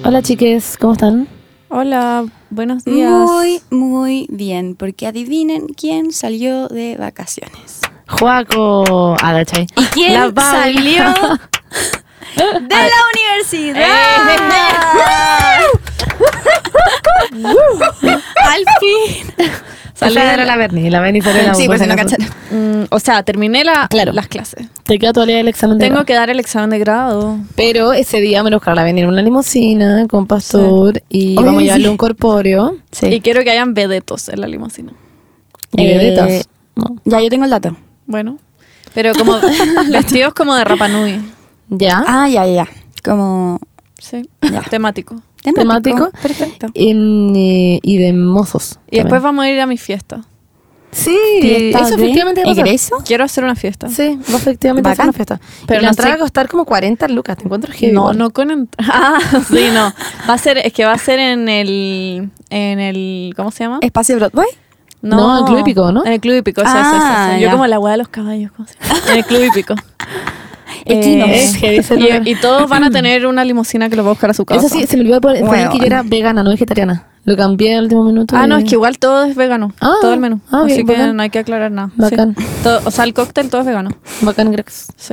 Hola chiques, ¿cómo están? Hola, buenos días. Muy bien, porque adivinen quién salió de vacaciones. Juaco, Agachay. ¿Y quién salió de la universidad? Al fin. Salí de la Berni salió de la U. Sí, pues no cacharon. O sea, terminé las clases. Te queda todavía el examen de Tengo grado. que dar el examen de grado. Pero ese día me lo buscaron a venir en una limusina con pastor y Oye, vamos a sí. llevarle un corpóreo. Sí. Y quiero que hayan vedetos en la limusina. Y bebetas. No. Ya, yo tengo el dato. Bueno. Pero como vestidos como de Rapa Nui. ¿Ya? Ya. Como Sí. Ya. Temático. Temático. Perfecto. Y de mozos. Y después vamos a ir a mi fiesta. Sí, ¿Fiesta eso de efectivamente va a pasar. egreso? Quiero hacer una fiesta. Sí, va efectivamente a hacer Bacán. una fiesta. Pero Pero no la entrada sé- va a costar como 40 lucas. Te encuentro heavy. No, igual. no con sí, no. Va a ser en el ¿cómo se llama? ¿Espacio Broadway? No, en el Club Hípico, ¿no? En el Club Hípico, eso. Ah, Yo ya. como la hueá de los caballos, ¿cómo se llama? En el Club Hípico. Equinos. Es heavy ese lugar. Y todos van a tener una limusina que los va a buscar a su casa. Eso sí, se me olvidó poner Bueno. que yo era vegana, no vegetariana. Lo cambié al último minuto. Ah, no, y- es que igual todo es vegano. Ah, todo el menú. ah, Así bien, que bacán. no hay que aclarar nada. Bacán. Sí. Todo, o sea, el cóctel todo es vegano. Bacán, Grex. Sí.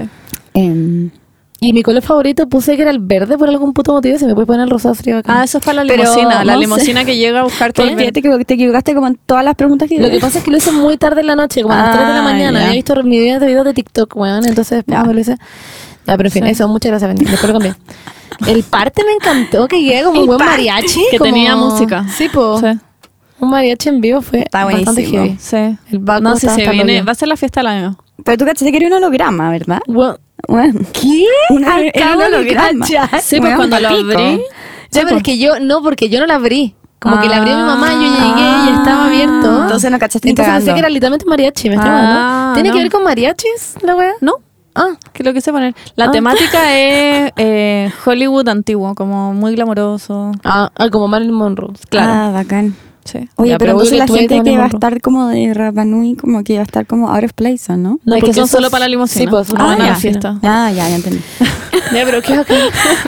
Y mi color favorito puse que era el verde por algún puto motivo. Se me puede poner el rosado, sería bacán. Ah, eso es para la Pero limusina. La no sé. limusina que llega a buscarte el ¿Por verde. qué te equivocaste como en todas las preguntas que Lo que pasa es que lo hice muy tarde en la noche, como a las 3 de la Ah, mañana. ya. Había visto mi video de TikTok, weón. Entonces, Ya. me lo hice. Ya, pero en fin, Sí. eso, muchas gracias, Bendy. Después lo cambié. El parte me encantó, que llega como un buen mariachi. Que como- tenía música. Sí, po. Sí. Un mariachi en vivo fue Está bastante buenísimo. heavy. Sí. El Baco No, si estaba se hasta el viene. hoyo. Va a ser la fiesta del año. Pero tú cachaste que era un holograma, ¿verdad? Bueno, Bueno. ¿qué? Era un holograma. cachar. Sí, pues Bueno, cuando lo palpico. abrí. Ya, pero es que porque yo no la abrí. Como que la abrió mi mamá, yo llegué y Ah. estaba abierto. Entonces no cachaste ni Entonces pensé cagando. que era literalmente mariachi, me está Ah, mal, ¿no? ¿Tiene no. que ver con mariachis la wea? No, Ah, que lo quise poner. La Ah. temática es Hollywood antiguo, como muy glamoroso. como Marilyn Monroe. Claro. Ah, bacán. Sí. Oye, Ya, pero pero entonces voy la que tú gente eres que va a Monroe. estar como de Rapa Nui, como que va a estar como out of place, ¿o no? No, es que porque son eso solo es- para la limusina. Sí, pues, no van a ya. la fiesta. Ah, ya entendí. Ya, pero qué bacán.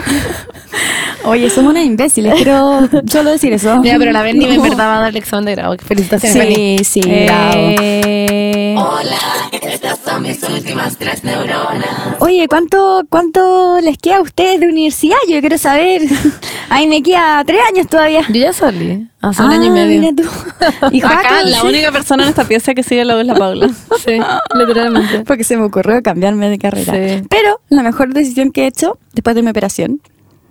Oye, somos unas imbéciles, quiero solo decir eso. Ya, pero la Benny en verdad va a dar el examen de grado. Felicitaciones, Benny. Sí, bravo. Oye, ¿cuánto les queda a ustedes de universidad? Yo quiero saber. Ay, me queda 3 años todavía. Yo ya salí hace un año y Ah, medio. mira tú. Y Acá Joaco, la sí. única persona en esta pieza que sigue la U es la Paula. Sí, literalmente. Porque se me ocurrió cambiarme de carrera. Sí. Pero la mejor decisión que he hecho después de mi operación.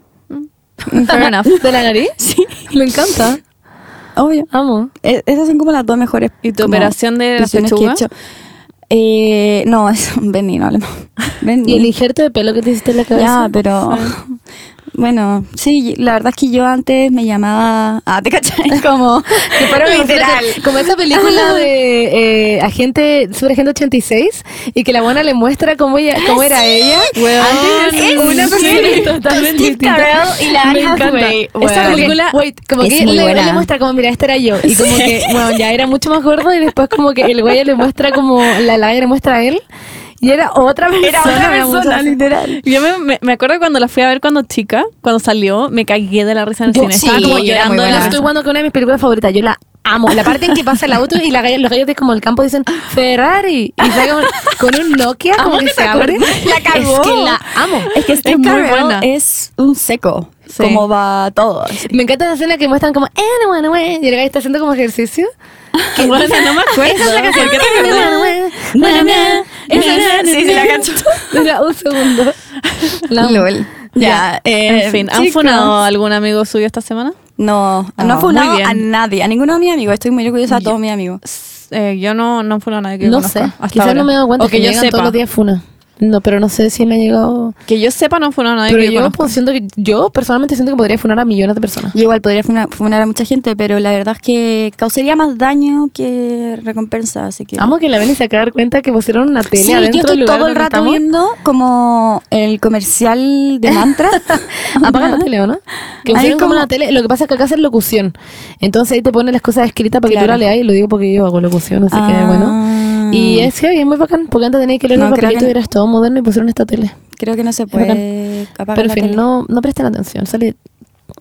Fair enough. ¿De la nariz? Sí, Me encanta. obvio. Amo. Esas son como las dos mejores. ¿Y tu como operación de la decisiones que he pechuga? hecho. No, es Benny, no hablemos. Benny. ¿Y el injerto de pelo que te hiciste en la cabeza? Ya, pero bueno, sí, la verdad es que yo antes me llamaba, te cachai, como Que fuera literal. como esa película de Super Agente 86 y que la buena le muestra cómo era ella. Antes es una sí, persona totalmente Steve distinta. Carell y la Anne Me encanta. Hathaway, Esa bueno. película, como Es que muy le buena. muestra como, mira, esta era yo. Y como que, bueno, ya era mucho más gordo y después como que el güey le muestra como, la le muestra a él. Y era otra persona. Era otra me da mucha persona, risa. literal. Yo me acuerdo cuando la fui a ver cuando chica, cuando salió, me cagué de la risa en el Yo, cine. sí, Estaba como era llorando muy de buena. la Yo estoy risa. jugando con una de mis películas favoritas. Yo la amo. La parte en que pasa el auto y los gallos de como el campo dicen Ferrari. Y sale con un Nokia como que se abre. La cagó. Es que la amo. Es que Steve muy Carell buena. es un seco, Sí. como va todo. así. Me encanta esa escena que muestran como y el gallo está haciendo como ejercicio. Bueno, no me acuerdo. Esa es la canción. ¿Por qué te acordás? Sí, la cacho. Dura un segundo. La amo. LOL. Ya, En fin, ¿han chicos. funado a algún amigo suyo esta semana? No, Ah, no he funado muy bien. a nadie, a ninguno de mis amigos. Estoy muy orgullosa de todos mis amigos. Yo no he funado a nadie que No conozca sé. hasta Quizás ahora. no me he dado cuenta O que me yo llegan sepa. todos los días funa. No, pero no sé si me ha llegado. Que yo sepa, no he funado a nadie Pero que yo yo conozca. pues, siento que yo personalmente siento que podría funar a millones de personas. Yo igual podría funar a mucha gente, pero la verdad es que causaría más daño que recompensa, así que... Amo que la Beni se acaba de dar cuenta que pusieron una tele Sí, adentro yo estoy del lugar todo el donde rato estamos. viendo como el comercial de Mantra. Apaga la tele, ¿o no? Que Ahí pusieron como como- una tele. Lo que pasa es que acá hacen locución. Entonces ahí te ponen las cosas escritas para que tú Claro. la leas y lo digo porque yo hago locución, así que bueno. Y es heavy, es muy bacán, porque antes tenías que leer No, el creo papelito que- y eras todo moderno y pusieron esta tele. Creo que no se bacán. puede apagar Pero en la fin, tele. no presten atención. Sale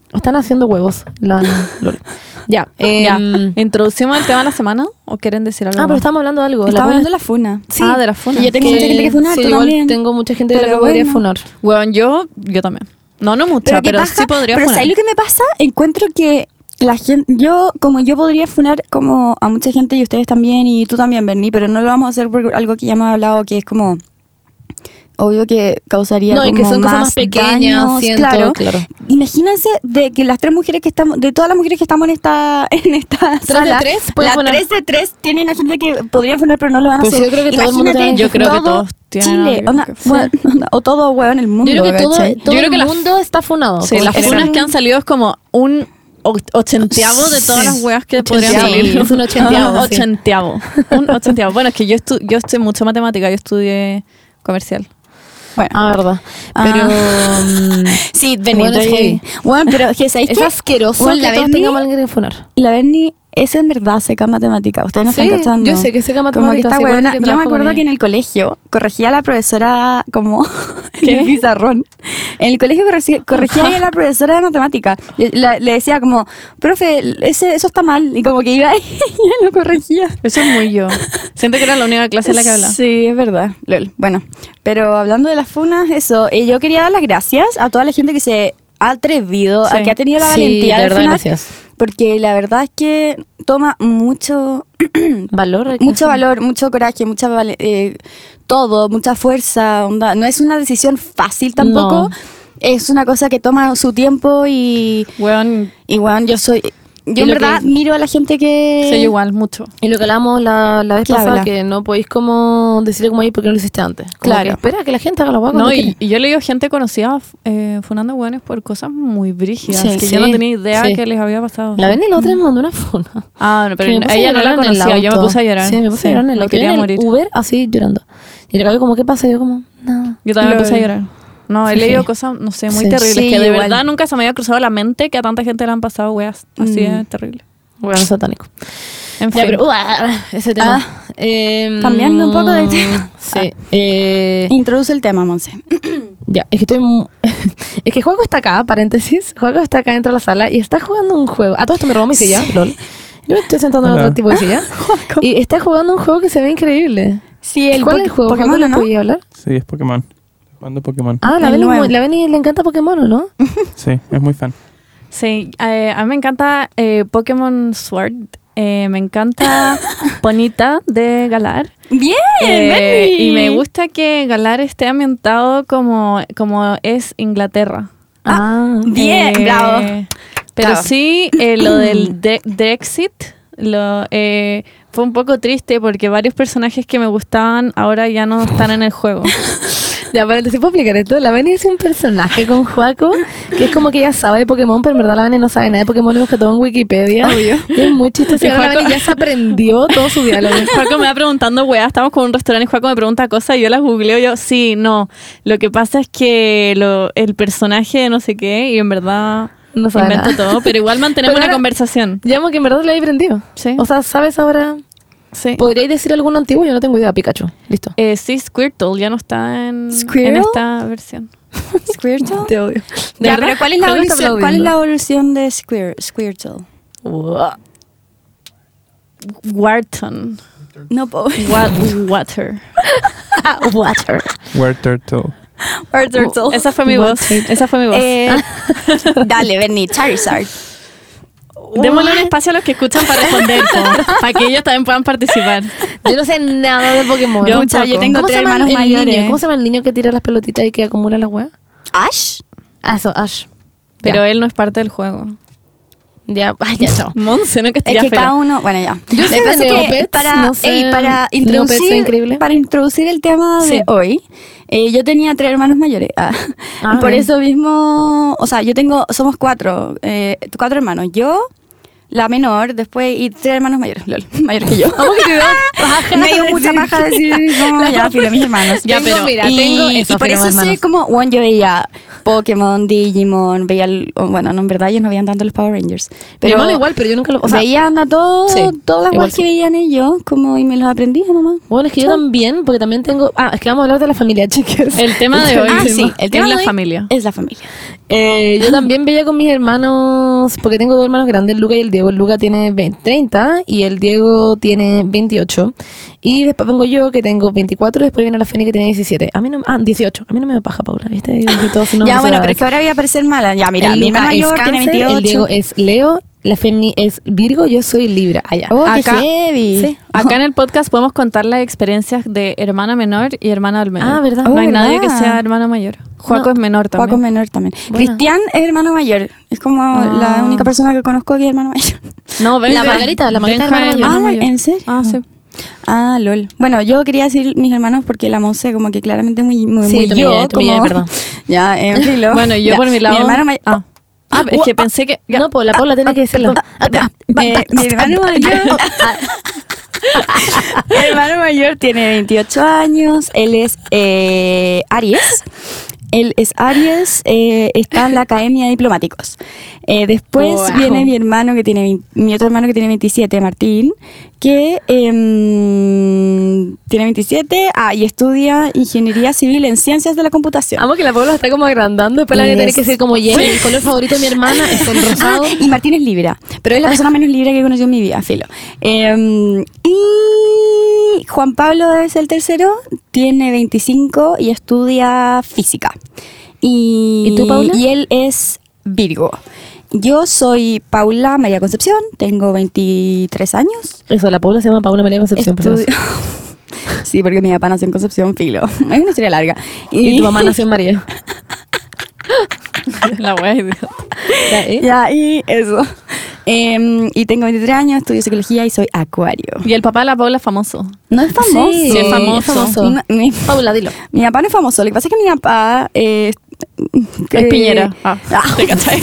Están haciendo huevos. Lol. Ya. Ya. ¿Introducimos el tema de la semana o quieren decir algo pero más? estamos hablando de algo. Estaba hablando de la funa. Sí. De la funa. Y yo tengo mucha gente que funar, sí, tú igual también. tengo mucha gente de la que Pero podría bueno. funar. Bueno, yo también. No mucha, pero sí podría Pero funar. ¿sabes lo que me pasa? Encuentro que la gente, yo podría funar como a mucha gente y ustedes también y tú también, Bernie, pero no lo vamos a hacer por algo que ya hemos hablado, que es como obvio que causaría No, y que como son cosas más pequeñas, daños, siento, claro. claro. Imagínense de que las 3 mujeres que estamos, de todas las mujeres que estamos en esta sala, de 3 pueden las funar. 3 de 3 tienen a gente que podría funar pero no lo van a Pues hacer. yo creo que todo el mundo Imagínate, tiene- yo creo que todo todos tienen Chile, algo onda, que bueno, o todo huevo en el mundo, Yo creo que todo ¿cachai? el creo que la- mundo está funado. Sí, como las que- funas que han salido es como un ochenteavo de todas las weas que podrían Ochenteavo, salir. es un ochenteavo, sí. Ochenteavo. Un ochenteavo. Bueno, es que yo estudié mucho matemática, yo estudié comercial. Bueno, Ah, verdad. Ah. Pero... sí, Bernie, Bueno, es heavy. bueno, pero que ¿sabéis es qué? asqueroso Bueno, que la todos Bernie- tengamos a alguien que funar. La Bernie es en verdad seca en matemática. Ustedes no Sí, están cachando. yo sé que seca en Como que matemática, esta sí, huevona- porque yo me trabajo con acuerdo ella. que en el colegio corregía a la profesora como en el pizarrón. En el colegio corregía a la profesora de matemática. Le decía como, profe, eso está mal. Y como que iba y ella lo corregía. Eso es muy yo. Siento que era la única clase en la que hablaba. Sí, es verdad. Lol. Bueno, pero hablando de las funas, eso, yo quería dar las gracias a toda la gente que se ha atrevido, Sí. a que ha tenido la Sí, valentía de de verdad, funar, gracias. porque la verdad es que toma mucho Valor. mucho valor, mucho coraje, todo, mucha fuerza, onda. No es una decisión fácil tampoco. No. Es una cosa que toma su tiempo y Weón, bueno, yo en lo verdad que- miro a la gente que soy igual, mucho. Y lo que hablamos la vez ¿Qué pasada, habla? que no podéis como decirle como ahí porque no lo hiciste antes. Como Claro. que espera que la gente haga la hueá No, cuando y quiere. yo he leído gente conocida funando weones por cosas muy brígidas Sí, que sí, yo no tenía idea sí. que les había pasado. La Benny la otra me mandó una funa. Ah, no, pero Que me puse ella a no llorar la en el conocía, yo me auto. puse a llorar. Sí, me puse a llorar en el me auto. quería Yo en morir. el Uber así llorando. Y el cabello como, ¿qué pasa? Y yo como, nada. Yo también me puse a Lol. llorar. No, he Sí. leído cosas, no sé, muy Sí. terribles. Sí, que de igual. verdad nunca se me había cruzado la mente que a tanta gente le han pasado weas así de terrible. Bueno, satánico. En fin. Ya, pero, ese tema. cambiando un poco de tema. Sí. introduce el tema, Monse. Ya, es que es que Juaco está acá, paréntesis. Juaco está acá dentro de la sala y está jugando un juego. A todo esto me robó mi silla, lol. Yo me estoy sentando en Hola. otro tipo de silla. Y está jugando un juego que se ve increíble. Sí, ¿Cuál es el juego? Pokémon, ¿Juaco, ¿no? ¿le podía hablar? Sí, es Pokémon. Jugando Pokémon. Ah, El nuevo. la Beni le encanta Pokémon, ¿o no? Sí, es muy fan. Sí, a mí me encanta Pokémon Sword. Me encanta Ponita de Galar. Bien, Bernie. Y me gusta que Galar esté ambientado como es Inglaterra. Ah, Bien, bravo. Pero Bravo. sí, lo del Brexit fue un poco triste porque varios personajes que me gustaban ahora ya no están en el juego. Ya, paréntesis, ¿puedo explicar esto? La Beni es un personaje con Juaco que es como que ella sabe de Pokémon, pero en verdad la Beni no sabe nada de Pokémon, lo busca todo en Wikipedia. Y es muy chistoso. Y Y ahora la Juaco- Beni ya se aprendió todo su diálogo. Juaco me va preguntando, weá, estamos con un restaurante y Juaco me pregunta cosas y yo las googleo y yo, sí, no. Lo que pasa es que el personaje de no sé qué y en verdad No sabe invento nada. todo, pero igual mantenemos Pero una ahora- conversación. Llamo que en verdad le he aprendido. Sí. O sea, ¿sabes ahora? Sí. ¿Podríais decir alguno antiguo? Yo no tengo idea. Pikachu. Listo. Sí, Squirtle ya no está en ¿Squirrel? esta versión. Squirtle. Te odio. Ya, pero ¿cuál es la Juaco está evolución? ¿Cuál es aplaudiendo. la evolución de Squirtle? Wharton. No puedo. Water. Water. Were Turtle. Turtle. Esa fue mi voz. Esa fue mi voz. Dale, Bernie, Charizard. Démosle un espacio a los que escuchan para responder, para que ellos también puedan participar. Yo no sé nada de Pokémon. Yo Pucha, yo tampoco. tengo ¿Cómo se 3 llama hermanos el mayores. niño? ¿Cómo se llama el niño que tira las pelotitas y que acumula las weas? ¿Ash? Ah, eso, Ash. Pero Ya. él no es parte del juego. Ya, ay, ya, chao. Monse, no que Es estaría que fea. cada uno, bueno ya. Yo Lo sé que pasa de es que Neopets, para, no sé, para Neopets es increíble. introducir el tema Sí. de hoy, yo tenía 3 hermanos mayores. Por bien. eso mismo, o sea, somos 4, 4 hermanos. Yo, la menor, después, y 3 hermanos mayores, lol, mayores que yo. ¿Cómo que te da Me dio mucha paja decir como, ya, filo, mis hermanos. Ya, pero- mira, y, tengo y eso, por pero eso sé hermanos. como, bueno, yo veía Pokémon, Digimon, veía, bueno, no, en verdad ellos no veían tanto los Power Rangers. Pero igual, pero yo nunca lo... O sea, veían a todos, sí, todas las igual cosas que sí. veían ellos, como, y me los aprendí, mamá. bueno, es que yo también, porque también tengo... Ah, es que vamos a hablar de la familia, chicas. El tema de hoy Ah, sí, el tema es de la hoy familia. Es la familia. Yo también veía con mis hermanos, porque tengo 2 hermanos grandes, el Luca y el Diego. El Luca tiene 30 y el Diego tiene 28. Y después vengo yo, que tengo 24, y después viene la Feni, que tiene 17. A mí no, 18. A mí no me baja, Paula, ¿viste? Ya, bueno, pero es que ahora voy a parecer mala. Ya, mira, mi hermano mayor tiene 28. El Diego es Leo, la Feni es Virgo, yo soy Libra. Allá. Oh, qué Acá- heavy. Sí. Acá en el podcast podemos contar las experiencias de hermana menor y hermana del medio. Ah, ¿verdad? No hay Oh, nadie ¿verdad? que sea hermana mayor. Juaco No. es menor también. Juaco es menor también. Bueno. Cristian es hermano mayor. Es como la única persona que conozco que es hermano mayor. No, La Margarita es Benja hermana mayor. Ah, mayor. ¿en serio? Ah, sí. Ah, lol. Bueno, yo quería decir mis hermanos porque la Monse como que claramente muy Sí, tú me yo. llevas, como, perdón. Ya, en filo. Bueno, yo Ya, por mi lado... Mi hermano mayor... Es que pensé que... No, pues la Paula tiene que decirlo. Mi hermano mayor... Mi hermano mayor tiene 28 años. Él es Aries. Él es Aries, está en la Academia de Diplomáticos. Después Wow. viene mi hermano que tiene mi otro hermano que tiene 27, Martín, que tiene 27 y estudia Ingeniería Civil en Ciencias de la Computación. Amo que la Paula está como agrandando. Después la voy a tener Yes. que decir como Jenny. El color favorito de mi hermana es el rosado. Y Martín es Libra, pero es la persona menos Libra que he conocido en mi vida, filo. Y Juan Pablo es el tercero, tiene 25 y estudia física. ¿Y tú, Paula? Y él es Virgo. Yo soy Paula María Concepción, tengo 23 años. Eso, la Paula se llama Paula María Concepción. por Estudio- eso. Sí, porque mi papá nació en Concepción, filo. Es una historia larga. Y tu mamá nació en María. La wea idiota. Ya, ¿eh? Ya, y eso. Y tengo 23 años, estudio psicología y soy acuario. Y el papá de la Paula es famoso. No es famoso. Sí, es famoso. No, Paula, dilo. mi papá no es famoso. Lo que pasa es que mi papá... Es Piñera. ¿Te cachai?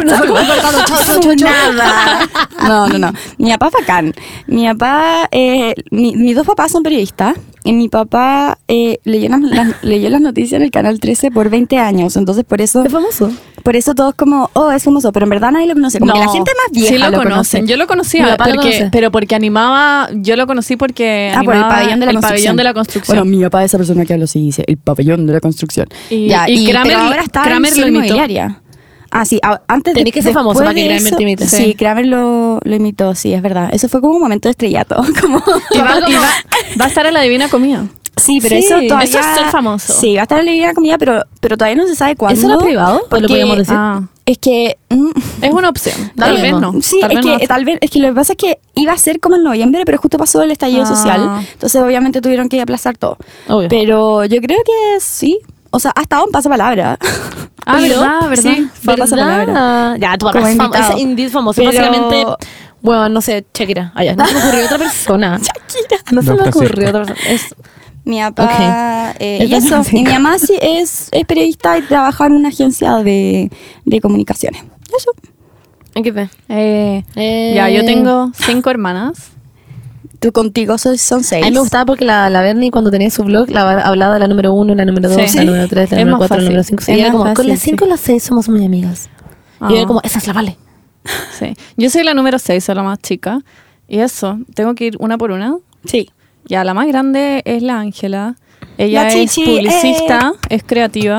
Nada. No. Mi papá es bacán. Mi papá... mis dos papás son periodistas. Y mi papá leyó las noticias en el Canal 13 por 20 años. Entonces, por eso... ¿Es famoso? Por eso todos como, es famoso, pero en verdad nadie lo conoce. Como que la gente más vieja sí lo conocen. conoce. Yo lo Mi conocía, papá lo conoce. pero porque animaba, yo lo conocí porque Por el animaba pabellón de la construcción. pabellón de la construcción. Bueno, mi papá es esa persona que habla así, dice, el pabellón de la construcción. Y pero Kramer- ahora está Kramer en lo Ciudad imitó. Inmobiliaria. Ah, sí, antes Tenés que ser famoso después para que de Kramer eso- te imite. Sí, Kramer lo imitó, sí, es verdad. Eso fue como un momento de estrellato. Como... Va a estar en la Divina Comida. Sí, pero Sí, eso todavía... eso es ser famoso. Sí, va a estar en la Divina Comida, pero todavía no se sabe cuándo. ¿Eso era privado? ¿Pues lo porque- podíamos decir? Es que... Es una opción. Da Tal lo vez mismo. no. Sí, Tal es vez que no. tal vez, es que lo que pasa es que iba a ser como en noviembre, pero justo pasó el estallido social. Entonces, obviamente, tuvieron que aplazar todo. Obvio. Pero yo creo que sí. O sea, ha estado en pasapalabra. Ah, Pero, verdad. sí, fue pasapalabra. ¿Verdad? Ya, tu papá Como es invitado. indeed famoso. Pero- Básicamente, bueno, no sé, Shakira. Allá, no se me ocurrió otra persona. No se Don me Francisco. ocurrió otra persona. Es, Mi papá. Ok. Y eso. Y mi mamá sí es periodista y trabaja en una agencia de comunicaciones. Eso. ¿en qué fe? Ya, yo tengo 5 hermanas. Tú contigo son 6. A mí me gustaba porque la Bernie cuando tenía su blog hablaba de la número 1, la número 2, Sí. la número 3, la Es número más 4, la fácil. número 5. Es Y era más como, con fácil, las 5 y las 6 somos muy amigas. Y era como, esa es la Vale. Sí. Yo soy la número 6, soy la más chica. Y eso, tengo que ir una por una. Sí. Ya, la más grande es la Ángela. Ella La es chichi, publicista, es creativa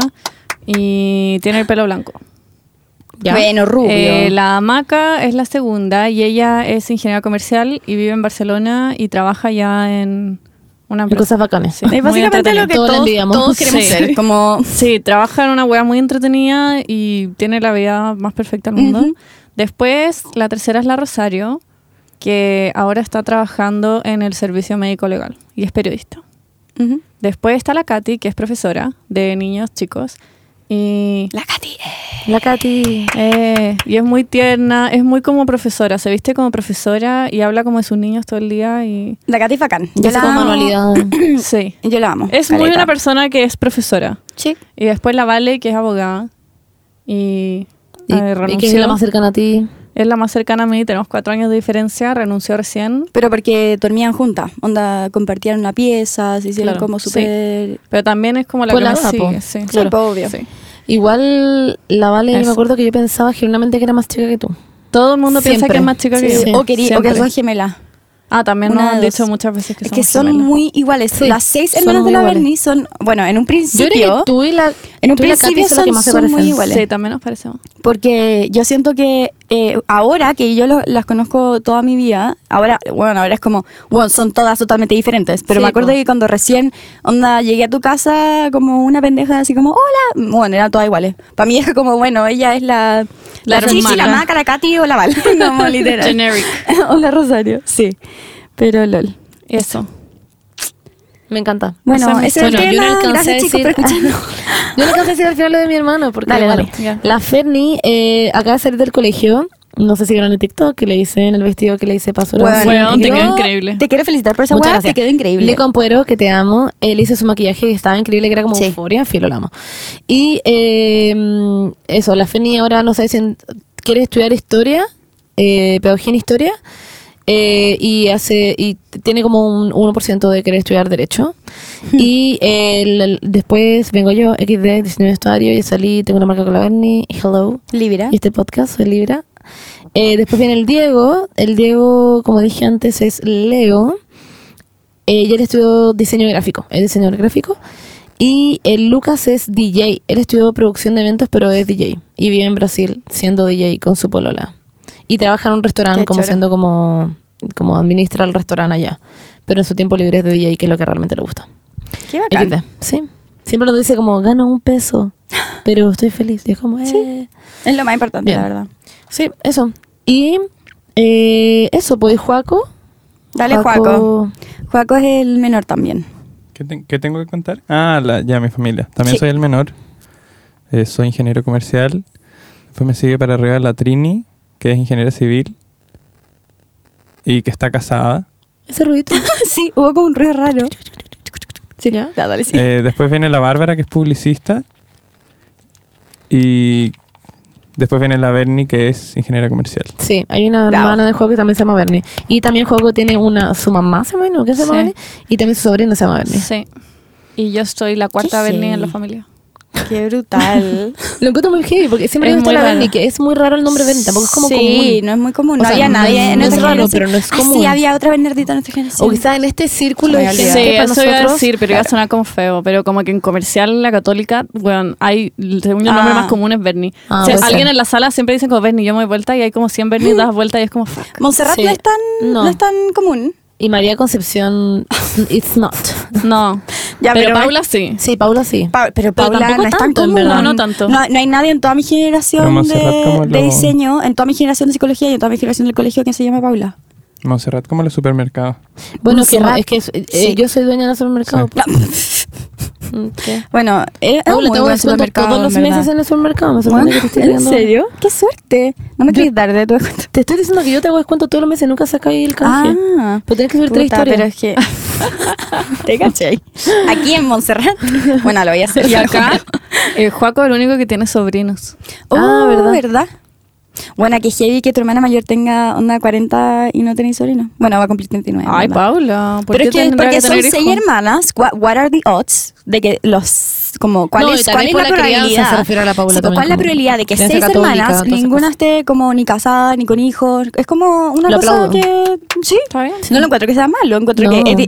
y tiene el pelo blanco. Ya. Bueno, rubio. La Maca es la segunda y ella es ingeniera comercial y vive en Barcelona y trabaja ya en una En empresa. cosas bacanas. Sí, Es muy básicamente lo que Todos la todos, envidiamos. todos queremos Sí. ser. Como. Sí, trabaja en una wea muy entretenida y tiene la vida más perfecta del mundo. Ujú. Después, la tercera es la Rosario, que ahora está trabajando en el servicio médico legal y es periodista. Ujú. Después está la Katy, que es profesora de niños chicos. Y, La Katy. La Katy. y es muy tierna, es muy como profesora, se viste como profesora y habla como de sus niños todo el día. Y La Katy es bacán. Yo Yo la con amo. manualidad. sí, Yo la amo. es muy caleta. una persona que es profesora. Sí. Y después la Vale, que es abogada. Y, ¿Y renunció. quién es la más cercana a ti? Es la más cercana a mí, tenemos 4 años de diferencia, renunció recién. Pero porque dormían juntas. Onda, compartían una pieza, se hicieron Claro, como sí. súper. Pero también es como la Pues que la me edad, po. sigue. Sí, Sí, pues, obvio. Sí. Igual la Vale, Eso. me acuerdo que yo pensaba genuinamente que era más chica que tú. Todo el mundo piensa Siempre. que es más chica que Sí, yo. sí. O que Siempre. son gemelas. También Una nos han de dicho dos. muchas veces que Es que somos son gemelas. muy iguales. Sí, Las 6 son hermanas muy de la iguales. Bernie son, bueno, en un Yo creo principio, que tú y la, en un tú y la Katy principio son las que más se son muy parecen. iguales. Sí, también nos parecemos. porque yo siento que ahora que yo las conozco toda mi vida, ahora es como, bueno, son todas totalmente diferentes. Pero Sí, me acuerdo po. que cuando recién, llegué a tu casa como una pendeja así como, hola, bueno, eran todas iguales. Para mí es como, bueno, ella es la Chichi, hermana. la Maca, la Katy o la Val. Como literal. Generic. O la Rosario, sí. Pero lol. Eso. Me encanta. Bueno, Ese ese es el Bueno, yo no tema. alcancé a Gracias, chicos, por decir- escucharnos. Yo no alcancé a decir al final lo de mi hermano, porque Dale, bueno, dale, ya. la Ferni acaba de salir del colegio. No sé si vieron el TikTok que le hice en el vestido que le hice paso. Bueno, te yo quedó increíble. Te quiero felicitar por esa Muchas hueá, gracias. te quedó increíble. Le Compuero, que te amo. Él hizo su maquillaje y estaba increíble, que era como Sí. euforia, filo, lo amo. Y eso, la Ferni ahora no sé si quiere estudiar historia, pedagogía en historia, y tiene como un 1% de querer estudiar derecho. Y después vengo yo, XD, diseño de vestuario, y salí, tengo una marca con la Berni, hello. Libra. Y este podcast, soy Libra. Después viene el Diego, como dije antes, es Leo. Y él estudió diseño gráfico, es diseñador gráfico. Y el Lucas es DJ, él estudió producción de eventos, pero es DJ. Y vive en Brasil siendo DJ con su polola. Y trabaja en un restaurante Qué como choro. siendo como administra el restaurante allá. Pero en su tiempo libre es de DJ, que es lo que realmente le gusta. Qué bacán. XD, sí. Siempre nos dice como, gano $1, pero estoy feliz. Y es como, Sí. Es lo más importante, Bien. la verdad. Sí, eso. Y eso, pues Juaco. Dale, Juaco. Juaco es el menor también. ¿Qué tengo que contar? Ya mi familia. También Sí. soy el menor. Soy ingeniero comercial. Después me sigue para arriba la Trini, que es ingeniera civil y que está casada. Ese ruido. Sí, hubo como un ruido raro. Sí, ya. Ya, dale, sí. Después viene la Bárbara, que es publicista. Y después viene la Berni, que es ingeniera comercial. Sí, hay una Bravo. hermana de Juaco que también se llama Bernie. Y también Juaco tiene su mamá se llama Bernie, ¿o qué se llama Sí. Bernie? Y también su sobrino se llama Bernie. Sí. Y yo soy la cuarta Qué Berni en la heavy. familia. Qué brutal. Lo encuentro muy heavy porque siempre Es he visto muy la raro. Bernie, que es muy raro el nombre Bernie, tampoco es como sí, común. no es muy común. O No sea, había no nadie es- en no es nuestra raro, generación. pero no es Ah, común. sí, había otra Bernardita en nuestra generación. O quizás en este círculo Se de me gente olvidaba. Sí, para eso iba a nosotros. decir, pero iba a sonar como feo. Pero como que en comercial, la católica, bueno, según yo, el nombre Ah. más común es Bernie. Ah, O sea, puede alguien ser. en la sala siempre dice como Bernie, yo me doy vuelta y hay como 100 Bernie das vueltas y es como fuck. Montserrat Sí. no es tan común. Y María Concepción, it's not. No. Ya, pero pero Paula sí. Sí, Paula sí. Pero Paula tampoco no es tan tanto, en común. verdad. No tanto. No hay nadie en toda mi generación Pero Montserrat como de lo- diseño, en toda mi generación de psicología y en toda mi generación del colegio que se llama Paula. Montserrat como los supermercados. Bueno, Montserrat. es que Sí. yo soy dueña del supermercado. Sí. ¿Qué? Bueno, es un Paula, muy tengo buen descuento supermercado, todos los en verdad. meses en el supermercado. Me sorprende que te estoy ¿En dando. serio? ¡Qué suerte! No me quieres dar de tu descuento. Te estoy diciendo que yo te hago descuento todos los meses y nunca sacáis el canje. Ah, Pero tienes que subirte la puta, historia. pero es que... ¿Te caché? Aquí en Montserrat. Bueno, lo voy a hacer. Y acá, Juaco es el único que tiene sobrinos. Oh, ¿verdad? ¿verdad? Bueno, que heavy que tu hermana mayor tenga onda 40 y no tenéis sobrino. Bueno, va a cumplir 39. Ay, ¿verdad? Paula. ¿Por Pero qué es que tendría porque que son tener 6 hijos? hermanas. What are the odds de que ¿cuál No, y es también la por la crianza probabilidad? se refiere a la Paula Sí, pues, también, ¿cuál es la como probabilidad de que crianza 6 católica, hermanas, todas esas ninguna cosas. esté como ni casada ni con hijos? Es como una Lo cosa aplaudo. que sí. ¿Está bien? No lo encuentro que sea malo, encuentro No. que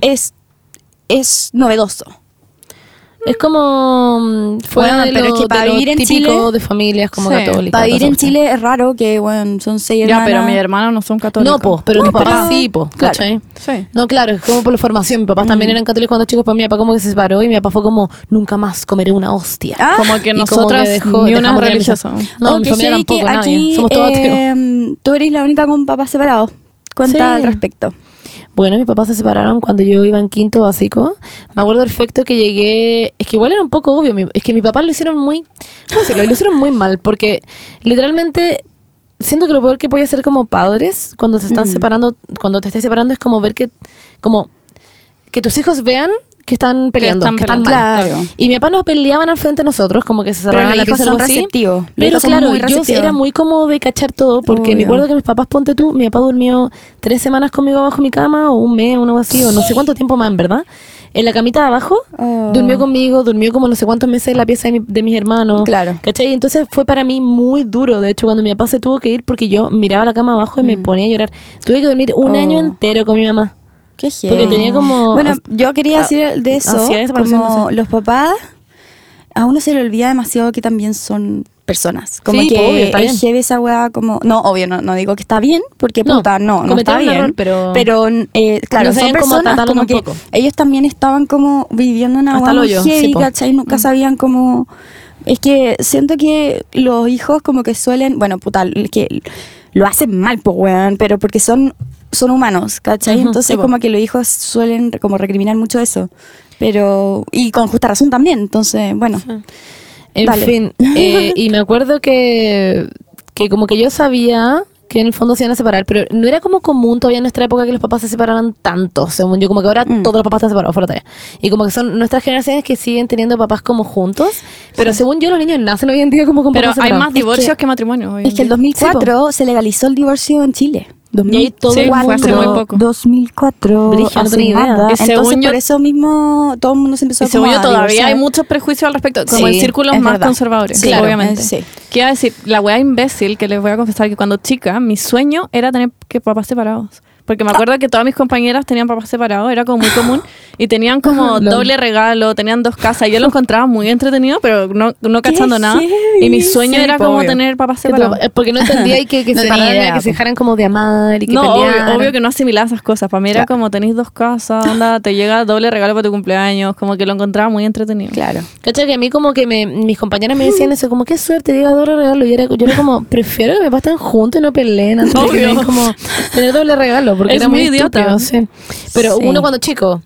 es novedoso. Es como fuera Bueno, de pero lo, es que para de lo vivir en típico Chile- de familias como Sí. católicas. Para vivir todas en esas Chile es raro que, bueno, son 6 Ya, hermanas. pero mis hermanos no son cosas. católicos. No, pues, pero No, tus papás pero- sí, pues, claro. ¿cachai? Sí. No, claro, es como por la formación. Mis papás también eran católicos cuando chicos, pero mi papá como que se separó y mi papá fue como, nunca más comeré una hostia. Ah, Como que Y como nosotras que ni una dejamos de ir a misa. religiosa. No, Oh, mi que familia heavy tampoco, que nadie. aquí, Somos todos ateos. tú eres la única con papás separados. Cuenta Sí. al respecto. Bueno, mis papás se separaron cuando yo iba en quinto básico. Me acuerdo perfecto que llegué... Es que igual era un poco obvio. Es que mis papás lo hicieron muy... ¿Cómo decirlo? Lo hicieron muy mal. Porque literalmente siento que lo peor que puede hacer como padres cuando se están separando, cuando te estás separando, es como ver que... Como que tus hijos vean que están peleando, están que están peleando. mal. Claro. Y mi papá nos peleaban al frente de nosotros, como que se Pero cerraban los la hijos pieza o son algo así. receptivos. Los Pero hijos son claro, muy yo receptivos. era muy como de cachar todo, porque me Obvio. acuerdo que mis papás, ponte tú, mi papá durmió 3 semanas conmigo bajo mi cama, o un mes, o algo así, o no sé cuánto tiempo más, en verdad. en la camita de abajo, durmió conmigo, durmió como no sé cuántos meses en la pieza de mis hermanos. Claro. ¿Cachai? Entonces fue para mí muy duro. De hecho, cuando mi papá se tuvo que ir, porque yo miraba la cama abajo y me ponía a llorar. Tuve que dormir un año entero con mi mamá. Qué Porque heavy. tenía como... Bueno, yo quería decir de eso, hacía desaparición, como no sé. los papás, a uno se le olvida demasiado que también son personas. Como Sí, que obvio, está bien. es heavy esa weá como... No, obvio, no digo que está bien, porque No, puta, no está cometieron un bien. error, pero- claro, no son sabían cómo personas tratarlo como que tampoco. ellos también estaban como viviendo una Hasta weá el muy hoyo, heavy, sí, po. ¿cachai? Nunca sabían cómo... Es que siento que los hijos como que suelen... Bueno, puta, que lo hacen mal, pues, weón, pero porque son humanos, ¿cachai? Ujú, Entonces sí, po. como que los hijos suelen como recriminar mucho eso. Pero... Y con justa razón también, entonces, bueno. En Dale. fin, y me acuerdo que como que yo sabía que en el fondo se iban a separar, pero no era como común todavía en nuestra época que los papás se separaran tanto, según yo, como que ahora todos los papás están separados, fuera todavía. Y como que son nuestras generaciones que siguen teniendo papás como juntos, pero según yo los niños nacen hoy en día como con Pero papás hay separados. más divorcios que matrimonios. hoy en Es que el día. 2004 se legalizó el divorcio en Chile. Y ahí todo Sí, el fue mundo- hace muy poco. 2004. Brígido, no hace tenía idea. nada. Y según Entonces, yo- por eso mismo todo el mundo se empezó Y según como yo a todavía divorciar. hay muchos prejuicios al respecto, como Sí, en círculos es más verdad. conservadores, Sí, obviamente. sí. ¿Qué iba a decir? La wea imbécil que les voy a confesar que cuando chica, mi sueño era tener que papás separados. Porque me acuerdo que todas mis compañeras tenían papás separados, era como muy común, y tenían como doble regalo, tenían 2 casas. Yo lo encontraba muy entretenido, pero no cachando nada. Y mi sueño Sí, era po, como obvio. tener papás Que tu separados. papá- porque no entendía y que No se tenía pararan, idea, que se po. dejaran como de amar y que No, pelearan. obvio que no asimilaba esas cosas. Para mí era Claro. como tenéis 2 casas, onda, te llega doble regalo para tu cumpleaños, como que lo encontraba muy entretenido. Claro. ¿Cachai? Que a mí como que mis compañeras me decían eso, como qué suerte, diga doble regalo. Y yo era como, prefiero que mis papás estén juntos y no peleen antes de que Obvio. me den como tener doble regalo, porque Es era muy muy idiota. estúpido, sí. Pero Sí. uno cuando chico,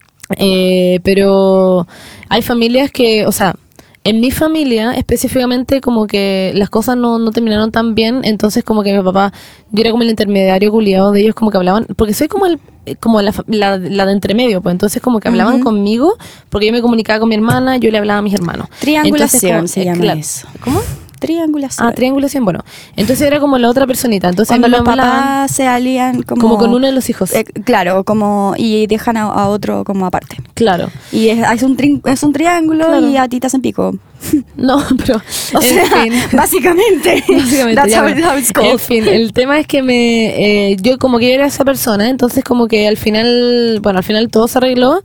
pero hay familias que, o sea, en mi familia específicamente como que las cosas no terminaron tan bien, entonces como que mi papá, yo era como el intermediario culiado de ellos, como que hablaban, porque soy como la de entremedio, pues entonces como que hablaban conmigo, porque yo me comunicaba con mi hermana, yo le hablaba a mis hermanos. Triangulación Entonces, se llama claro. eso. ¿Cómo? Triangulación. Ah, triangulación, bueno. Entonces era como la otra personita, entonces Cuando a mí me los hablaban papás se alían como con uno de los hijos. claro, como y dejan a otro como aparte. Claro. Y es un triángulo Claro. y a ti te hacen pico. No, pero O en sea, fin. básicamente. Básicamente, That's ya, how bueno. it's En called. fin, el tema es que yo como que yo era esa persona, entonces como que al final todo se arregló,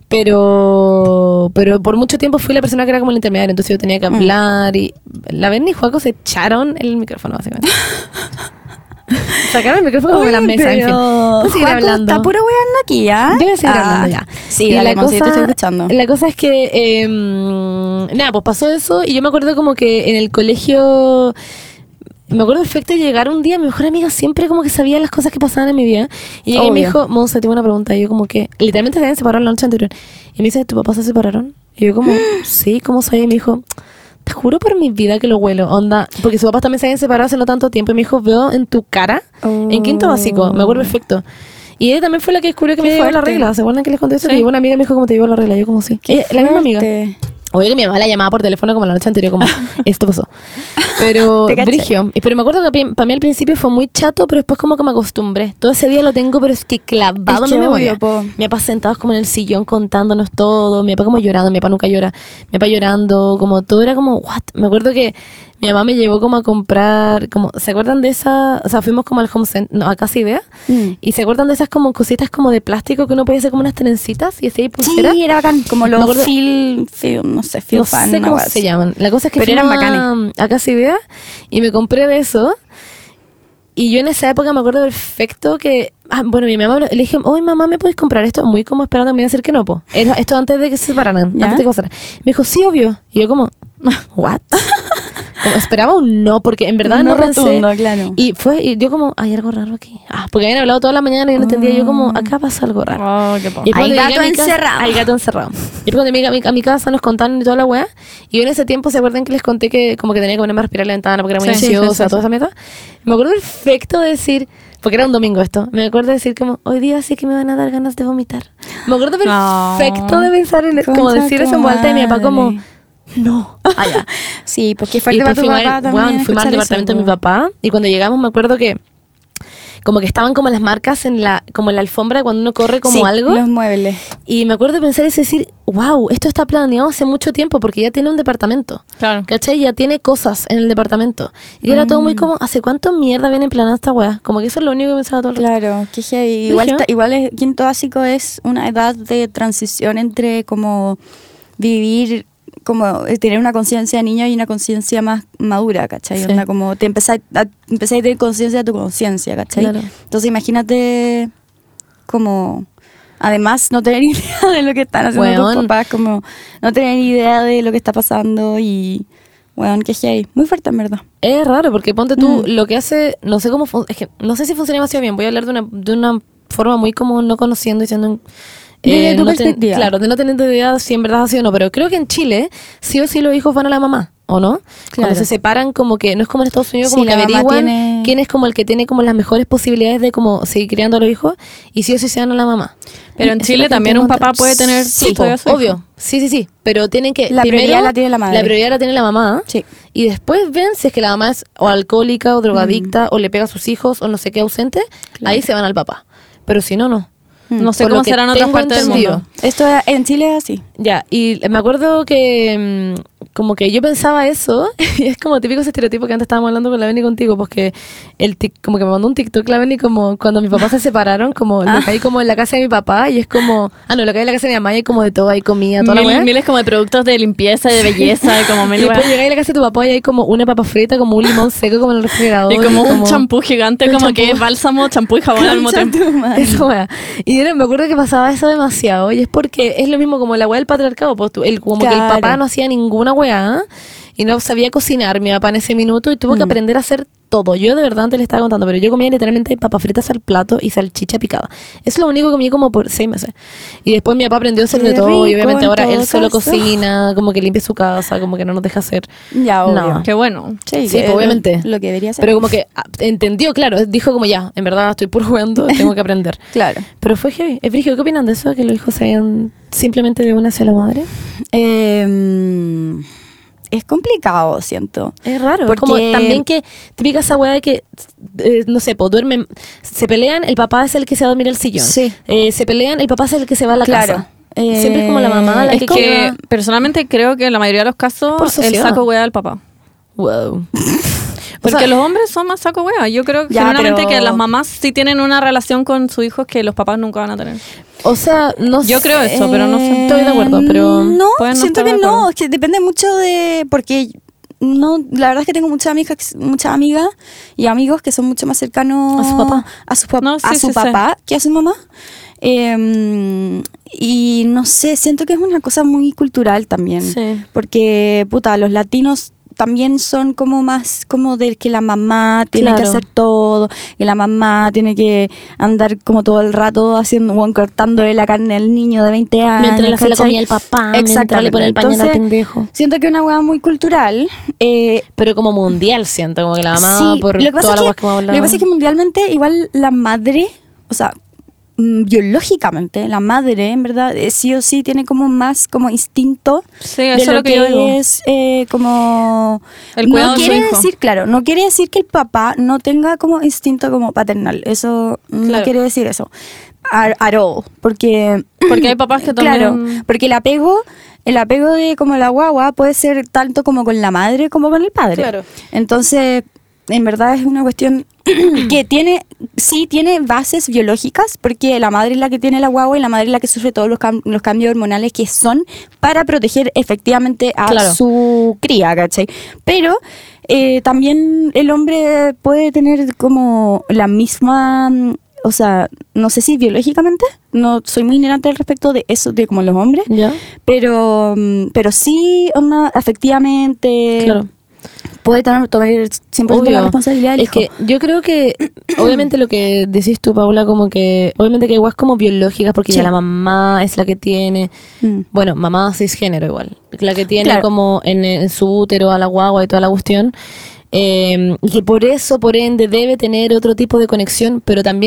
pero por mucho tiempo fui la persona que era como el intermediario, entonces yo tenía que hablar y la Berni y Juaco se echaron el micrófono básicamente. Sacaron el micrófono como de la mesa, en fin. Voy a seguir Juaco hablando. está puro weando aquí, ¿ah? Yo voy a seguir hablando ya. Sí, Y dale, Monse, yo te estoy escuchando. la cosa es que, nada, pues pasó eso y yo me acuerdo como que en el colegio, me acuerdo perfecto de llegar un día, mi mejor amiga siempre como que sabía las cosas que pasaban en mi vida. Y llegué y me Obvio. dijo, Monse, tengo una pregunta. Y yo como que, literalmente se habían separado la noche anterior. Y me dice, ¿tu papá se separaron? Y yo como, sí, ¿cómo sabía? Y me dijo, te juro por mi vida que lo huelo, onda. Porque sus papás también se habían separado hace no tanto tiempo. Y me dijo, veo en tu cara, en quinto básico, me acuerdo perfecto. Y ella también fue la que descubrió que me Qué llevó la fuerte. regla. ¿Se acuerdan que les conté eso? Sí. Que llegó una amiga y me dijo, ¿cómo te llevó la regla? Yo como, sí. La misma amiga. Fuerte. Oye, que mi mamá la llamaba por teléfono como la noche anterior, como, esto pasó. Pero, Te caché. brigio. Pero me acuerdo que para mí al principio fue muy chato, pero después como que me acostumbré. Todo ese día lo tengo, pero es que clavado Es en que mi memoria. obvio, po. Mi papá sentados como en el sillón contándonos todo, mi papá como llorando, mi papá nunca llora, mi papá llorando, como todo era como, what? Me acuerdo que mi mamá me llevó como a comprar, como, ¿se acuerdan de esa? O sea, fuimos como al Home Center, no, a Casa Idea, y ¿se acuerdan de esas como cositas como de plástico que uno podía hacer como unas trencitas y así hay pulseras? Sí, era bacán. Como Me los acuerdo- no sé, Feel No Fan, sé una cómo wea se así. llaman. La cosa es que Pero eran fuimos bacanes. a Casa Idea y me compré de eso. Y yo en esa época me acuerdo perfecto que, bueno, mi mamá le dije, oye mamá, ¿me puedes comprar esto? Muy como esperando que me iba a decir que no, po. Esto antes de que se separaran, ¿Ya? antes de que pasaran. Me dijo, sí, obvio. Y yo como, what? Como esperaba un no, porque en verdad no pensé. rotundo, claro. Y yo como, hay algo raro aquí. Porque habían hablado toda la mañana y yo no entendía. Yo como, acá pasa algo raro. Oh, qué po. Y después Hay cuando llegué gato a mi casa- encerrado. Hay gato encerrado. Y después cuando llegué a mi casa nos contaron y toda la weá. Y yo en ese tiempo, ¿se acuerdan que les conté que como que tenía que ponerme a respirar la ventana porque era muy Sí, sí, ansiosa, sí, toda esa meta? Me acuerdo perfecto de decir, porque era un domingo esto, me acuerdo de decir como, hoy día sí que me van a dar ganas de vomitar. Me acuerdo perfecto No. de pensar en como Concha decir tu eso en vuelta y mi papá como, madre. no. Allá. Sí, porque Y fuerte para después tu fuimos papá al- weón, también. fuimos al escuchar departamento eso, de mi papá y cuando llegamos me acuerdo que como que estaban como las marcas como en la alfombra cuando uno corre como Sí, algo. los muebles. Y me acuerdo de pensar y decir, wow, esto está planeado hace mucho tiempo porque ya tiene un departamento. Claro. ¿Cachai? Ya tiene cosas en el departamento. Y era todo muy como, ¿hace cuánto mierda viene planeada esta weá? Como que eso es lo único que pensaba todo el rato. Claro, que heavy. Igual es, quinto básico es una edad de transición entre como vivir, como tener una conciencia de niño y una conciencia más madura, ¿cachai? Sí. Onda, como te empezás a tener conciencia de tu conciencia, ¿cachai? Claro. Entonces imagínate como... Además, no tener idea de lo que están haciendo tus Weón. papás, como no tener idea de lo que está pasando y... Weón, que heavy. Muy fuerte, en verdad. Es raro porque ponte tú, lo que hace, no sé cómo, es que no sé si funciona demasiado bien. Voy a hablar de una forma muy como no conociendo y siendo... Desde tu no perspectiva. claro, de no tener idea si en verdad así o no, pero creo que en Chile sí o sí los hijos van a la mamá, ¿o no? Cuando se separan como que, no es como en Estados Unidos, Sí, como que la mamá averiguan tiene- quién es como el que tiene como las mejores posibilidades de como seguir criando a los hijos y sí o sí se dan a la mamá. Pero en Eso Chile es lo que también tengo un papá entendido. puede tener Sí, custodia de su hijo. obvio. Sí, pero tienen que La primero, prioridad la tiene la madre. La prioridad la tiene la mamá. Sí. Y después ven si es que la mamá es o alcohólica o drogadicta o le pega a sus hijos o no sé qué ausente, ahí se van al papá. Pero si no, no. No sé Por cómo lo que será en otras tengo partes del entendido. mundo. Esto en Chile es así. Ya, y me acuerdo que como que yo pensaba eso, y es como típico ese estereotipo que antes estábamos hablando con la Beni contigo, pues que como que me mandó un TikTok la Beni como cuando mis papás se separaron, como lo caí como en la casa de mi papá, y es como, lo caí en la casa de mi mamá y hay como de todo, hay comida, toda la weá. Miles como de productos de limpieza, de belleza, de como Y mil después weas. llegué a la casa de tu papá y hay como una papa frita, como un limón seco como en el refrigerador. Y como un champú gigante, un como champú. que es bálsamo, champú y jabón al mismo tiempo. Eso, wea. Y me acuerdo que pasaba eso demasiado. Y es porque es lo mismo como la wea del patriarcado. Pues como que el Claro. papá no hacía ninguna wea y no sabía cocinar mi papá en ese minuto y tuvo que aprender a hacer todo. Yo de verdad antes le estaba contando, pero yo comía literalmente papas fritas al plato y salchicha picada. Eso es lo único que comí como por 6 meses. Y después mi papá aprendió a hacer de Qué todo y rico, obviamente en ahora todo él solo caso. cocina, como que limpia su casa, como que no nos deja hacer. Ya, obvio. No. Qué bueno. Sí, que pues, obviamente. Lo que debería ser. Pero como que entendió, claro, dijo como ya, en verdad estoy por jugando, tengo que aprender. Claro. Pero fue heavy. Brígido, ¿qué opinan de eso? Que los hijos se vayan simplemente de una hacia la madre. Es complicado, siento. Es raro. Porque- Como también que típica esa weá de que, no sé, pues duermen, se pelean, el papá es el que se va a dormir al sillón. Sí. Se pelean, el papá es el que se va a la Claro. casa. Siempre es como la mamá la Es que que queda. personalmente creo que en la mayoría de los Por casos el sociedad. saco wea del papá. Wow. Porque sea, los hombres son más saco wea. Yo creo Ya, genuinamente pero- que las mamás sí tienen una relación con sus hijos que los papás nunca van a tener. O sea, no Yo creo eso, pero no sé. Estoy de acuerdo, pero No, pueden no siento estar que de acuerdo. no. Es que depende mucho de... Porque no, la verdad es que tengo muchas amigas y amigos que son mucho más cercanos A su papá. No, sí, a su sí, papá que a su mamá. Y no sé, siento que es una cosa muy cultural también. Sí. Porque, puta, los latinos también son como más como de que la mamá tiene que Claro. hacer todo, que la mamá tiene que andar como todo el rato haciendo, bueno, cortándole la carne al niño de 20 años. mientras le hace la ¿cachai? comida al papá, mientras le pone el pañal al Entonces, pendejo. siento que es una hueá muy cultural. Pero como mundial siento, como que la mamá Sí, por lo que pasa toda es la que- weas que hemos Lo hablado. que pasa es que mundialmente igual la madre, o sea, biológicamente, la madre en verdad sí o sí tiene como más como instinto Sí, de eso es lo lo que yo digo. es como El cuidado no de su quiere hijo. decir, claro, no quiere decir que el papá no tenga como instinto como paternal, eso no Claro. quiere decir eso at all, porque Porque hay papás que también... claro, porque el apego de como la guagua puede ser tanto como con la madre como con el padre. Claro. Entonces, en verdad es una cuestión que tiene bases biológicas, porque la madre es la que tiene la guagua y la madre es la que sufre todos los cambios hormonales que son para proteger efectivamente a Claro. su cría, ¿cachai? Pero también el hombre puede tener como la misma... O sea, no sé si biológicamente, no soy muy ignorante al respecto de eso, de como los hombres, ¿Ya? pero sí, efectivamente, Claro. puede tomar 100% la responsabilidad del Es hijo. que yo creo que obviamente lo que decís tú, Paula, como que obviamente que hay igual como biológicas porque Sí. ya la mamá es la que tiene, Mm. bueno, mamá cisgénero igual, la que tiene Claro. como en su útero a la guagua y toda la cuestión, y que por eso, por ende, debe tener otro tipo de conexión, pero también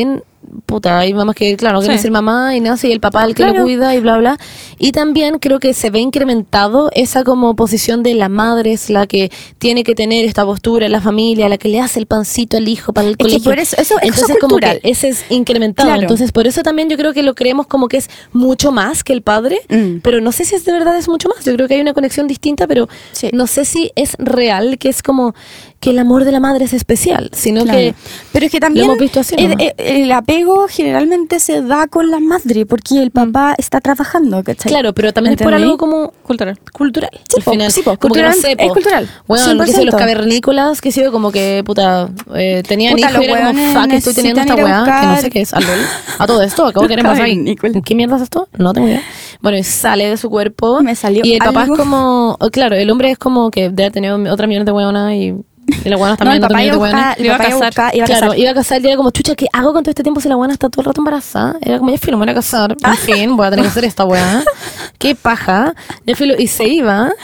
puta, hay mamás que, claro, quieren ser mamá y nace y el papá el que lo cuida y bla, bla. Y también creo que se ve incrementado esa como posición de la madre es la que tiene que tener esta postura en la familia, la que le hace el pancito al hijo para el colegio. Que por eso Entonces, como que ese es incrementado. Claro. Entonces, por eso también yo creo que lo creemos como que es mucho más que el padre, pero no sé si es de verdad es mucho más. Yo creo que hay una conexión distinta, pero no sé si es real, que es como que el amor de la madre es especial, sino que pero es que también lo hemos visto así, ¿no? el apego generalmente se da con la madre porque el papá está trabajando, ¿cachai? Claro, pero también es por algo como cultural. Sí, al final. Sí, como cultural, que no sé, es cultural. Bueno, no sé, 100%. los cavernícolas, que sé yo, como que, puta, tenían Puta, hijos y los era como, hueones fuck, estoy teniendo esta necesitan ir a weá, que no buscar- sé qué es, a todo esto, acabo de querer pasar ahí. Cavernícola. ¿Qué mierda es esto? No tengo idea. Bueno, y sale de su cuerpo. Me salió y el papá algo. es como, claro, el hombre es como que debe tener otra millones de weonas y la weona No, también el otra papá millones iba de a weones. buscar, el papá iba a buscar, iba a Claro, casar. iba a casar y era como, chucha, ¿qué hago con todo este tiempo si la buena está todo el rato embarazada? Era como, ya filo, me voy a casar. En fin, voy a tener que hacer esta weá. Qué paja. Ya filo, y se iba.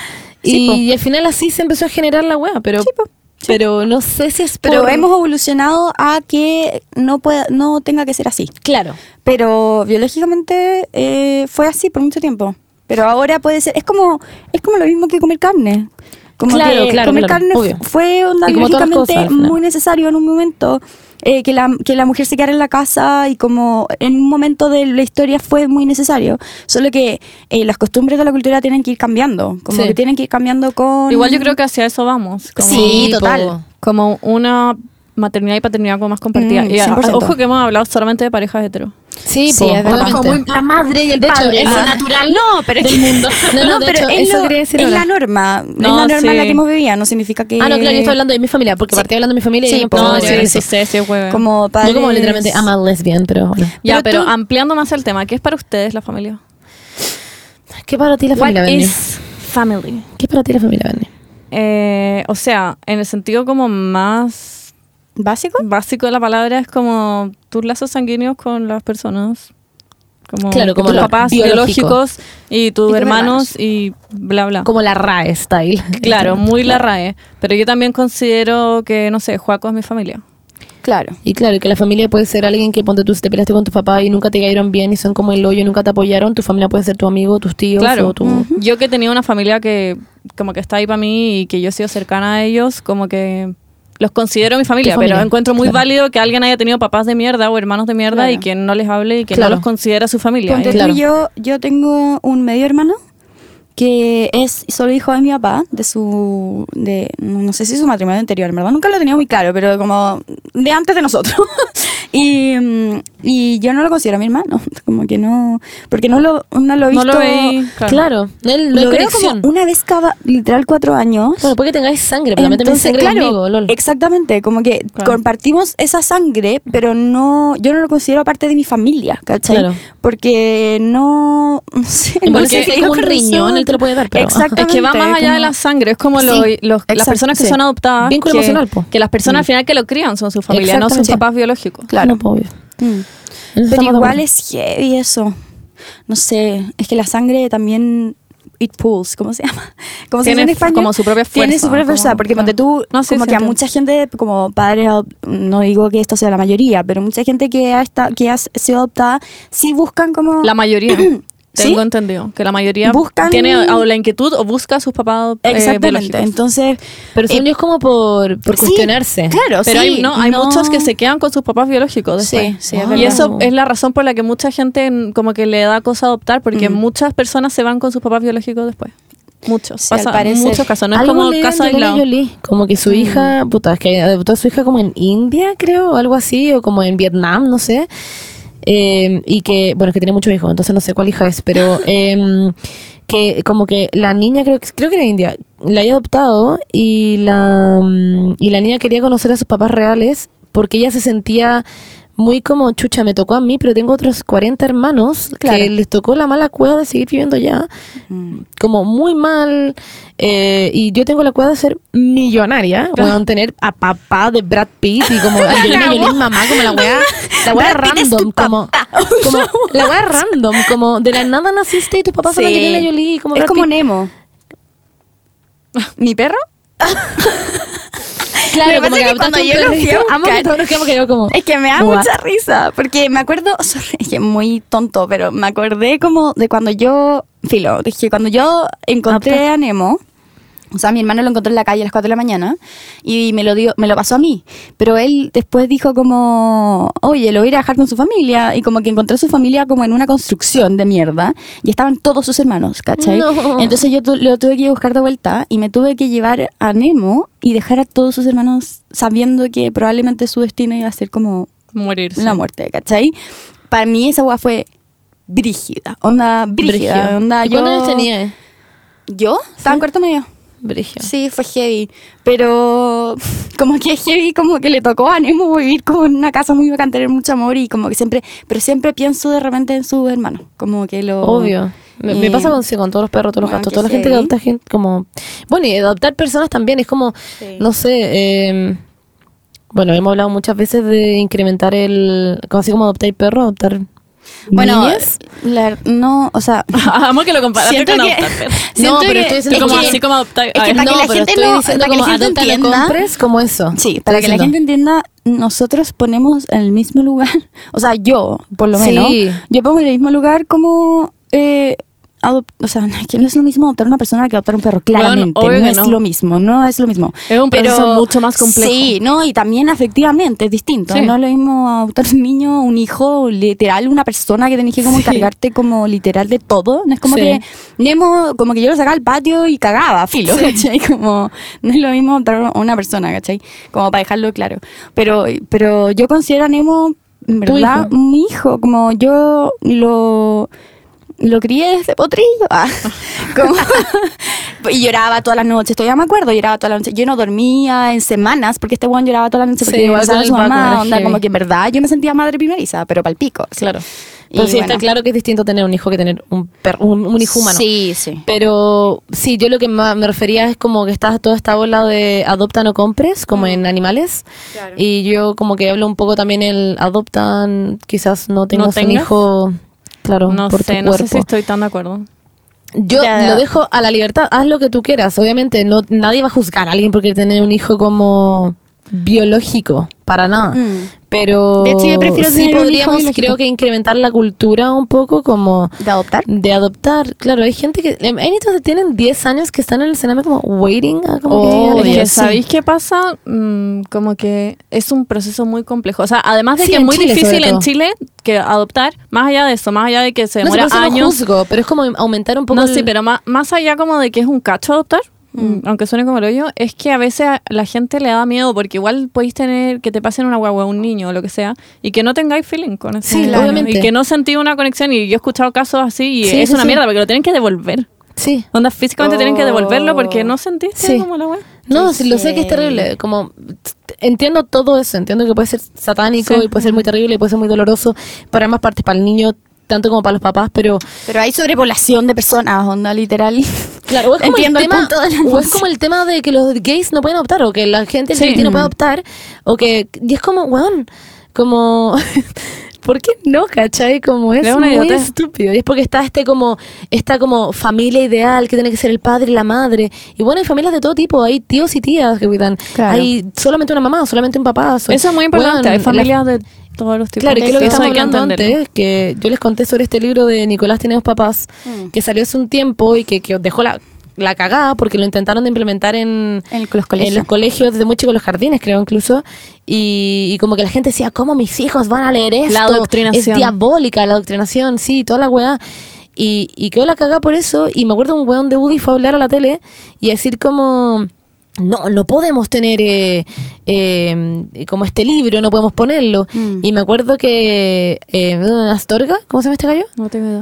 Y al final así se empezó a generar la weá, pero... Pero no sé si es Pero por... hemos evolucionado a que no tenga que ser así. Claro. Pero biológicamente fue así por mucho tiempo. Pero ahora puede ser, es como lo mismo que comer carne. Como Claro, que claro, comer claro, carne obvio. fue Y como todas las cosas, biológicamente al final. muy necesario en un momento. Que la mujer se quedara en la casa y como en un momento de la historia fue muy necesario. Solo que las costumbres de la cultura tienen que ir cambiando. Como Sí. que tienen que ir cambiando con... Igual yo creo que hacia eso vamos. Como, Sí, total. po. como una maternidad y paternidad como más compartida. Y 100%. ojo que hemos hablado solamente de parejas hetero. Sí, Sí, po, es verdad. obviamente. la madre y el De hecho, padre. es lo natural del mundo. No, de pero hecho, es, eso quería decir es ahora. la norma. No, es la norma en la sí. que hemos vivido. No significa que... Ah, no, claro, yo estoy hablando de mi familia, porque partí hablando de mi familia y Sí, yo po, no No, puedo sí, decir sí, eso. sí, hueve. Como padres... No como literalmente I'm a lesbian, pero bueno. Ya, pero tú- ampliando más el tema, ¿qué es para ustedes la familia? ¿Qué para ti la What familia, Benny? is family? ¿Qué para ti la familia, Benny? O sea, en el sentido como más ¿Básico? básico de la palabra es como tus lazos sanguíneos con las personas. Como, Claro, como tus lo papás biológico. biológicos y tus tus hermanos y bla, bla. Como la RAE style. Claro, muy la RAE. Pero yo también considero que, no sé, Juaco es mi familia. Claro. Y claro, y que la familia puede ser alguien que ponte tú si te peleaste con tu papá y nunca te cayeron bien y son como el hoyo y nunca te apoyaron. Tu familia puede ser tu amigo, tus tíos Claro, o tu... yo que tenía una familia que como que está ahí para mí y que yo he sido cercana a ellos, como que los considero mi familia, Tu familia, pero encuentro muy claro. válido que alguien haya tenido papás de mierda o hermanos de mierda Claro. y que no les hable y que Claro. no los considera su familia. Ponte Claro. tú, yo tengo un medio hermano que es solo hijo de mi papá, no sé si su matrimonio anterior, en verdad nunca lo he tenido muy claro, pero como de antes de nosotros. y yo no lo considero mi hermano, como que no, porque no lo he visto. No lo veí. Claro, no hay Lo veo conexión. como una vez cada, literal, 4 años. Claro, puede que tengáis sangre, pero también Entonces, sangre claro, conmigo, lol. exactamente, como que Claro. compartimos esa sangre, pero no, yo no lo considero parte de mi familia, ¿cachai? Claro. porque no sé, Igual no sé si hay qué como un razón. riñón, él te lo puede dar, pero... Exactamente. Es que va más allá como- de la sangre, es como Sí, las exacto, personas que sí. son adoptadas. Vínculo que, emocional, po. que las personas al final que lo crían son su familia, no sus Exactamente. papás biológicos. Claro. No, pues, obvio. Mm. En eso Pero estamos de igual acuerdo. es heavy eso. No sé, es que la sangre también it pulls, ¿cómo se llama? ¿Cómo se dice Tiene en español? como su propia Tiene fuerza, su propia fuerza, como- porque claro. ponte tú, No, sí, como sí, que a entiendo. mucha gente, como padres, no digo que esto sea la mayoría, pero mucha gente que ha sido adoptada, sí buscan como... La mayoría. ¿Sí? Tengo entendido que la mayoría Buscan- tiene o la inquietud o busca a sus papás Exactamente, biológicos. entonces... Pero según yo es como por sí, cuestionarse. Claro, Pero sí, hay muchos que se quedan con sus papás biológicos después. Sí, sí, es Wow. verdad. Y eso es la razón por la que mucha gente como que le da cosa adoptar, porque muchas personas se van con sus papás biológicos después. Muchos. Sí, al Pasa parecer. muchos casos. No es Algo como leí de caso Angelina aislado. Jolie, como que su hija, puta, es que adoptó a su hija como en India, creo, o algo así, o como en Vietnam, no sé. Y que, bueno, es que tiene muchos hijos, entonces no sé cuál hija es, pero que como que la niña, creo que era india, la había adoptado y la niña quería conocer a sus papás reales porque ella se sentía muy como, chucha, me tocó a mí, pero tengo otros 40 hermanos Claro. que les tocó la mala cueva de seguir viviendo allá, como muy mal, y yo tengo la cueva de ser millonaria, bueno, tener a papá de Brad Pitt y como Angelina Jolie mamá, como la wea Brad Pitt es random, tu como la wea random, como de la nada naciste y tus papás son Sí. Angelina Jolie, como es Brad como Pitt. Nemo. ¿Mi perro? Claro, Lo que como pasa que es que cuando adoptaste un yo lo fui a perrito, amo que buscar, todos nos quedamos callados como... es que me da What? mucha risa, porque me acuerdo, sorry, es que es muy tonto, pero me acordé como de cuando yo, dije, cuando yo encontré a Nemo, o sea, mi hermano lo encontró en la calle a las 4 de la mañana y me lo pasó a mí, pero él después dijo como, oye, lo voy a ir a dejar con su familia, y como que encontró a su familia como en una construcción de mierda y estaban todos sus hermanos, ¿cachai? No. Entonces yo lo tuve que ir a buscar de vuelta y me tuve que llevar a Nemo y dejar a todos sus hermanos sabiendo que probablemente su destino iba a ser como Morirse. la muerte, ¿cachai? Para mí esa hueá fue brígida, onda brígida, onda ¿Y yo... cuántos años tenía? ¿Yo? Estaba en cuarto medio. Brigio. Sí, fue heavy, pero como que es heavy, como que le tocó a Nemo vivir como en una casa muy bacán, tener mucho amor y como que siempre, pero siempre pienso de repente en sus hermanos, como que lo... Obvio. Me pasa con todos los perros, todos los Bueno, gatos, que toda la gente que heavy. adopta gente como... Bueno, y adoptar personas también es como, Sí. no sé, bueno, hemos hablado muchas veces de incrementar así como adoptar perros, adoptar Bueno, niñas. no, o sea... Amo que lo comparaste Siento con que- adoptar perros. siento No, pero que- estoy diciendo es Como que- así como adoptar. es que Ay, para no, que la pero gente estoy no- diciendo para que como la gente adopta, lo entienda- compres, como eso. Sí, para que la Estoy gente entienda, nosotros ponemos en el mismo lugar, o sea, yo, por lo Sí. menos, yo pongo en el mismo lugar como... o sea, es que no es lo mismo adoptar una persona que adoptar un perro, claramente, obvio no que es no. lo mismo, no es lo mismo. Es un proceso mucho más complejo. Sí, no, y también afectivamente es distinto, Sí. no es lo mismo adoptar un niño, un hijo, literal, una persona que tenés que como Sí. encargarte como literal de todo, no es como Sí. que Nemo, como que yo lo sacaba al patio y cagaba, filo, ¿cachai? Como, no es lo mismo adoptar a una persona, ¿cachai? Como para dejarlo claro. Pero yo considero a Nemo, en Tu verdad, hijo. mi hijo, como yo lo crié desde potrillo. Como- y lloraba todas las noches, todavía me acuerdo, lloraba todas las noches. Yo no dormía en semanas porque este weón lloraba todas las noches Sí, porque igual pensaba con en su el Paco, mamá, era onda, heavy. como que en verdad yo me sentía madre primeriza, pero palpico. Sí. Claro. Y Pero sí, está bueno. claro que es distinto tener un hijo que tener un hijo humano. Sí, sí. Pero sí, yo lo que más me refería es como que está toda esta ola de adopta no compres, como en animales. Claro. Y yo como que hablo un poco también el adoptan, quizás no tengas un tengas? hijo, claro, No por sé, tu no sé cuerpo. si estoy tan de acuerdo. Yo Ya. lo dejo a la libertad, haz lo que tú quieras. Obviamente nadie va a juzgar a alguien porque tener un hijo como biológico, para nada. Pero De hecho, yo prefiero sí tener un hijo podríamos, biológico. creo que incrementar la cultura un poco como ¿De adoptar? de adoptar. Claro, hay gente que, hay niños que tienen 10 años que están en el Sename como waiting a como Oh, que Es que, alguien- ¿sabéis qué pasa? Como que es un proceso muy complejo. O sea, además de Sí, que es en muy Chile, difícil sobre en todo. Chile que adoptar, más allá de eso, más allá de que se No, demora por eso no años. juzgo, pero es como aumentar un poco No, el- sí, pero más allá como de que es un cacho adoptar, aunque suene como el hoyo, es que a veces a la gente le da miedo porque igual podéis tener que te pasen una guagua, un niño o lo que sea, y que no tengáis feeling con ese Sí, niño, obviamente. y que no sentí una conexión. Y yo he escuchado casos así y Sí, es sí, una sí. mierda porque lo tienen que devolver. Sí. Onda, físicamente tienen que devolverlo porque Oh. no sentiste Sí. como la wea. No, Sí, sí, lo sé que es sí. terrible. Como entiendo todo eso, entiendo que puede ser satánico Sí. y puede ser muy terrible y puede ser muy doloroso para ambas partes, para el niño tanto como para los papás, pero Pero hay sobrepoblación de personas, onda, literal. claro, o es como Entiendo el el tema, punto de la o es noción. como el tema de que los gays no pueden adoptar o que la gente Sí. LGBT no puede adoptar o que y es como, weón, como ¿por qué no, cachai? Como es Es una muy idiotez. estúpido. Y es porque está esta como familia ideal que tiene que ser el padre y la madre. Y bueno, hay familias de todo tipo. Hay tíos y tías que cuidan. Claro. Hay solamente una mamá, solamente un papá. Eso es muy importante. Weón, Hay familias de todos los tipos. Claro, y que es lo que Eso estamos hay que hablando entenderlo. antes, que yo les conté sobre este libro de Nicolás tiene dos papás, que salió hace un tiempo y que dejó la cagada porque lo intentaron de implementar en Los colegios. los colegios desde muy chicos, los jardines creo incluso, y como que la gente decía, ¿cómo mis hijos van a leer esto? La adoctrinación. Es diabólica la adoctrinación, sí, toda la weá. Y quedó la cagada por eso, y me acuerdo un weón de Woody fue a hablar a la tele y decir como... No podemos tener como este libro, no podemos ponerlo. Y me acuerdo que Astorga, ¿cómo se llama este gallo? No tengo idea.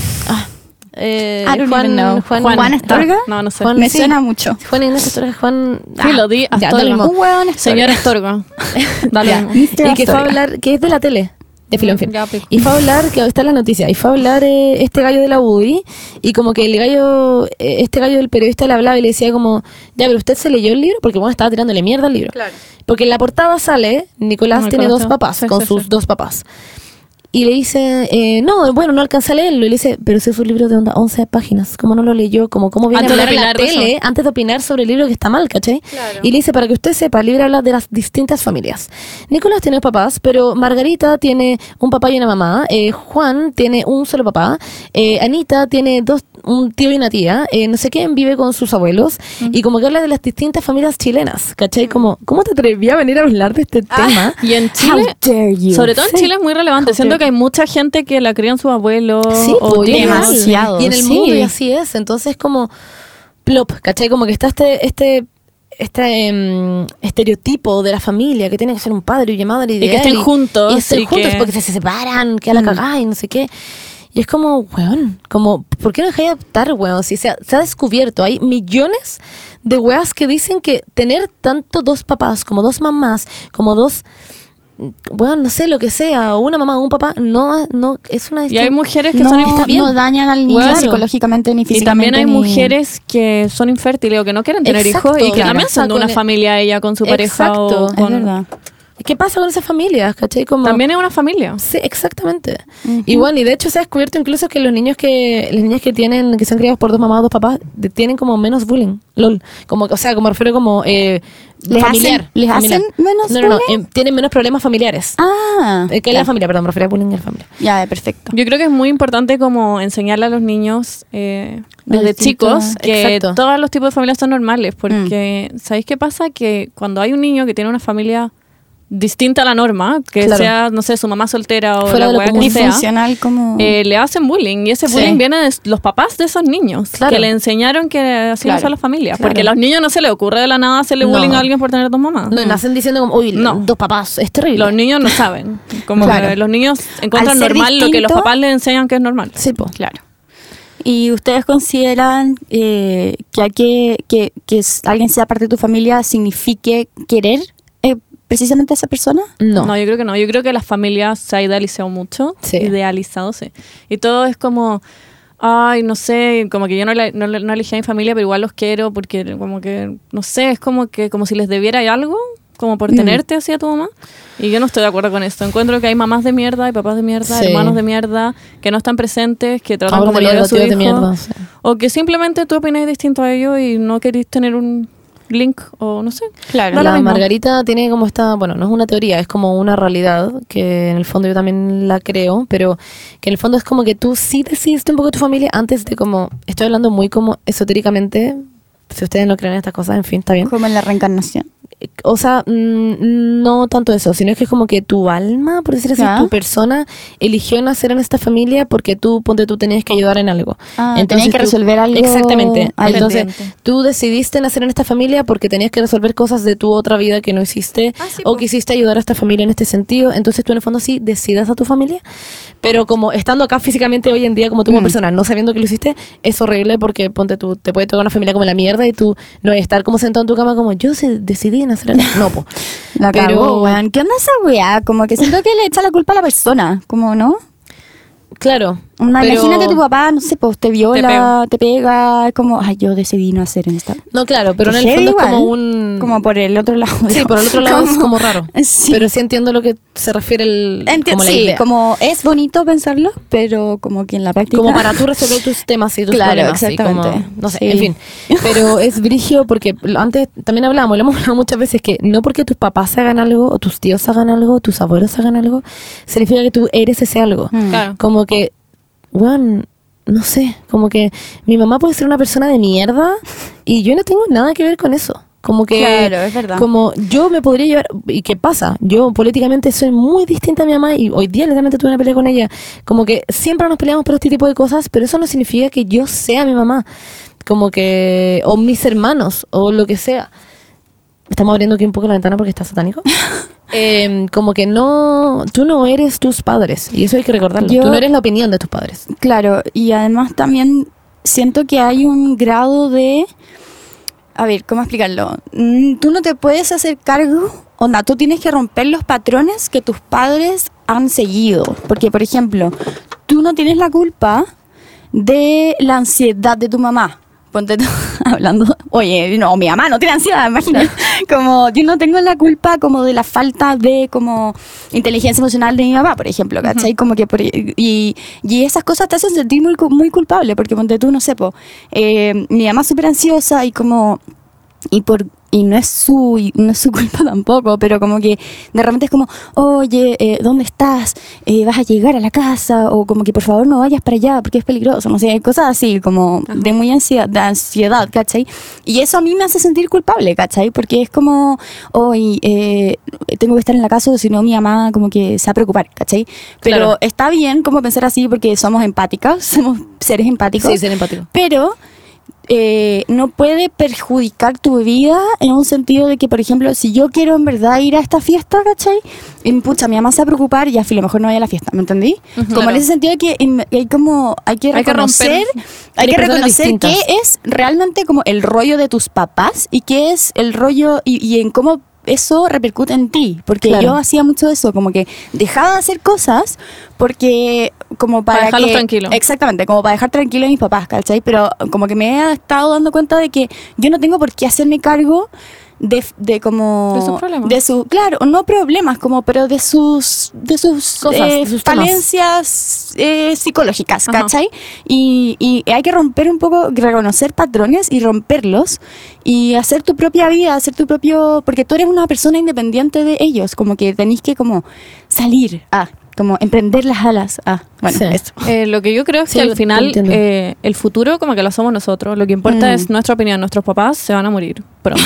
I don't even know. Juan Astorga. No, no sé. Juan- Me sí. suena mucho. Juan Ignacio Astorga, Juan... Sí, lo di, ya, da Astorga. lo mismo. Un hueón Señora Astorga. Dale. Ya. Mr. Y que fue a Astorga. hablar, que es de la tele, de Filo en Fin. Ya, pico. Y fue a hablar, que está en la noticia, y fue a hablar este gallo de la UDI, y como que el gallo, este gallo del periodista le hablaba y le decía como, ya, pero usted se leyó el libro, porque bueno, estaba tirándole mierda al libro. Claro. Porque en la portada sale, Nicolás Nicolás tiene dos tiene- papás, sí, con sí, sus sí. dos papás. y le dice, no, bueno, no alcancé a leerlo. Y le dice, pero ese es un libro de 11 páginas, ¿cómo no lo leyó? Cómo viene Antes a de hablar en la opinar de tele eso. antes de opinar sobre el libro que está mal, ¿cachai? Claro. Y le dice, para que usted sepa, el libro habla de las distintas familias. Nicolás tiene papás, pero Margarita tiene un papá y una mamá. Juan tiene un solo papá. Anita tiene un tío y una tía. No sé quién vive con sus abuelos. Y como que habla de las distintas familias chilenas, ¿cachai? Como, ¿cómo te atreví a venir a hablar de este tema? Y en Chile, How dare you. sobre todo en Sí. Chile es muy relevante. Siento que hay mucha gente que la crían sus abuelos. Sí, o pues, tíos. demasiado. Y en el sí. mundo y así es. Entonces como plop, ¿cachai? Como que está este estereotipo de la familia que tiene que ser un padre y una madre Y que ideal estén juntos, y estén y juntos que- porque se separan, que a la cagada y no sé qué. Y es como, weón, como, ¿por qué no dejáis de adoptar, weón? Si se ha descubierto, hay millones de weas que dicen que tener tanto dos papás, como dos mamás, como dos, weón, no sé, lo que sea, o una mamá o un papá, no es una Y hay mujeres que no, son está bien. no dañan al niño Claro. psicológicamente ni Y físicamente. también hay ni- mujeres que son infértiles o que no quieren tener Exacto, hijos y que claro. también son de una Con- familia ella con su pareja Exacto, o es con... Es verdad. ¿Qué pasa con esas familias, cachai? Como, También es una familia. sí, exactamente. Y bueno, y de hecho se ha descubierto incluso que las niñas que tienen, que son criados por dos mamás o dos papás, tienen como menos bullying. LOL. Como, o sea, como refiero como familiar. ¿Les familiar. hacen menos No, bullying? tienen menos problemas familiares. Ah, Que ya. la familia, perdón, me refiero a bullying en la familia. Ya, perfecto. Yo creo que es muy importante como enseñarle a los niños desde distintas- chicos que Exacto. todos los tipos de familias son normales, porque ¿sabéis qué pasa? Que cuando hay un niño que tiene una familia distinta a la norma, que Claro. sea, no sé, su mamá soltera o Fuera la de lo weá común. que sea, Disfuncional como... le hacen bullying y ese Sí. bullying viene de los papás de esos niños Claro. que le enseñaron que así Claro. no son las familias, Claro. porque a los niños no se les ocurre de la nada hacerle No. bullying a alguien por tener dos mamás. No, y nacen diciendo como, uy, No. dos papás, es terrible. Los niños no saben, como Claro. que los niños encuentran Al ser normal lo que los distinto- papás les enseñan que es normal. Sí, po. Claro. ¿Y ustedes consideran que alguien sea parte de tu familia signifique querer precisamente a esa persona? No. No, yo creo que no. Yo creo que las familias se ha idealizado mucho. Sí. Idealizado, sí. Y todo es como, ay, no sé, como que yo no elegí a mi familia, pero igual los quiero porque como que, no sé, es como que como si les debiera algo, como por tenerte así a tu mamá. Y yo no estoy de acuerdo con esto. Encuentro que hay mamás de mierda, hay papás de mierda, Sí. hermanos de mierda, que no están presentes, que tratan Ahora como de lo a los su tíos hijo. de mierda, sí. O que simplemente tú opinas distinto a ellos y no querés tener un link o no sé. Claro. Da lo La mismo. Margarita tiene como esta, bueno, no es una teoría, es como una realidad que en el fondo yo también la creo, pero que en el fondo es como que tú sí decidiste un poco tu familia antes de como, estoy hablando muy como esotéricamente, si ustedes no creen en estas cosas, en fin, está bien. Como en la reencarnación. O sea, no tanto eso, sino que es como que tu alma, por decir así, Ya. tu persona eligió nacer en esta familia porque tú tenías que ayudar en algo. Tenías que resolver algo. Exactamente. ahí. Entonces, pendiente. tú decidiste nacer en esta familia porque tenías que resolver cosas de tu otra vida que no hiciste o quisiste ayudar a esta familia en este sentido. Entonces, tú en el fondo sí decidas a tu familia, pero como estando acá físicamente hoy en día como tú como persona, no sabiendo que lo hiciste, es horrible porque ponte tú, te puede tocar una familia como la mierda y tú no estar como sentado en tu cama como yo decidí nacer en no, po. La Pero- cagó, weón. ¿Qué onda esa weá? Como que siento que le echa la culpa a la persona. Como, ¿no? Claro. Una, pero- Imagínate tu papá, no sé, pues te viola, te pega. Es como, ay, yo decidí no hacer en esta. No, claro, pero en el Heavy fondo es como igual. un... Como por el otro lado. Sí, por el otro lado es como raro. Sí. Pero sí entiendo lo que se refiere como la sí, idea. como es bonito pensarlo, pero como que en la práctica. Como para tú resolver tus temas y tus Claro, problemas. sí, exactamente. como- no sé, Sí. en fin. Pero es brigio porque antes también lo hemos hablado muchas veces que no porque tus papás hagan algo, o tus tíos hagan algo, o tus abuelos hagan algo, significa que tú eres ese algo. Claro. Como que, bueno, no sé, como que mi mamá puede ser una persona de mierda y yo no tengo nada que ver con eso. Como que, Claro, es verdad. como yo me podría llevar, ¿y qué pasa? Yo políticamente soy muy distinta a mi mamá y hoy día literalmente tuve una pelea con ella. Como que siempre nos peleamos por este tipo de cosas, pero eso no significa que yo sea mi mamá. Como que, o mis hermanos, o lo que sea. Estamos abriendo aquí un poco la ventana porque está satánico. Como que tú no eres tus padres, y eso hay que recordarlo. Yo- Tú no eres la opinión de tus padres. Claro, y además también siento que hay un grado de... A ver, ¿cómo explicarlo? Tú no te puedes hacer cargo, onda, tú tienes que romper los patrones que tus padres han seguido. Porque, por ejemplo, tú no tienes la culpa de la ansiedad de tu mamá. ponte tú hablando, oye, no, mi mamá no tiene ansiedad, imagínate. Como yo no tengo la culpa como de la falta de como inteligencia emocional de mi mamá, por ejemplo, ¿cachai? Como que y esas cosas te hacen sentir muy, muy culpable, porque ponte tú, no sé, mi mamá es súper ansiosa y no es su culpa tampoco, pero como que de repente es como, oye, ¿dónde estás? ¿Vas a llegar a la casa? O como que por favor no vayas para allá porque es peligroso, no sé, cosas así como de muy ansiedad, ¿cachai? Y eso a mí me hace sentir culpable, ¿cachai? Porque es como, hoy tengo que estar en la casa o si no mi mamá como que se va a preocupar, ¿cachai? Pero Claro. está bien como pensar así porque somos empáticas, somos seres empáticos. Sí, ser empático. Pero no puede perjudicar tu vida en un sentido de que, por ejemplo, si yo quiero en verdad ir a esta fiesta, ¿cachai? Y pucha, mi mamá se va a preocupar y ya, filo, mejor no vaya a la fiesta, ¿me entendí? Como Claro. en ese sentido de que hay que reconocer, Hay personas qué distintas. es realmente como el rollo de tus papás y qué es el rollo y en cómo eso repercute en ti, porque Claro. yo hacía mucho eso, como que dejaba de hacer cosas porque como para dejarlos que, tranquilos. exactamente, como para dejar tranquilo a mis papás, ¿cachai? Pero como que me he estado dando cuenta de que yo no tengo por qué hacerme cargo de como De sus problemas. claro, no problemas como, pero de sus Cosas, de sus temas. falencias psicológicas, Ajá. ¿cachai? Y hay que romper un poco, reconocer patrones y romperlos y hacer tu propia vida, hacer tu propio, porque tú eres una persona independiente de ellos, como que tenés que como salir como emprender las alas bueno, Sí. eso. Lo que yo creo es Sí, que yo al final entiendo. el futuro como que lo somos nosotros. Lo que importa es nuestra opinión. Nuestros papás se van a morir pronto.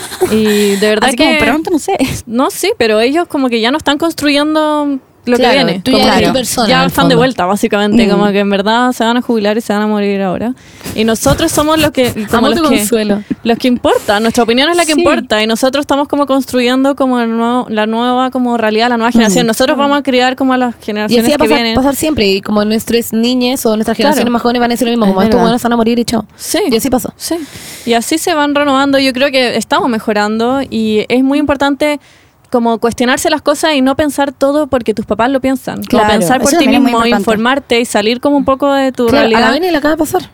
Y de verdad Así que... como pronto, no sé. No, sí, pero ellos como que ya no están construyendo lo Claro, que viene. tú ya Como eres que tu persona, ya en el están de fondo. vuelta, básicamente. Como que en verdad se van a jubilar y se van a morir ahora. Y nosotros somos los que... Como Amo tu consuelo. los que importa. Nuestra opinión es la que Sí. importa. Y nosotros estamos como construyendo como la nueva como realidad, la nueva generación. Nosotros vamos a criar como a las Y generaciones así va a que pasar, vienen. pasar siempre. Y como nuestras niñas o nuestras generaciones Claro. más jóvenes van a decir lo mismo. Es Como estos verdad. buenos van a morir y chao. Sí. Y así pasó. Sí, y así se van renovando. Yo creo que estamos mejorando y es muy importante como cuestionarse las cosas y no pensar todo porque tus papás lo piensan. Como Claro, pensar por eso ti también es muy mismo, importante. informarte y salir como un poco de tu Claro, a la realidad. Beni le acaba de pasar.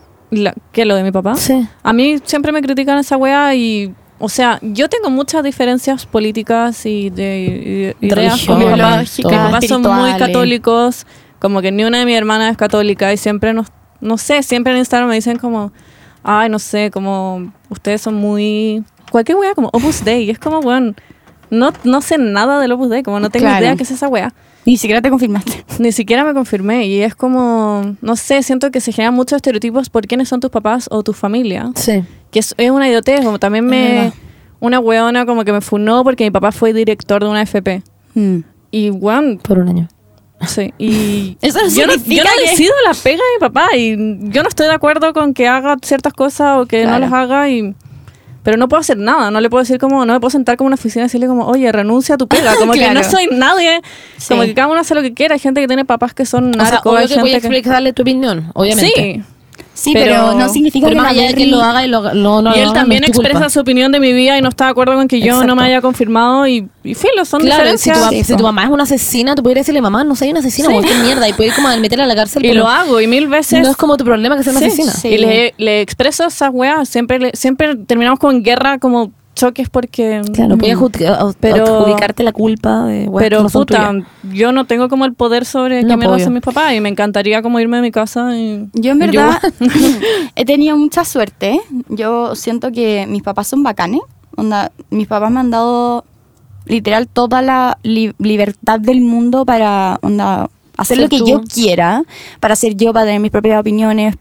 ¿Qué, lo de mi papá? Sí. A mí siempre me critican esa wea y... O sea, yo tengo muchas diferencias políticas y de ideas con mi religión, papá. ideológicas, Mis papás son muy espirituales. católicos, como que ni una de mis hermanas es católica y siempre no sé, siempre en Instagram me dicen como, ay, no sé, como ustedes son muy... Cualquier wea como Opus Dei, y es como, bueno, no sé nada del Opus Dei, como no tengo Claro. idea qué es esa wea. Ni siquiera te confirmaste. Ni siquiera me confirmé y es como, no sé, siento que se generan muchos estereotipos por quiénes son tus papás o tu familia. Sí. Que es una idiotez, como también verdad. una weona como que me funó porque mi papá fue director de una FP. Y weón, Por un año. sí. Y Eso yo no significa que- decido la pega de mi papá y yo no estoy de acuerdo con que haga ciertas cosas o que Claro. no las haga pero no puedo hacer nada, no le puedo decir como, no me puedo sentar como en una oficina y decirle como, oye, renuncia a tu pega, como que Claro. no soy nadie, Sí. como que cada uno hace lo que quiera, hay gente que tiene papás que son O sea, narcos, obvio hay que voy a gente que... explicarle tu opinión, obviamente. Sí, Sí, pero no significa Pero que más allá de que lo haga y no y lo él haga, también no es tu expresa culpa. su opinión de mi vida y no está de acuerdo con que yo Exacto. no me haya confirmado y filo, son Claro, si diferencias. tu, si tu mamá es una asesina, tú podrías decirle, mamá, no soy una asesina, Sí. cualquier mierda, y puedes como meterla a la cárcel, Y pero lo hago y 1000 veces. no es como tu problema que sea una Sí, asesina. sí. Y le expreso esas weas, siempre terminamos como en guerra, como choques porque... Claro, puedes Pero- adjudicarte la culpa de weas que Pero no son puta, tuyas. yo no tengo como el poder sobre No, qué mierda obvio. hacen mis papás y me encantaría como irme de mi casa y... Yo en verdad he tenido mucha suerte. Yo siento que mis papás son bacanes. Onda, mis papás me han dado literal toda la libertad del mundo para hacer Ser lo que tú. yo quiera, para ser yo, para tener mis propias opiniones,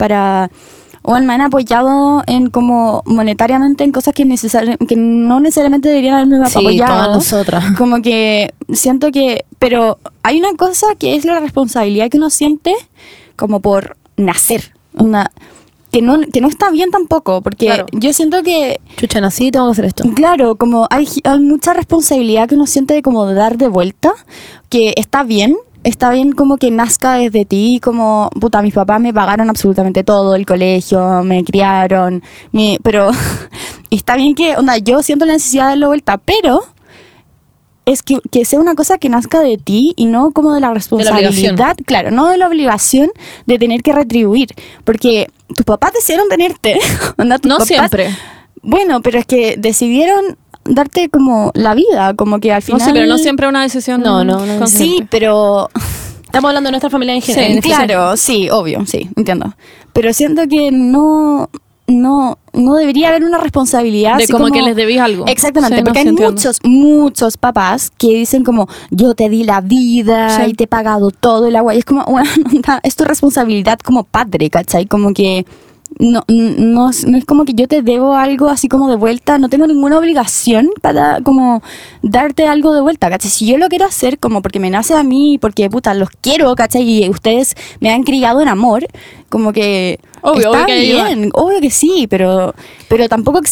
me han apoyado en como monetariamente en cosas que no necesariamente deberían haberme Sí, apoyado. todas nosotras. Como que siento que... Pero hay una cosa que es la responsabilidad que uno siente como por nacer. Que no está bien tampoco, porque Claro. yo siento que, Chucha, nací, tengo que hacer esto. claro, como hay mucha responsabilidad que uno siente de como dar de vuelta, que está bien como que nazca desde ti, como, puta, mis papás me pagaron absolutamente todo, el colegio, me criaron, pero está bien que, yo siento la necesidad de darle vuelta, pero es que sea una cosa que nazca de ti y no como de la responsabilidad, claro, no de la obligación de tener que retribuir, porque tus papás decidieron tenerte. Onda, tus No papás- siempre. Bueno, pero es que decidieron darte como la vida, como que al No, final... sí, pero no siempre una decisión No. consciente. Sí, pero... Estamos hablando de nuestra familia en Sí, general. claro, sí, obvio, sí, entiendo. Pero siento que no debería haber una responsabilidad. De así como que les debís algo. Exactamente, Sí, no, porque sí, hay entiendo. muchos papás que dicen como, yo te di la vida Sí. y te he pagado todo el agua. Y es como, bueno, es tu responsabilidad como padre, ¿cachai? Como que no es como que yo te debo algo así como de vuelta, no tengo ninguna obligación para como darte algo de vuelta, ¿cachai? Si yo lo quiero hacer como porque me nace a mí, porque puta, los quiero, ¿cachai? Y ustedes me han criado en amor, como que Obvio, está obvio que hay bien, obvio que sí, pero tampoco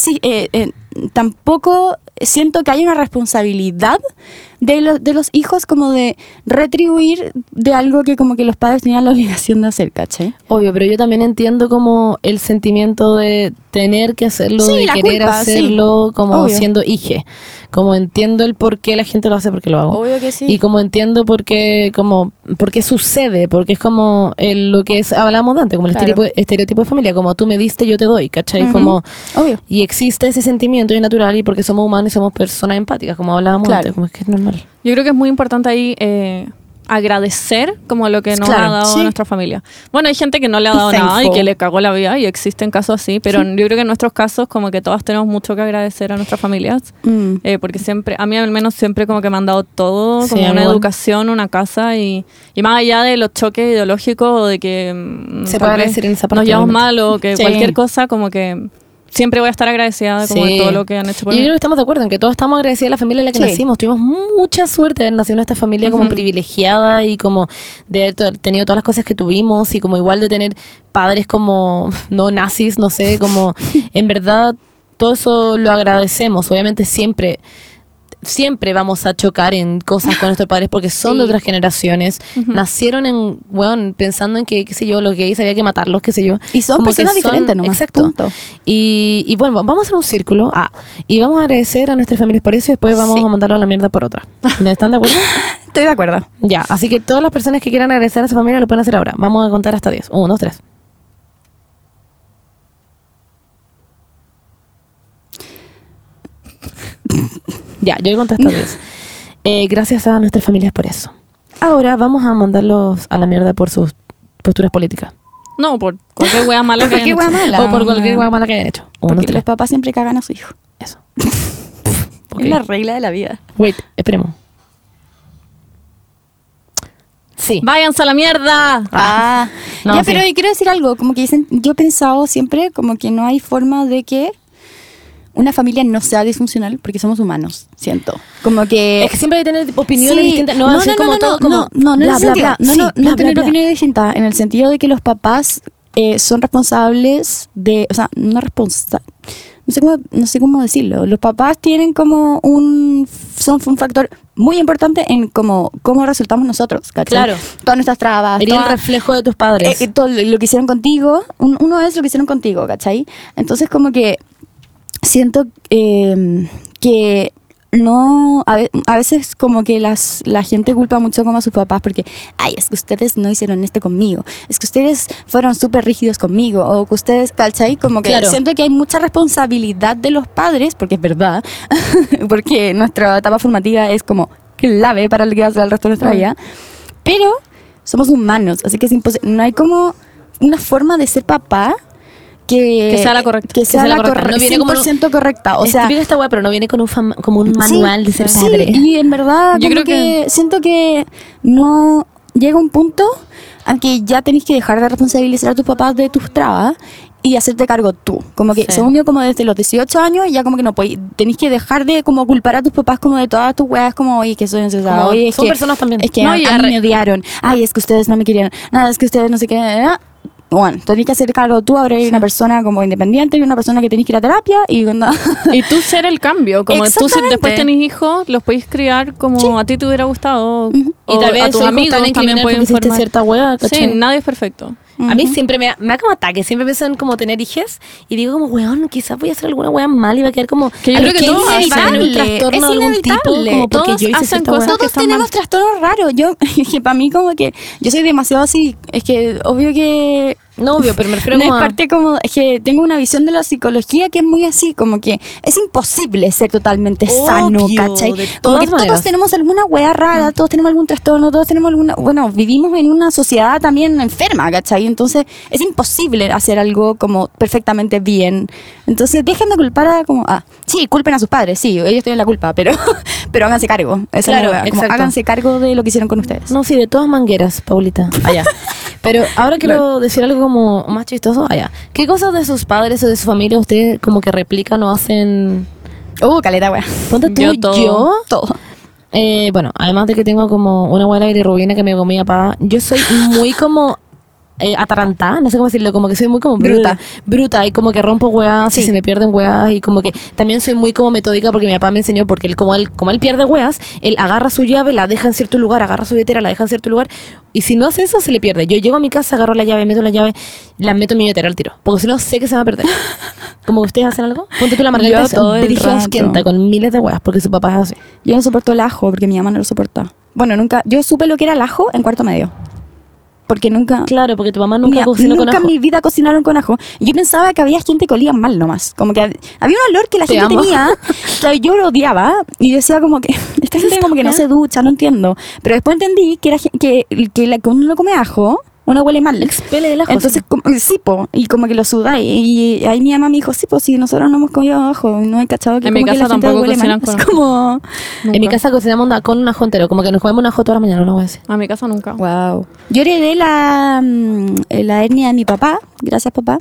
tampoco siento que haya una responsabilidad de los hijos como de retribuir de algo que como que los padres tenían la obligación de hacer, ¿cachai? Obvio, pero yo también entiendo como el sentimiento de tener que hacerlo, Sí, de la querer culpa, hacerlo, como Obvio. siendo hije. Como entiendo el por qué la gente lo hace porque lo hago. Obvio que sí. Y como entiendo por qué sucede, porque es como lo que hablamos de antes, como el Claro. estereotipo de familia, como tú me diste, yo te doy, ¿cachai? Ujú. Como, Obvio. y existe ese sentimiento y es natural y porque somos humanos y somos personas empáticas, como hablábamos Claro. antes, como es que es normal. Yo creo que es muy importante ahí agradecer como lo que nos Claro, ha dado sí. nuestra familia. Bueno, hay gente que no le ha Be dado nada y thankful. que le cagó la vida y existen casos así, pero yo creo que en nuestros casos como que todas tenemos mucho que agradecer a nuestras familias. Porque siempre, a mí al menos siempre como que me han dado todo, Sí, como a mí una igual. educación, una casa y más allá de los choques ideológicos o de que Se tal puede vez decir en esa parte, nos llevamos obviamente. mal o que Sí. cualquier cosa, como que siempre voy a estar agradecida como de Sí. todo lo que han hecho por Y yo mí. creo que estamos de acuerdo en que todos estamos agradecidos de la familia en la que Sí. nacimos. Tuvimos mucha suerte de haber nacido en esta familia como privilegiada y como de haber tenido todas las cosas que tuvimos y como igual de tener padres como no nazis, no sé, como en verdad todo eso lo agradecemos. Obviamente siempre vamos a chocar en cosas con nuestros padres porque son de otras generaciones. Nacieron pensando en que, qué sé yo, los gays había que matarlos, qué sé yo. Y son Como que personas diferentes nomás, Exacto. punto. Y bueno, vamos a hacer un círculo y vamos a agradecer a nuestras familias por eso y después vamos Sí. a mandarlo a la mierda por otra. ¿Están de acuerdo? Estoy de acuerdo. Ya, así que todas las personas que quieran agradecer a su familia lo pueden hacer ahora. Vamos a contar hasta 10. 1, 2, 3. Ya, yo conté hasta 10. Gracias a nuestras familias por eso. Ahora vamos a mandarlos a la mierda por sus posturas políticas. No, por cualquier wea mala que Cualquier hayan wea hecho. mala. O por cualquier hueá mala que hayan hecho. 1, Porque 3. los papás siempre cagan a su hijo. Eso. Ok. Es la regla de la vida. Wait, esperemos. Sí. ¡Váyanse a la mierda! No, ya, sí. pero quiero decir algo, como que dicen, yo he pensado siempre como que no hay forma de que una familia no sea disfuncional porque somos humanos, siento. Como que... Es que siempre hay que tener opiniones Sí. distintas. No, así como todo como. no, en bla, ese bla, sentido. bla. No, Sí, no, bla, no tener bla, bla. opiniones distintas, en el sentido de que los papás son responsables de, o sea, no no sé cómo decirlo. Los papás tienen como son un factor muy importante en cómo resultamos nosotros, ¿cachai? Claro. Todas nuestras trabas, Sería el todas- reflejo de tus padres. todo lo que hicieron contigo, uno es lo que hicieron contigo, ¿cachai? Entonces como que siento que no, a veces como que la gente culpa mucho como a sus papás porque, ay, es que ustedes no hicieron esto conmigo, es que ustedes fueron súper rígidos conmigo, o que ustedes, ¿cachai? Como que Claro. siento que hay mucha responsabilidad de los padres, porque es verdad, porque nuestra etapa formativa es como clave para lo que va a ser el resto de nuestra vida, pero somos humanos, así que es imposible, no hay como una forma de ser papá que sea la correcta. que sea la correcta, No viene como 100% correcta, o Es sea, típica esta weá, pero no viene con como un manual de ser sí, padre. y en verdad Yo como creo que- siento que no llega un punto en que ya tenés que dejar de responsabilizar a tus papás de tus trabas y hacerte cargo tú. Como que, Sí. según yo, como desde los 18 años, ya como que no podés, tenés que dejar de como culpar a tus papás como de todas tus weas, como, oye, que soy necesaria, Como, oye, es son que, personas también. es que No, a y mí me odiaron, ay, es que ustedes no me querían, nada, es que ustedes no sé qué, bueno, tenés que hacer cargo tú, ahora eres una persona como independiente y una persona que tenés que ir a terapia y cuando... Y tú ser el cambio, como tú si Exactamente. después tenés hijos, los podéis criar como a ti te hubiera gustado. Ujú. O Y tal vez a tus esos hijos amigos están también incriminados pueden porque hiciste formar. cierta weá, Sí, ¿cachai? nadie es perfecto. A mí siempre me da como ataque, siempre pienso en como tener hijos y digo como, weón, quizás voy a hacer alguna weá mal y va a quedar como... Que yo a creo los que 15 todos y va a tener un hacen. trastorno Es de algún tipo, inevitable. como porque Todos yo hice hacen cierta cosas weá. que Todos están tenemos mal. trastornos raros. Yo, que para mí como que yo soy demasiado así, es que obvio que No, obvio, pero me refiero No es como a... parte como, es que tengo una visión de la psicología que es muy así, como que es imposible ser totalmente sano, Obvio, ¿cachai? de Como todas que todos maneras. tenemos alguna wea rara, todos tenemos algún trastorno, todos tenemos alguna, bueno, vivimos en una sociedad también enferma, ¿cachai? Entonces es imposible hacer algo como perfectamente bien. Entonces dejen de culpar a como, sí, culpen a sus padres, sí, ellos tienen la culpa, pero háganse cargo. Esa es la Claro, wea, como exacto. háganse cargo de lo que hicieron con ustedes. No, sí, de todas mangueras, Paulita. Allá. Pero ahora quiero decir algo como más chistoso. Allá. ¿Qué cosas de sus padres o de su familia ustedes como que replican o hacen? Caleta wea. Ponte tú, Yo todo. yo. Todo. Bueno, además de que tengo como una abuela bilirrubina que me comía pa, yo soy muy como atarantada, no sé cómo decirlo, como que soy muy como bruta y como que rompo weas y Sí. se me pierden weas y como que también soy muy como metódica porque mi papá me enseñó porque como él pierde weas, él agarra su llave, la deja en cierto lugar, agarra su billetera, la deja en cierto lugar y si no hace eso se le pierde. Yo llego a mi casa, agarro la llave, meto la llave, la meto en mi billetera al tiro, porque si no sé que se va a perder. Como que ustedes hacen algo, ponte tú la Margarita Yo todo el brígida rato. asquienta con miles de weas porque su papá es así. Yo no soporto el ajo porque mi mamá no lo soporta. Bueno, nunca. Yo supe lo que era el ajo en cuarto medio. Porque nunca. Claro, porque tu mamá nunca cocinó con nunca ajo. en mi vida cocinaron con ajo. Y yo pensaba que había gente que olía mal nomás. Como que había un olor que la Te gente amo. tenía, que yo lo odiaba. Y decía como que esta gente como que no se ducha, no entiendo. Pero después entendí que era que uno no come ajo, uno huele mal. Expele el ajo. Entonces, sí, po, y como que lo sudáis. Y ahí mi mamá me dijo, sí, pues si nosotros no hemos comido ajo, no he cachado que En mi como que casa la gente tampoco huele mal. cocinan con Es ajo. como... En mi casa cocinamos con un ajo entero, como que nos comemos un ajo toda la mañana, no voy a decir. A mi casa nunca. Wow. Yo heredé la hernia de mi papá. Gracias, papá.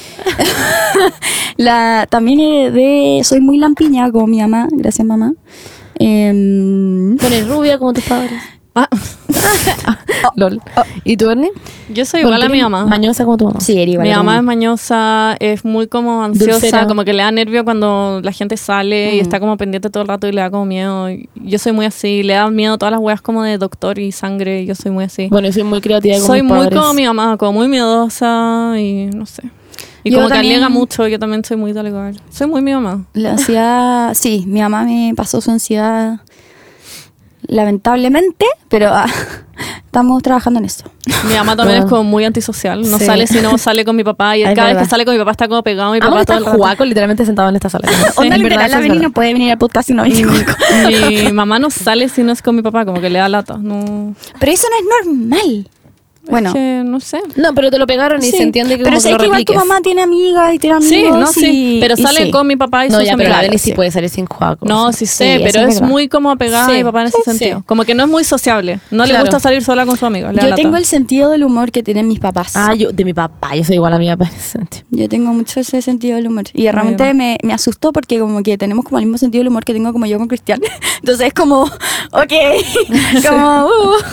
También heredé... Soy muy lampiña como mi mamá. Gracias, mamá. Con el rubia como tus padres. Ah, Lol. ¿Y tú, Ernie? yo soy igual a mi mamá. Mañosa como tu mamá. Sí, era igual. Mi a mamá es mamá. mañosa, es muy como ansiosa, Dulcera. como que le da nervio cuando la gente sale y está como pendiente todo el rato y le da como miedo. Yo soy muy así, le da miedo todas las weas como de doctor y sangre, yo soy muy así. Bueno, yo soy muy creativa como Soy mis muy padres. como mi mamá, como muy miedosa y no sé. Y Yo como que también- alega mucho, yo también soy muy de alegar. Soy muy mi mamá. La ansiedad... Sí, mi mamá me pasó su ansiedad lamentablemente, pero estamos trabajando en esto. Mi mamá también Bueno. es como muy antisocial. No Sí. sale si no sale con mi papá. Y Es cada vez verdad. que sale con mi papá está como pegado a mi Amo que papá está todo el rato. Juaco literalmente sentado en esta sala. Onda En verdad, literal, eso la es Beni verdad. no puede venir al podcast si no viene conmigo. Mi mamá no sale si no es con mi papá, como que le da lata. No, Pero eso no es normal. Bueno. es que no sé. No, pero te lo pegaron y Sí, se entiende que pero como sé que lo que igual tu repliques. mamá tiene amigas y tiene amigos. Sí, no, sí. y- Pero y sale sí. con mi papá y No, sus ya, pero la amigas. Beni sí puede salir sin Juaco. No, sí sé, Sí, eso pero es es verdad. muy como apegada Sí, a mi papá en ese sí, sentido. sí. Como que no es muy sociable. No le Claro. gusta salir sola con su amiga. Le da Yo lata. tengo el sentido del humor que tienen mis papás. Ah, yo, de mi papá, yo soy igual a mi papá en ese sentido. Yo tengo mucho ese sentido del humor. Y realmente me asustó porque como que tenemos como el mismo sentido del humor que tengo como yo con Cristian. Entonces es como, ok, como,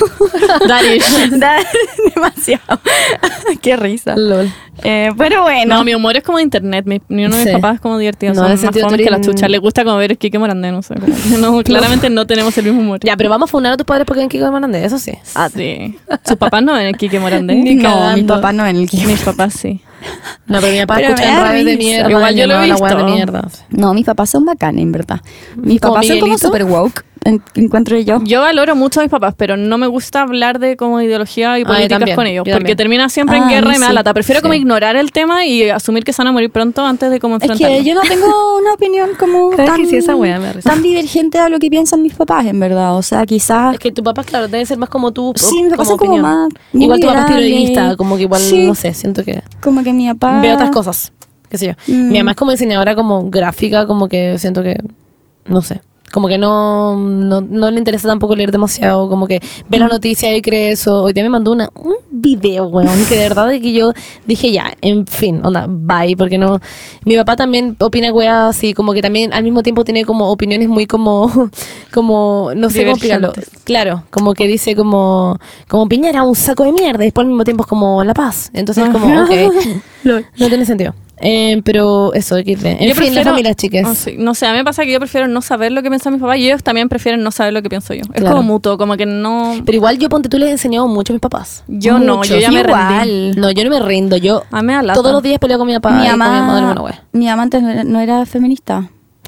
demasiado. Qué risa. Lol. Pero bueno. No, mi humor es como de internet. Ni uno de Sí. mis papás es como divertido. No, Son en más ese sentido fomes tú que la eres- chucha. Le gusta como ver Kike Morandé, no sé. Como que no, claramente no tenemos el mismo humor. Ya, pero vamos a funar a tus padres porque en Kiko Hernández, eso sí. Sí. ¿Sus papás no ven el Kike Morandé? Ni no, cagando. mi papá no en el que. Mis papás sí. No, pero mi papá Pero escucha me en da radios de risa. mierda. Igual yo lo he la visto. weá de mierda. No, mis papás son bacanes, en verdad. Mis ¿Como papás son como Miguelito? super woke, encuentro yo. Yo valoro mucho a mis papás, pero no me gusta hablar de como ideología y yo políticas también, con ellos, yo porque también. termina siempre en Ah, guerra y me da sí, lata. Prefiero como sí. ignorar el tema y asumir que se van a morir pronto antes de como Es enfrentarlo. que yo no tengo una opinión como ¿Sabes tan, que sí, esa wea me da risa? tan divergente a lo que piensan mis papás, en verdad. O sea, quizás... Es que tu papá, claro, debe ser más como tú. Sí, mis papás son como opinión. más... muy Igual tu papá es liberales. periodista, como que igual, Sí, no sé, siento que como que mi papá... veo otras cosas, qué sé yo. Mm. Mi mamá es como diseñadora, como gráfica, como que siento que, no sé, como que no le interesa tampoco leer demasiado, como que ve las noticias y cree eso. Hoy día me mandó un video, weón, que de verdad de que yo dije ya, en fin, onda, bye, porque no... Mi papá también opina weas así, como que también al mismo tiempo tiene como opiniones muy como, no sé cómo explicarlo. Divergentes. Claro, como que dice como Piñera, un saco de mierda, y después al mismo tiempo es como La Paz. Entonces es como, ok, no tiene sentido. Pero eso, XD. En Yo fin, la familia, chicas. Sí, no sé, a mí me pasa que yo prefiero no saber lo que piensan mis papás y ellos también prefieren no saber lo que pienso yo. Es Claro. como mutuo, como que no... Pero igual yo, ponte tú, les he enseñado mucho a mis papás. Yo no, Muchos. yo ya me Igual. rendí. No, yo no me rindo. Yo A mí me da lata. todos los días peleo con mi papá Mi y con mi mamá de mamá, alguna wea. mi mamá antes no era feminista.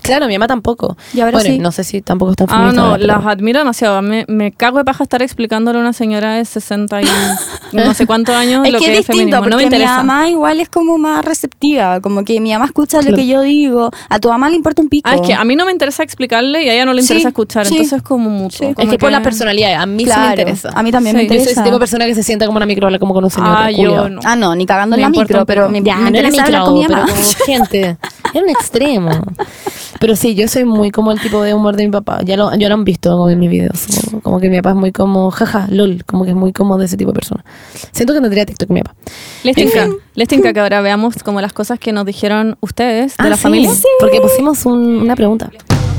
Claro, mi mamá tampoco. Y ahora bueno, sí. no sé si tampoco está Ah, feminista no, ahora, pero- las admiro demasiado. Me cago de paja estar explicándole a una señora de 60 y no sé cuántos años Es lo que que es es feminismo. distinto, No me porque mi interesa. mamá igual es como más receptiva, como que mi mamá escucha lo Claro. que yo digo, a tu mamá le importa un pico. Ah, es que a mí no me interesa explicarle y a ella no le Sí, interesa escuchar, sí. entonces es como mutuo. Sí. como Es que por las personalidades, a mí sí Claro, me interesa. a mí también me Sí. Yo soy interesa. ese tipo de persona que se sienta como una micro, habla como con un señor. Ah, culiao. yo no. Ah, no, ni cagando en Me la importa micro, un pero pico. me, Ya, me no era interesa hablar micro, con mi pero mamá. como gente. Era un extremo. Pero sí, yo soy muy como el tipo de humor de mi papá. Ya lo han visto como en mis videos. Como que mi papá es muy como, jaja, lol. Como que es muy como de ese tipo de persona. Siento que tendría TikTok mi papá. Les tinca que ahora veamos como las cosas que nos dijeron ustedes de la sí, familia. Porque pusimos una pregunta.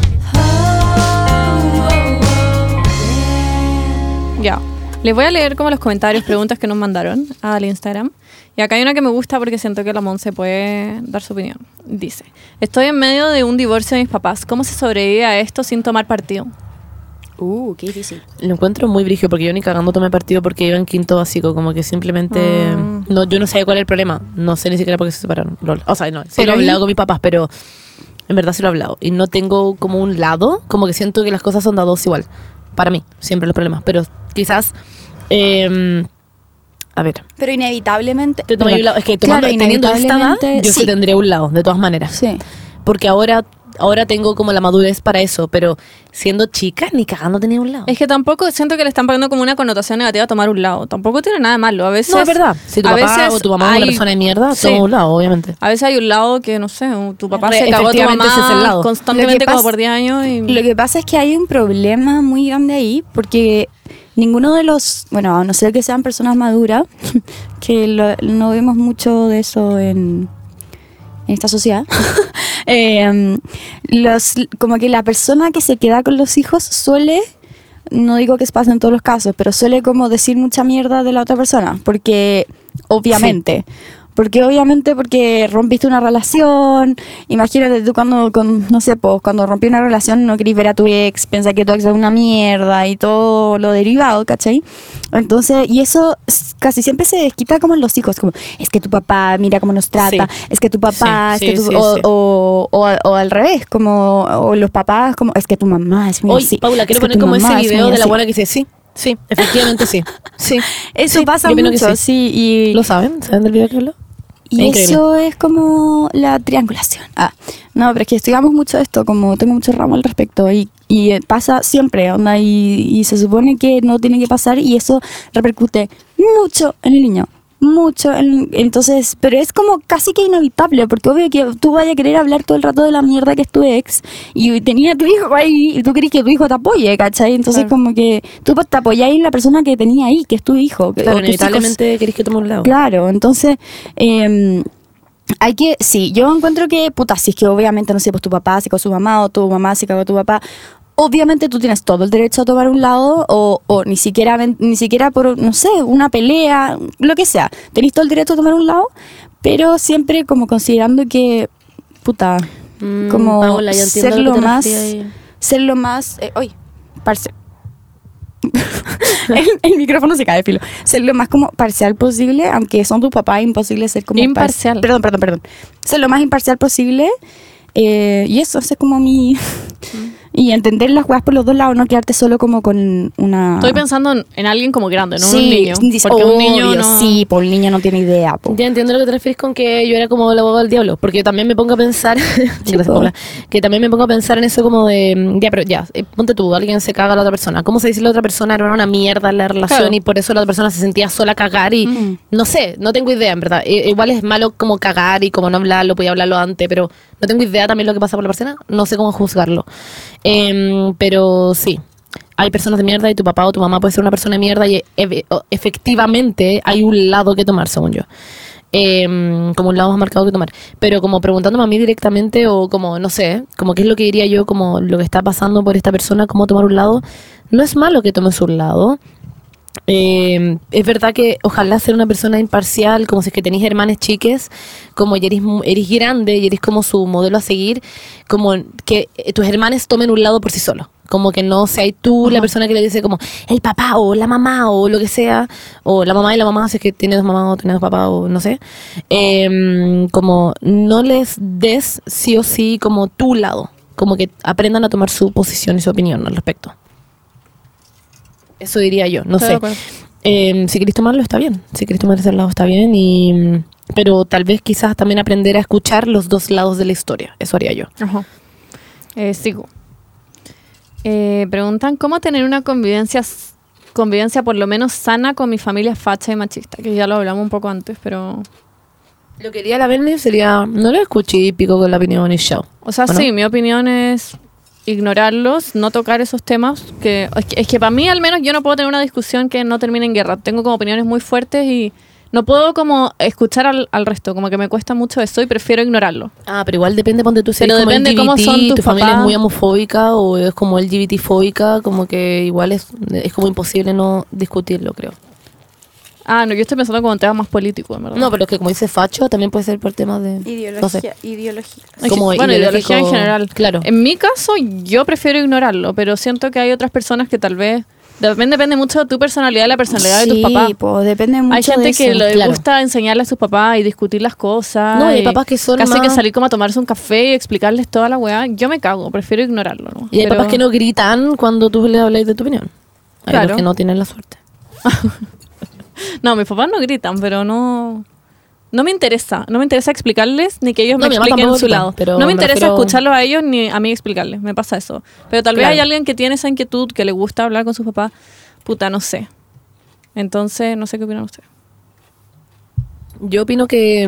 Ya. Les voy a leer como los comentarios, preguntas que nos mandaron al Instagram. Y acá hay una que me gusta porque siento que la Monse puede dar su opinión. Dice, estoy en medio de un divorcio de mis papás. ¿Cómo se sobrevive a esto sin tomar partido? Qué difícil. Lo encuentro muy brígido porque yo ni cagando tomé partido porque iba en quinto básico. Como que simplemente... No, yo no sabía cuál era el problema. No sé ni siquiera por qué se separaron. Lol. O sea, no. Sí Pero lo he ahí- hablado con mis papás, pero... En verdad sí lo he hablado. Y no tengo como un lado. Como que siento que las cosas son dados igual. Para mí, siempre los problemas. Pero quizás... a ver... Pero inevitablemente. Te tomas un lado. Es que tomando, Claro, teniendo esta edad, inevitablemente, yo sí tendría un lado, de todas maneras. Sí. Porque ahora tengo como la madurez para eso, pero siendo chica, ni cagando tenía un lado. Es que tampoco siento que le están poniendo como una connotación negativa a tomar un lado. Tampoco tiene nada de malo. A veces, No, es verdad. Si tu a papá veces o tu mamá es una hay- persona de mierda, sí. toma un lado, obviamente. A veces hay un lado que, no sé, tu papá Re- se cagó a tu efectivamente ese es el mamá lado. constantemente Lo que como pasa- por 10 años. Y... Lo que pasa es que hay un problema muy grande ahí, porque ninguno de los, bueno, a no ser que sean personas maduras, que no vemos mucho de eso en esta sociedad, como que la persona que se queda con los hijos suele, no digo que se pase en todos los casos, pero suele como decir mucha mierda de la otra persona, porque obviamente... Porque rompiste una relación. Imagínate tú no sé, pues, cuando rompí una relación no querís ver a tu ex, pensás que tu ex es una mierda y todo lo derivado, ¿cachai? Entonces, y eso casi siempre se desquita como en los hijos, como, es que tu papá mira cómo nos trata, Sí. es que tu papá, Sí, es que sí, tu, sí, o, sí. o al revés, como, o los papás, como, es que tu mamá es muy Oye, así, Paula, es quiero que poner tu como ese mamá es video muy de la así. abuela que dice, sí, efectivamente sí. Sí. Eso Sí, pasa yo opino que mucho, sí. sí, y... ¿Lo saben? ¿Saben del video que hablo? Y Increíble. eso es como la triangulación. No, pero es que estudiamos mucho esto, como tengo mucho ramo al respecto y pasa siempre, onda, y se supone que no tiene que pasar y eso repercute mucho en el niño. Mucho, entonces, pero es como casi que inevitable, porque obvio que tú vayas a querer hablar todo el rato de la mierda que es tu ex y tenía a tu hijo ahí y tú querés que tu hijo te apoye, ¿cachai? Entonces Claro. como que tú te apoyás en la persona que tenía ahí, que es tu hijo. Claro, o tus hijos. inevitablemente querés que tome un lado. Claro, entonces hay que, sí, yo encuentro que, puta, si es que obviamente, no sé, pues tu papá se cagó a su mamá o tu mamá se cagó a tu papá, obviamente tú tienes todo el derecho a tomar un lado o ni siquiera por, no sé, una pelea, lo que sea, tenés todo el derecho a tomar un lado, pero siempre como considerando que, puta, como Paula, ya entiendo ser lo lo que te más, refieres ahí. ser lo más, oye, parce. el micrófono se cae, filo. Ser lo más como parcial posible, aunque son tus papás, imposible ser como Imparcial. Perdón. Ser lo más imparcial posible. Y eso, es como mi... Y entender las weas por los dos lados, no quedarte solo como con una... Estoy pensando en alguien como grande, no en Sí, un niño. dice, Porque un obvio, niño no... sí, por un niño no tiene idea, po. Ya entiendo lo que te refieres con que yo era como la abogada del diablo, porque yo también me pongo a pensar, gracias, po. Paula, que también me pongo a pensar en eso como de, ya, pero ya, ponte tú, alguien se caga a la otra persona, ¿cómo se dice la otra persona? Era una mierda la relación Claro. y por eso la otra persona se sentía sola a cagar y no sé, no tengo idea, en verdad. Igual es malo como cagar y como no hablarlo, podía hablarlo antes, pero no tengo idea también lo que pasa por la persona, no sé cómo juzgarlo. Pero sí. Hay personas de mierda y tu papá o tu mamá puede ser una persona de mierda y efectivamente hay un lado que tomar, según yo. Como un lado más marcado que tomar. Pero como preguntándome a mí directamente o como, no sé, como qué es lo que diría yo, como lo que está pasando por esta persona, cómo tomar un lado. No es malo que tomes un lado. Es verdad que ojalá ser una persona imparcial, como si es que tenéis hermanas chiques, como ya eres grande y eres como su modelo a seguir, como que tus hermanas tomen un lado por sí solos, como que no seas tú la persona que le dice como el papá o la mamá o lo que sea, o la mamá y la mamá, si es que tienes dos mamás o tienes dos papás o no sé, como no les des sí o sí como tu lado. como que aprendan a tomar su posición y su opinión al respecto. Eso diría yo, no Estoy de sé. acuerdo. Si querés tomarlo está bien, si querés tomar ese lado está bien, pero tal vez quizás también aprender a escuchar los dos lados de la historia, eso haría yo. Ajá. Sigo. Preguntan, ¿cómo tener una convivencia por lo menos sana con mi familia facha y machista? Que ya lo hablamos un poco antes, pero... Lo que haría la Bernie sería, no lo escuché y pico con la opinión y chao. O sea, ¿O no? sí, mi opinión es ignorarlos, no tocar esos temas. Es que para mí, al menos, yo no puedo tener una discusión que no termine en guerra. Tengo como opiniones muy fuertes y no puedo como escuchar al resto. Como que me cuesta mucho eso y prefiero ignorarlo. Ah, pero igual depende, ponte tú, si Pero eres como depende LGBT, cómo son tus tu familia es papás. muy homofóbica o es como LGBT-fóbica, como que igual es como imposible no discutirlo, creo. Ah, no, yo estoy pensando como en temas más políticos, en verdad. No, pero es que como dice facho, también puede ser por temas de... Ideología. No sé. Ideología. Es que, como bueno, ideología en ideológico, general. claro. En mi caso, yo prefiero ignorarlo, pero siento que hay otras personas que tal vez... Depende mucho de tu personalidad y la personalidad de tus papás. Sí, pues depende mucho Hay gente de que eso. le claro. gusta enseñarle a sus papás y discutir las cosas. No, y hay papás que son casi más- que salir como a tomarse un café y explicarles toda la weá. Yo me cago, prefiero ignorarlo, ¿no? Y hay Pero- papás que no gritan cuando tú le hablas de tu opinión. Hay Claro. los que no tienen la suerte. No, mis papás no gritan, pero no... No me interesa explicarles ni que ellos No, me mi mamá expliquen tampoco su grita, lado. pero No me me interesa refiero- escucharlos a ellos ni a mí explicarles, me pasa eso. Pero tal vez Claro. hay alguien que tiene esa inquietud, que le gusta hablar con sus papás, puta, no sé. Entonces, no sé qué opinan ustedes. Yo opino que...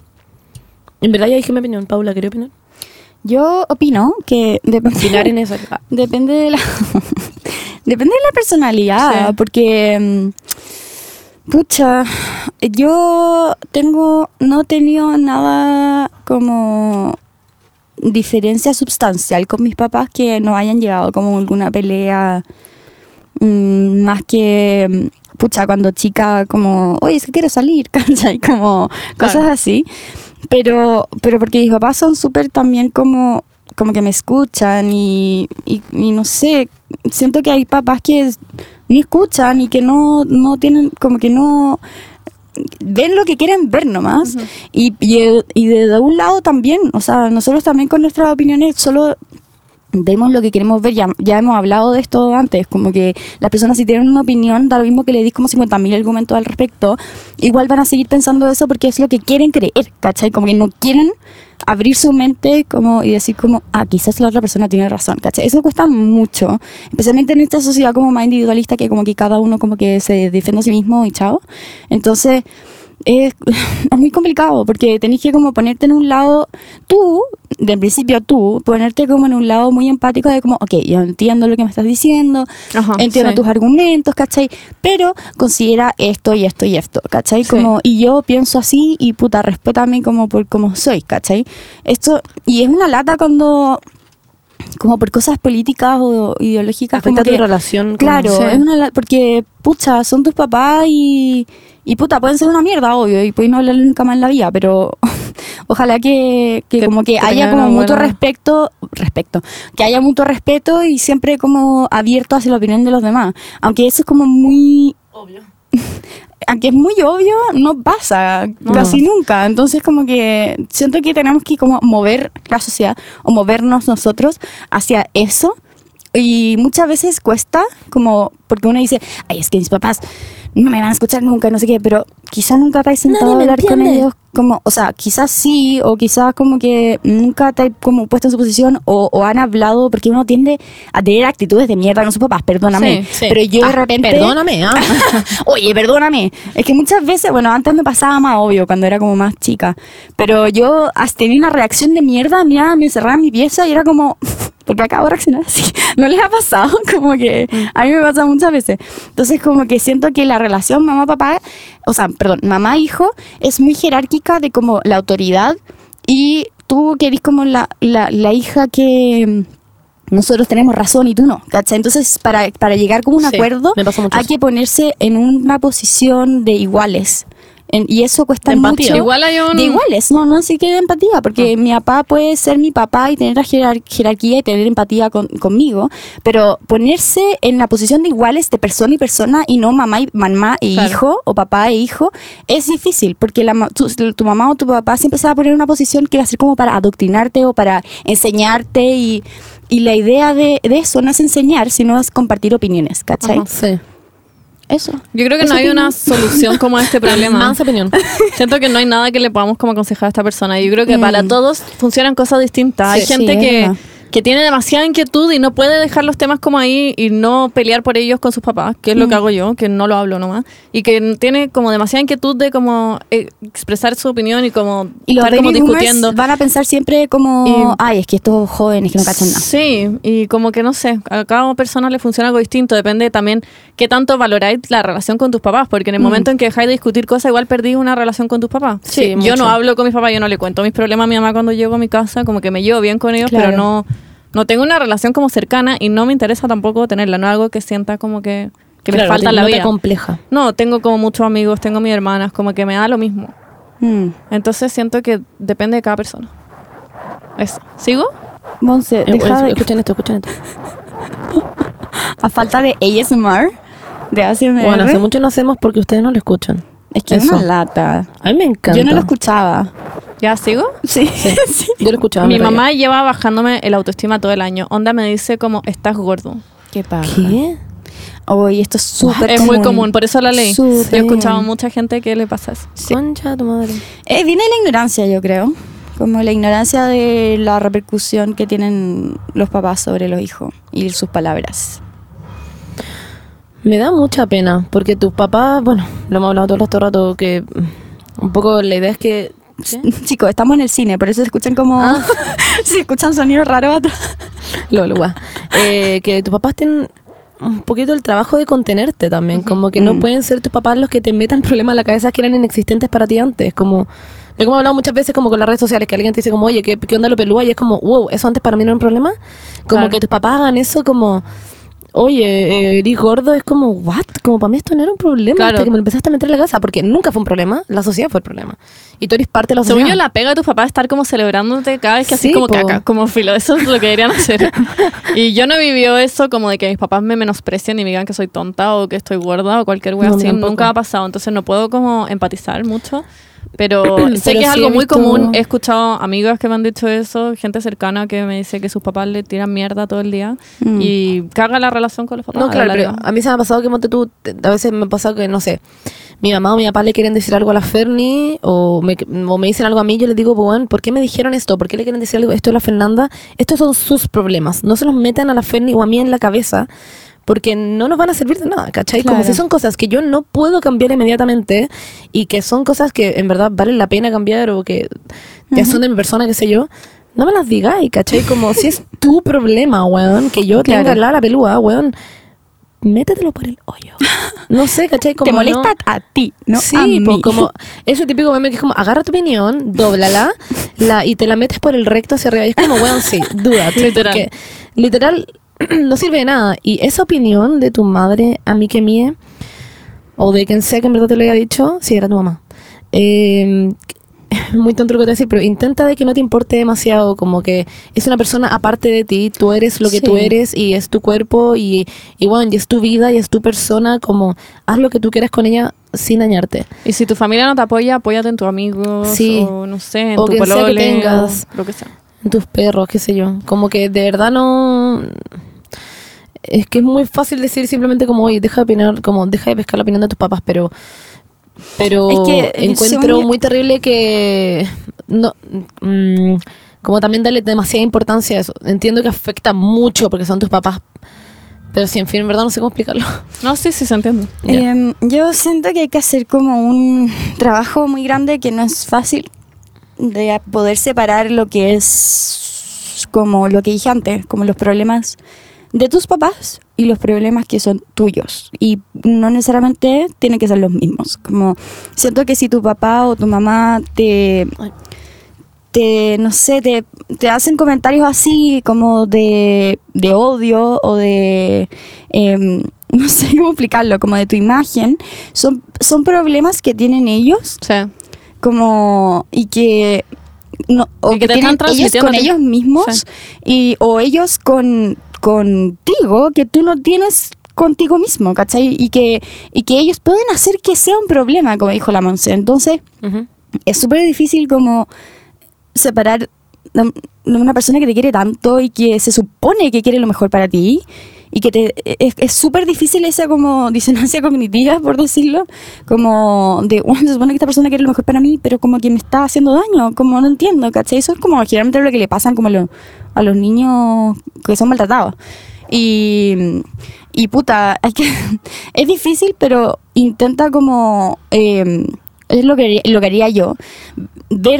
en verdad ya dije mi opinión. Paula, ¿quería opinar? Yo opino que Opinar en eso. depende de la depende de la personalidad, Sí. porque pucha, yo no he tenido nada como diferencia sustancial con mis papás que no hayan llegado como alguna pelea, más que pucha, cuando chica como, oye, es que quiero salir, ¿cachai? Como cosas Claro. así. Pero porque mis papás son súper también como que me escuchan y no sé, siento que hay papás que ni escuchan y que no tienen, como que no ven lo que quieren ver nomás. Y de un lado también, o sea, nosotros también con nuestras opiniones solo vemos lo que queremos ver. Ya hemos hablado de esto antes, como que las personas si tienen una opinión, da lo mismo que le dis como 50.000 argumentos al respecto, igual van a seguir pensando eso porque es lo que quieren creer, ¿cachai? Como que no quieren abrir su mente como y decir como, quizás la otra persona tiene razón, ¿cachai? Eso cuesta mucho, especialmente en esta sociedad como más individualista, que como que cada uno como que se defiende a sí mismo y chao. Entonces es muy complicado porque tenés que como ponerte en un lado, ponerte como en un lado muy empático de como, ok, yo entiendo lo que me estás diciendo, Ajá, entiendo sí. tus argumentos, ¿cachai? Pero considera esto y esto y esto, ¿cachai? Sí. Como, y yo pienso así y puta, respétame como por como soy, ¿cachai? Esto, y es una lata cuando como por cosas políticas o ideológicas Afecta como tu que, relación con... claro, Sí. es porque pucha, son tus papás y puta, pueden ser una mierda, obvio, y pueden no hablar nunca más en la vida, pero ojalá que como que haya tengan como una mutuo buena- respeto, que haya mutuo respeto y siempre como abierto hacia la opinión de los demás, aunque eso es como muy Obvio. aunque es muy obvio, no pasa casi nunca. Entonces como que siento que tenemos que como mover la sociedad o movernos nosotros hacia eso. Y muchas veces cuesta, como porque uno dice, ay, es que mis papás no me van a escuchar nunca, no sé qué, pero quizás nunca te has sentado Nadie a me hablar con entiende. ellos, como, o sea, quizás sí, o quizás como que nunca te has como puesto en su posición, o han hablado, porque uno tiende a tener actitudes de mierda con sus papás, perdóname, Sí, sí. pero yo de repente... Perdóname, Oye, perdóname. Es que muchas veces, bueno, antes me pasaba más obvio cuando era como más chica. Pero yo hasta tenía una reacción de mierda, mira, me encerraba en mi pieza y era como, porque acabo de reaccionar así. ¿No les ha pasado? Como que a mí me pasa muchas veces. Entonces, como que siento que la relación mamá-papá, o sea, perdón, mamá-hijo, es muy jerárquica de como la autoridad y tú que eres como la hija que nosotros tenemos razón y tú no, ¿cachai? Entonces, para llegar como a un Sí, acuerdo, me pasa mucho hay eso. que ponerse en una posición de iguales. Y eso cuesta Empatía. mucho. Igual hay un... De iguales, no siquiera de empatía, porque mi papá puede ser mi papá y tener la jerarquía y tener empatía conmigo, pero ponerse en la posición de iguales de persona y persona y no mamá e Claro. hijo o papá e hijo es difícil, porque tu mamá o tu papá siempre se va a poner en una posición que va a ser como para adoctrinarte o para enseñarte y la idea de eso no es enseñar, sino es compartir opiniones, ¿cachai? Ajá. Sí. Eso. Yo creo que Eso no hay opino. una solución como a este problema. Mansa opinión. Siento que no hay nada que le podamos como aconsejar a esta persona. Yo creo que para todos funcionan cosas distintas. Hay Sí, gente es que, verdad. que tiene demasiada inquietud y no puede dejar los temas como ahí y no pelear por ellos con sus papás, que es lo que hago yo, que no lo hablo nomás. Y que tiene como demasiada inquietud de como expresar su opinión y como Y los estar como baby boomers discutiendo. van a pensar siempre como, Y- ay, es que estos jóvenes que no cachan nada. Sí, y como que no sé, a cada persona le funciona algo distinto, depende también qué tanto valoráis la relación con tus papás, porque en el momento en que dejáis de discutir cosas, igual perdís una relación con tus papás. Sí, Yo mucho. no hablo con mis papás, yo no le cuento mis problemas a mi mamá cuando llego a mi casa, como que me llevo bien con ellos, Claro. pero no tengo una relación como cercana y no me interesa tampoco tenerla, no es algo que sienta como que me Claro, falta en la no vida. te compleja. No, tengo como muchos amigos, tengo mis hermanas, como que me da lo mismo. Mm. Entonces siento que depende de cada persona. Eso. ¿Sigo? Monse, deja de, Escuchen esto. a falta de ASMR, de ASMR, Bueno, hace mucho no hacemos porque ustedes no lo escuchan. es que es eso. una lata. A mí me encanta. Yo no lo escuchaba. ¿Ya sigo? Sí. Yo lo escuchaba. Mi me reía. mamá lleva bajándome el autoestima todo el año. Onda me dice como, estás gordo. Qué paja. ¿Qué? Oye, esto es súper Es muy común, por eso la leí. Yo Súper he escuchado a común. mucha gente que le pasa eso. Concha tu madre. Viene de la ignorancia, yo creo. Como la ignorancia de la repercusión que tienen los papás sobre los hijos y sus palabras. Me da mucha pena porque tus papás, bueno, lo hemos hablado todo el rato, que un poco la idea es que... ¿Qué? Chicos, estamos en el cine, por eso se escuchan como... se escuchan sonidos raros atrás. Guau. Que tus papás tienen un poquito el trabajo de contenerte también, como que no pueden ser tus papás los que te metan problemas a la cabeza que eran inexistentes para ti antes, como... Yo como he hablado muchas veces como con las redes sociales, que alguien te dice como, oye, ¿qué onda lo pelúa? Y es como, wow, ¿eso antes para mí no era un problema? Como Claro. que tus papás hagan eso como... Oye, eres gordo, es como, ¿what? Como para mí esto no era un problema Claro. hasta que me lo empezaste a meter en la casa, porque nunca fue un problema, la sociedad fue el problema. Y tú eres parte de la sociedad. Según yo, la pega de tus papás es estar como celebrándote cada vez que Sí, haces como po. caca, como filo. Eso es lo que deberían hacer. Y yo no he vivido eso como de que mis papás me menosprecien y me digan que soy tonta o que estoy gorda o cualquier wea No, así. tampoco. Nunca ha pasado. Entonces no puedo como empatizar mucho. Pero sé Pero que es sí algo he muy visto- común. He escuchado amigas que me han dicho eso, gente cercana que me dice que sus papás le tiran mierda todo el día y caga la relación con los papás. No, a claro, la pero larga. a mí se me ha pasado que monte tú, a veces me ha pasado que, no sé, mi mamá o mi papá le quieren decir algo a la Ferni o me dicen algo a mí, yo les digo, pues, bueno, ¿por qué me dijeron esto? ¿Por qué le quieren decir algo esto a la Fernanda? Estos son sus problemas, no se los metan a la Ferni o a mí en la cabeza porque no nos van a servir de nada, ¿cachai? Como Claro. si son cosas que yo no puedo cambiar inmediatamente y que son cosas que en verdad valen la pena cambiar o que ya son de mi persona, qué sé yo. No me las digáis, ¿cachai? Como si es tu problema, weón, que yo Claro. tenga la pelúa, weón. Métetelo por el hoyo. No sé, ¿cachai? Como Te molesta no- a ti, no sí, a mí. pues como eso típico meme que es como agarra tu opinión, dóblala y te la metes por el recto hacia arriba. Y es como, weón, sí, duda. Literal. Porque literal no sirve de nada. Y esa opinión de tu madre, a mí que mía, o de quien sea que en verdad te lo haya dicho, sí, era tu mamá. Muy tonto lo que te voy a decir, pero intenta de que no te importe demasiado, como que es una persona aparte de ti, tú eres lo que Sí. tú eres y es tu cuerpo y bueno, y es tu vida y es tu persona, como haz lo que tú quieras con ella sin dañarte. Y si tu familia no te apoya, apóyate en tus amigos Sí. o no sé, en O tu quien sea que polole, tengas. o lo que sea. En tus perros, qué sé yo. Como que de verdad no... Es que es muy fácil decir simplemente como, oye, deja de opinar, como deja de pescar la opinión de tus papás, pero Es que, encuentro según yo- muy terrible que no como también darle demasiada importancia a eso. Entiendo que afecta mucho porque son tus papás, pero sí, en fin, en verdad no sé cómo explicarlo. No, sí, se entiende. Ya. Yo siento que hay que hacer como un trabajo muy grande que no es fácil de poder separar lo que es como lo que dije antes, como los problemas de tus papás y los problemas que son tuyos. Y no necesariamente tienen que ser los mismos. Como siento que si tu papá o tu mamá no sé, te hacen comentarios así como de odio o de no sé cómo explicarlo, como de tu imagen, son problemas que tienen ellos, Sí. como, y que... No, o Y que te tienen están ellos transmitiendo con a ti. ellos mismos o ellos contigo que tú no tienes contigo mismo, ¿cachai? Y que ellos pueden hacer que sea un problema, como dijo la Monse. Entonces Ujú. es súper difícil como separar de una persona que te quiere tanto y que se supone que quiere lo mejor para ti, y que es súper difícil esa como disonancia cognitiva, por decirlo, como de, bueno, se supone que esta persona quiere lo mejor para mí, pero como que me está haciendo daño, como no entiendo, ¿cachai? Eso es como generalmente lo que le pasan como a los niños que son maltratados. Y puta, es difícil, pero intenta como... es lo que haría yo, ver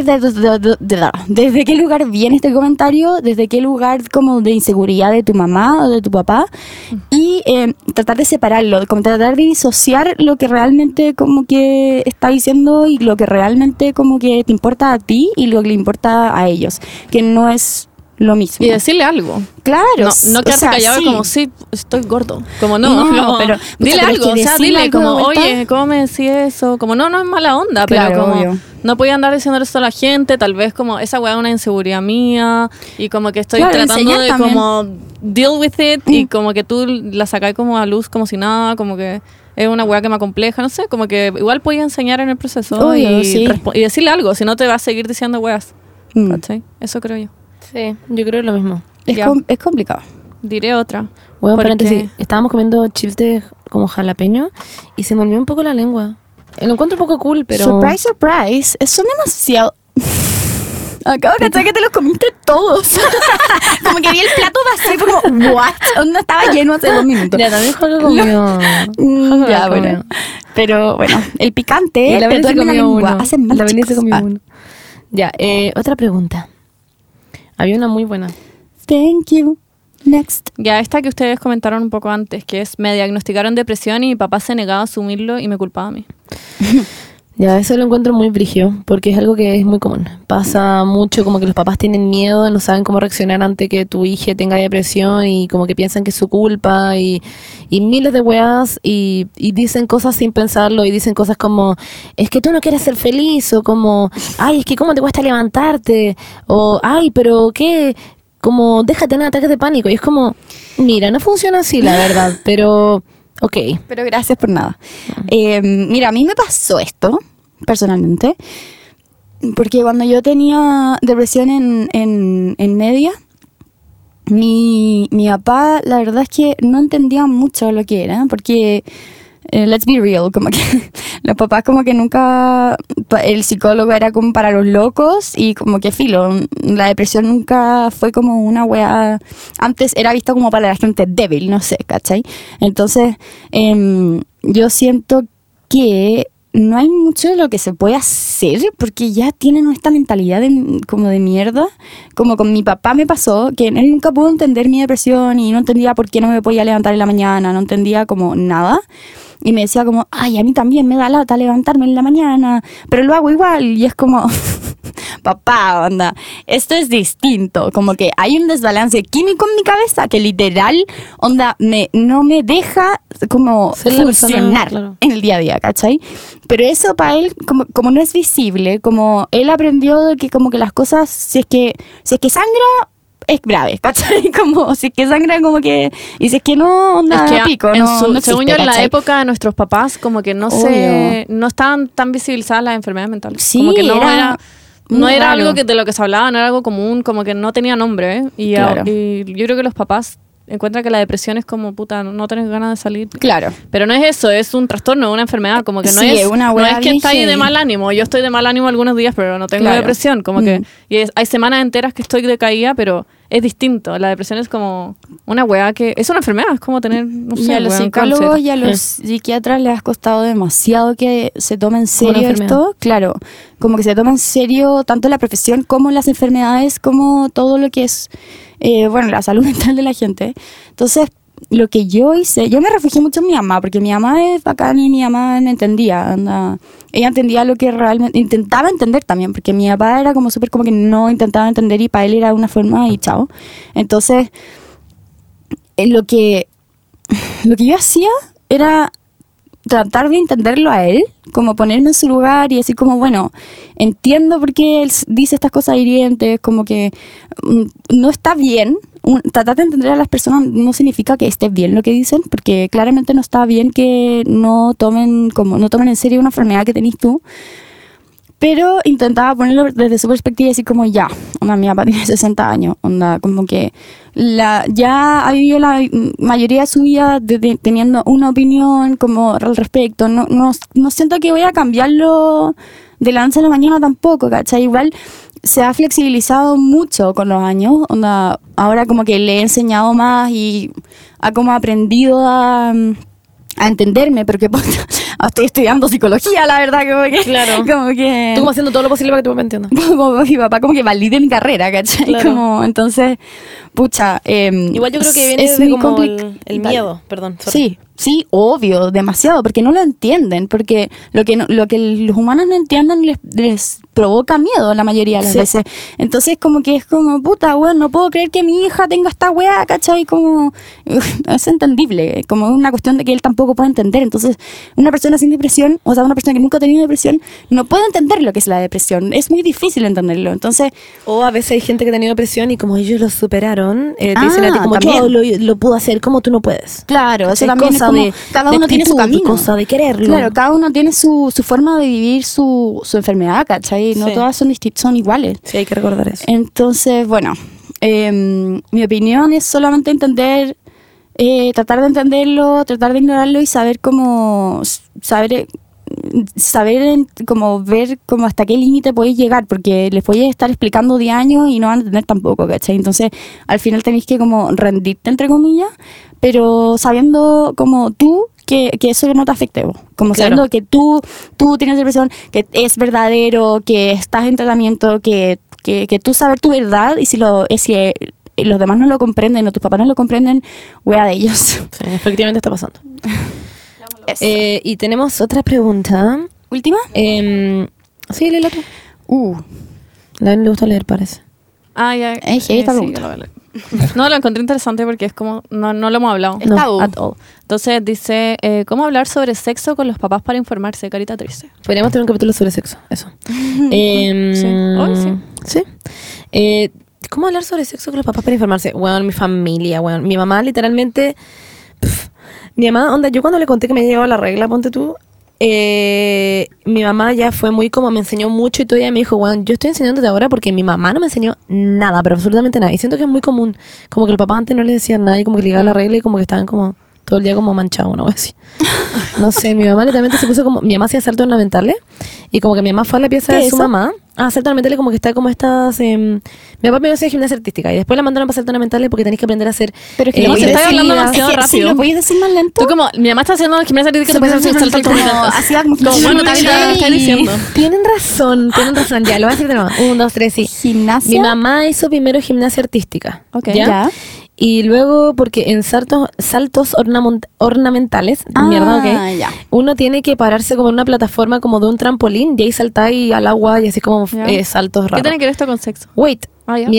desde qué lugar viene este comentario, desde qué lugar como de inseguridad de tu mamá o de tu papá, y tratar de separarlo, como tratar de disociar lo que realmente como que está diciendo y lo que realmente como que te importa a ti y lo que le importa a ellos, que no es lo mismo. Y decirle algo. Claro. No quedarte o sea, callado sí. como, sí, estoy gordo. Como no, No, como, pero, dile pero es algo, que o sea, decirle dile algo de como, vuelta- oye, ¿cómo me decís eso? Como, no es mala onda, Claro, pero como, obvio. no podía andar diciendo eso a la gente, tal vez como, esa weá es una inseguridad mía, y como que estoy Claro, tratando enseñar de también. como, deal with it, y como que tú la sacás como a luz como si nada, como que es una weá que me acompleja, no sé, como que igual podía enseñar en el proceso Obvio, y, sí. y decirle algo, si no te vas a seguir diciendo weas, Mm. ¿cachai? Eso creo yo. Sí, yo creo lo mismo. Ya. Es complicado. Diré otra. Bueno, Porque- paréntesis, estábamos comiendo chips de como jalapeño y se me olvidó un poco la lengua. Lo encuentro un poco cool, pero... Surprise, surprise. Son demasiado... Acabo de cachar que te los comiste todos. Como que vi el plato vacío, fue como, what? No estaba lleno hace 2 minutos. Ya, también Jorge comió... Jorge Ya, comió. bueno. Pero bueno, el picante Y la te Belén se duerme la comió lengua. uno. Hacen mal, La Belén se chicos. comió Ah, uno. Ya, otra pregunta. Había una muy buena. Thank you. Next. Ya esta que ustedes comentaron un poco antes, que es, me diagnosticaron depresión y mi papá se negaba a asumirlo y me culpaba a mí. Ya, eso lo encuentro muy brigio, porque es algo que es muy común. Pasa mucho como que los papás tienen miedo, no saben cómo reaccionar ante que tu hija tenga depresión y como que piensan que es su culpa y miles de weas y dicen cosas sin pensarlo y dicen cosas como, es que tú no quieres ser feliz, o como, ay, es que cómo te cuesta levantarte, o ay, pero qué, como déjate tener ataques de pánico. Y es como, mira, no funciona así la verdad, pero ok. Pero gracias por nada. Mira, a mí me pasó esto, personalmente, porque cuando yo tenía depresión en media, mi papá, la verdad es que no entendía mucho lo que era, porque, let's be real, como que los papás como que nunca, el psicólogo era como para los locos y como que filo, la depresión nunca fue como una wea, antes era visto como para la gente débil, no sé, ¿cachai? Entonces, yo siento que no hay mucho de lo que se puede hacer porque ya tienen esta mentalidad como de mierda. Como con mi papá me pasó, que él nunca pudo entender mi depresión y no entendía por qué no me podía levantar en la mañana, no entendía como nada. Y me decía como, ay, a mí también me da lata levantarme en la mañana, pero lo hago igual. Y es como, papá, onda, esto es distinto. Como que hay un desbalance químico en mi cabeza que literal, onda, no me deja como Ser la persona, funcionar claro. en el día a día, ¿cachai? Pero eso para él, como no es visible, como él aprendió de que como que las cosas, si es que sangra, es grave, ¿cachai? Como si es que sangra como que... Y si es que no, onda, Es que pico, en no, su- no según existe, yo, en la ¿cachai? época de nuestros papás, como que no estaban tan visibilizadas las enfermedades mentales. Sí, como que no era muy era raro. algo de lo que se hablaba, no era algo común, como que no tenía nombre. Y, Claro. y yo creo que los papás encuentran que la depresión es como, puta, no tenés ganas de salir. Claro. Pero no es eso, es un trastorno, una enfermedad, como que no Sí, es una no wea es que bien está ahí de heavy. mal ánimo. Yo estoy de mal ánimo algunos días, pero no tengo Claro. depresión, como que Mm. hay semanas enteras que estoy decaída, pero es distinto. La depresión es como una weá que es una enfermedad, es como tener, no Y sé, a los weá, un psicólogos cáncer. y a los psiquiatras les ha costado demasiado que se tome en Como una serio enfermedad. esto. Claro, como que se toma en serio tanto la profesión como las enfermedades, como todo lo que es, bueno, la salud mental de la gente. Entonces, lo que yo hice, yo me refugié mucho en mi mamá, porque mi mamá es bacán y mi mamá me entendía. Anda. Ella entendía lo que realmente, intentaba entender también, porque mi papá era como súper como que no intentaba entender y para él era una forma y chao. Entonces, lo que lo que yo hacía era tratar de entenderlo a él, como ponerme en su lugar y decir como, bueno, entiendo por qué él dice estas cosas hirientes, como que no está bien. Tratar de entender a las personas no significa que esté bien lo que dicen, porque claramente no está bien que no tomen en serio una enfermedad que tenés tú. Pero intentaba ponerlo desde su perspectiva y decir como ya, onda, mi papá tiene 60 años, onda, como que ya ha vivido la mayoría de su vida teniendo una opinión como al respecto. No siento que voy a cambiarlo de la noche a la mañana tampoco, ¿cachai? Igual se ha flexibilizado mucho con los años, onda, ahora como que le he enseñado más y ha como aprendido a entenderme, porque estoy estudiando psicología, la verdad, Claro. como que Tú como haciendo todo lo posible para que tu papá entienda. como mi papá como que valide mi carrera, ¿cachai? Claro. Como, entonces, pucha, Igual yo creo que viene es de muy como el miedo, perdón. sorry. Sí, obvio, demasiado, porque no lo entienden, porque lo que los humanos no entienden les provoca miedo la mayoría de las veces. Entonces como que es como, puta, weón, no puedo creer que mi hija tenga esta weá, ¿cachai? Como, es entendible, como una cuestión de que él tampoco puede entender. Entonces, una persona sin depresión, o sea, una persona que nunca ha tenido depresión, no puede entender lo que es la depresión, es muy difícil entenderlo. Entonces, O a veces hay gente que ha tenido depresión y como ellos lo superaron, te dicen a ti como también. yo lo puedo hacer como tú no puedes. claro, eso Es también es cosa como, de- cada de uno tiene su actitud, camino. cosa de quererlo. Claro, cada uno tiene su forma de vivir su enfermedad, ¿cachai? No Sí. todas son iguales. Sí, hay que recordar eso. Entonces, bueno, mi opinión es solamente entender, tratar de entenderlo, tratar de ignorarlo y saber cómo, como ver como hasta qué límite podéis llegar, porque les podéis estar explicando 10 años y no van a entender tampoco, ¿cachai? Entonces, al final tenéis que como rendirte, entre comillas, pero sabiendo como tú que eso no te afecte, vos. Como Claro. sabiendo que tú tienes depresión, que es verdadero, que estás en tratamiento, que tú sabes tu verdad y si los demás no lo comprenden o tus papás no lo comprenden, wea de ellos. Sí, efectivamente está pasando. Eso. Y tenemos otra pregunta. ¿Última? Sí, léela tú. A mí le gusta leer, parece. Ah, ya. Es heavy esta sí, pregunta. lo voy a leer. No, lo encontré interesante porque es como, no lo hemos hablado. Es tabú. At all. Entonces dice, ¿cómo hablar sobre sexo con los papás para informarse? Carita triste. Podríamos tener un capítulo sobre sexo, eso. Hoy sí. Sí. ¿Cómo hablar sobre sexo con los papás para informarse? Bueno, mi familia, bueno, mi mamá literalmente... mi mamá, onda, yo cuando le conté que me había llegado la regla, ponte tú, mi mamá ya fue muy como, me enseñó mucho y todavía me dijo, bueno, yo estoy enseñándote ahora porque mi mamá no me enseñó nada, pero absolutamente nada. Y siento que es muy común, como que el papá antes no le decía nada y como que le llegaba la regla y como que estaban como todo el día como manchados, una vez así. No sé, mi mamá literalmente se puso como, mi mamá hacía saltos ornamentales y como que mi mamá fue a la pieza ¿Qué de es su eso? mamá. Saltos ornamentales como que está como estas, mi papá primero hacía gimnasia artística y después la mandaron para saltos ornamentales porque tenéis que aprender a hacer Pero es que no, lo si podéis estás decir- hablando es que demasiado sí, rápido. lo podéis decir más lento. Tú como, mi mamá está haciendo gimnasia artística, tú puedes hacer saltos muy lentos. Hacía como Bueno, te estás diciendo. Tienen razón, ya, lo voy a decir de nuevo. 1, 2, 3, sí. Gimnasia. Mi mamá hizo primero gimnasia artística. Ok. ¿Ya? Y luego, porque en saltos ornamentales, mierda, ok, ya. uno tiene que pararse como en una plataforma como de un trampolín y ahí saltáis al agua y así como Ya. saltos ¿Qué raros. tiene que ver esto con sexo? Wait, Ah, ya. mi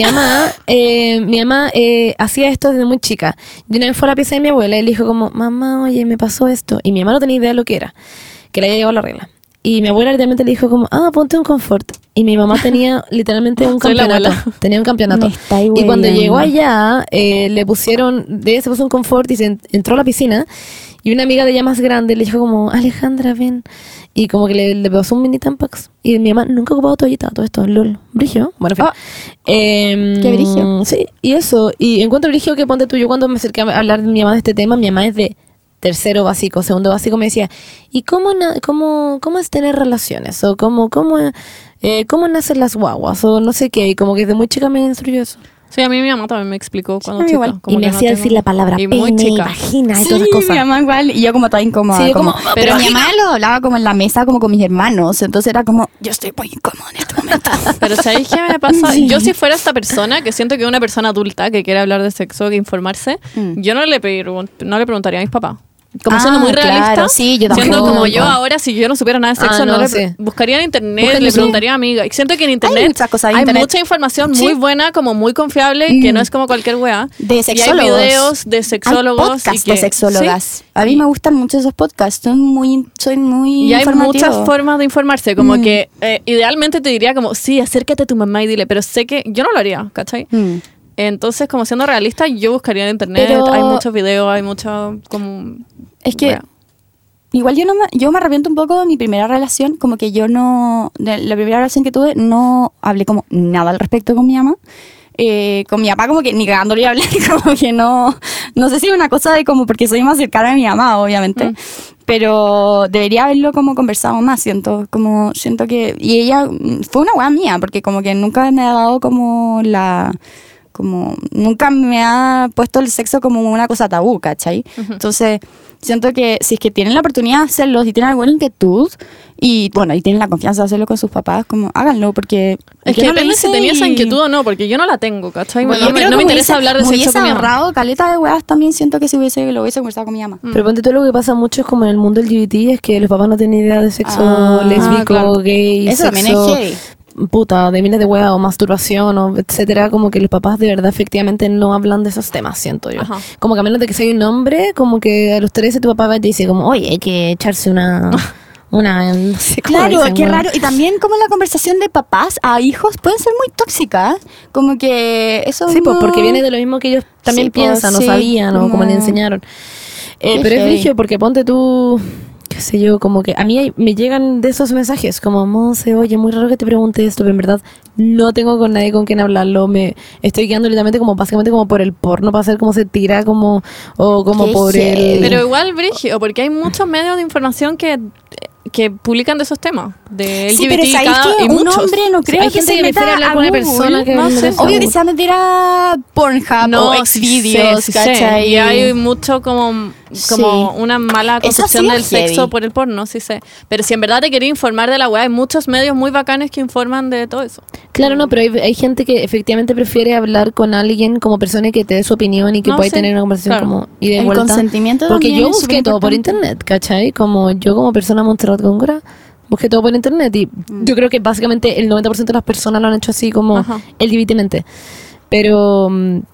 mamá hacía esto desde muy chica. Y una vez fue a la pieza de mi abuela y le dijo como, mamá, oye, me pasó esto. Y mi mamá no tenía idea de lo que era, que le había llegado la regla. Y mi abuela literalmente le dijo como, ponte un confort. Y mi mamá tenía literalmente un Soy la campeonato. abuela. Tenía un campeonato. Me estáis Y cuando hueveando. llegó allá, ella se puso un confort y entró a la piscina. Y una amiga de ella más grande le dijo como, Alejandra, ven. Y como que le pasó un mini tampax. Y mi mamá nunca ha ocupado toallita, todo esto, lol. Brigio. Bueno, en fin. qué brigio. Sí, y eso. Y encuentro brigio que ponte tú, yo cuando me acerqué a hablar de mi mamá de este tema, mi mamá es de tercero básico, segundo básico, me decía, ¿y cómo es tener relaciones? O cómo nacen las guaguas, o no sé qué. Y como que desde muy chica me instruyó eso. Sí, a mí mi mamá también me explicó cuando a mí chica. igual. como Y me que no hacía tengo- decir la palabra y muy pene, chica. vagina y Sí, todas esas cosas. mi mamá igual, y yo como toda incómoda. Sí, como, como, pero mi vagina. mamá lo hablaba como en la mesa, como con mis hermanos, entonces era como, yo estoy muy incómoda en este momento. Pero ¿sabéis qué me pasa? Sí. Yo si fuera esta persona, que siento que es una persona adulta que quiere hablar de sexo, que informarse, yo no le preguntaría a mis papás. como siendo muy realista. Claro, sí, yo Siendo tampoco. como yo ahora, si yo no supiera nada de sexo, no, no le sí. buscaría en internet, Busca en le YouTube. preguntaría a amiga. Y siento que en internet Hay muchas cosas en hay internet. mucha información Sí. muy buena, como muy confiable, que no es como cualquier weá. De Y hay sexólogos. videos de sexólogos. Hay podcasts y que, de sexólogas. sí. A mí me gustan mucho esos podcasts. Son muy Y hay informativos. muchas formas de informarse, como que idealmente te diría como, sí, acércate a tu mamá y dile, pero sé que yo no lo haría, ¿cachai? Entonces, como siendo realista, yo buscaría en internet, Pero- hay muchos videos, hay mucho como... Es que wea. igual yo me arrepiento un poco de mi primera relación, como que yo no, de la primera relación que tuve, no hablé como nada al respecto con mi mamá. Con mi papá como que ni cagándole a hablar, como que no sé si es una cosa de como porque soy más cercana a mi mamá, obviamente, pero debería haberlo como conversado más, siento que, y ella fue una weá mía, porque como que nunca me ha dado como nunca me ha puesto el sexo como una cosa tabú, ¿cachai? Entonces, siento que si es que tienen la oportunidad de hacerlo, si tienen alguna inquietud y bueno, y tienen la confianza de hacerlo con sus papás, como háganlo, porque Es yo que no lo depende si hice tenía esa y- inquietud o no, porque yo no la tengo, ¿cachai? Bueno, no yo me, creo no me que interesa hablar de me sexo hubiese con mi mamá. ahorrado caleta de weas también, siento que si lo hubiese conversado con mi mamá. Pero ponte tú, lo que pasa mucho es como en el mundo LGBT, es que los papás no tienen idea de sexo Ah, lésbico, claro. gay, Eso también sexo, es heavy. puta, de miles de weas o masturbación o etcétera, como que los papás de verdad efectivamente no hablan de esos temas, siento yo. Ajá. Como que a menos de que sea un hombre, como que a los 13 tu papá va y te dice como, oye, hay que echarse una no sé cómo Claro, dicen, qué weón. raro. Y también como la conversación de papás a hijos pueden ser muy tóxicas. Como que eso Sí, pues no- porque viene de lo mismo que ellos también Sí, pues, piensan, o sí, sabían, o como le enseñaron. Qué Pero es heavy. brígido porque ponte tú, qué sé yo, como que a mí me llegan de esos mensajes, como, Monse, oye, muy raro que te pregunte esto, pero en verdad no tengo con nadie con quien hablarlo, me estoy guiando literalmente como básicamente como por el porno, para hacer como se tira, como, o como Qué por heavy. el... Pero igual, brígido, porque hay muchos medios de información que publican de esos temas, de Sí, LGBT pero ¿sabéis que y un muchos. hombre no creo hay que gente se que meta prefiere hablar a con una Google? persona que no hable de sé. eso. Obvio que se va a meter a Pornhub o Xvideos, sí, ¿cachai? Y hay mucho como Sí. una mala Eso concepción sí del es heavy. sexo por el porno, sí sé. Pero si en verdad te quería informar de la weá, hay muchos medios muy bacanes que informan de todo eso. Claro, no, pero hay gente que efectivamente prefiere hablar con alguien como persona que te dé su opinión y que No, pueda sí, tener una conversación claro. como ida y El vuelta. consentimiento Porque también yo es busqué todo por superimportante. internet, ¿cachai? Como yo como persona Montserrat Góngora, busqué todo por internet y yo creo que básicamente el 90% de las personas lo han hecho así como Ajá. LGBTmente. Pero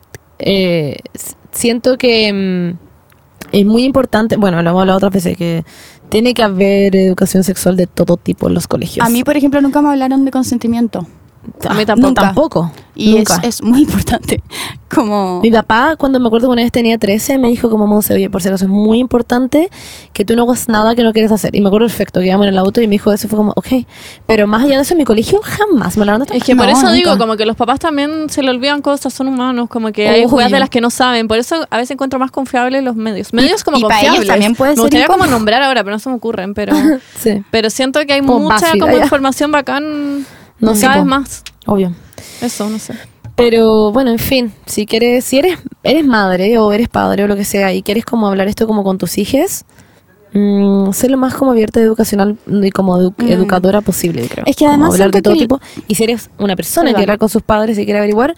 siento que es muy importante, bueno, lo hemos hablado otras veces, que tiene que haber educación sexual de todo tipo en los colegios. A mí, por ejemplo, nunca me hablaron de consentimiento. A mí Ah, tampoco. no, tampoco. Y nunca. es muy importante. Como... Mi papá, cuando me acuerdo que una vez tenía 13, me dijo como, Monse, oye, por si acaso es muy importante que tú no hagas nada que no quieres hacer. Y me acuerdo perfecto, que íbamos en el auto y me dijo eso, fue como, ok. Pero más allá de eso, en mi colegio jamás me lo hablaron de Es que por No, eso nunca. digo, como que los papás también se le olvidan cosas, son humanos, como que hay Obvio. weas de las que no saben. Por eso a veces encuentro más confiables los medios. Medios como y para ellos confiables. también puede me ser gustaría como incómodo. nombrar ahora, pero no se me ocurren. Pero, Sí, pero siento que hay Como mucha BuzzFeed, como ya. información bacán No sé, cada vez po. más. obvio. Eso, no sé. Pero bueno, en fin, si eres madre o eres padre o lo que sea y quieres como hablar esto como con tus hijas, ser lo más como abierta educacional y como educadora posible, yo creo. Es que Como además hablar de siento todo que tipo. Y si eres una persona que Perdón. hablar con sus padres y quiere averiguar,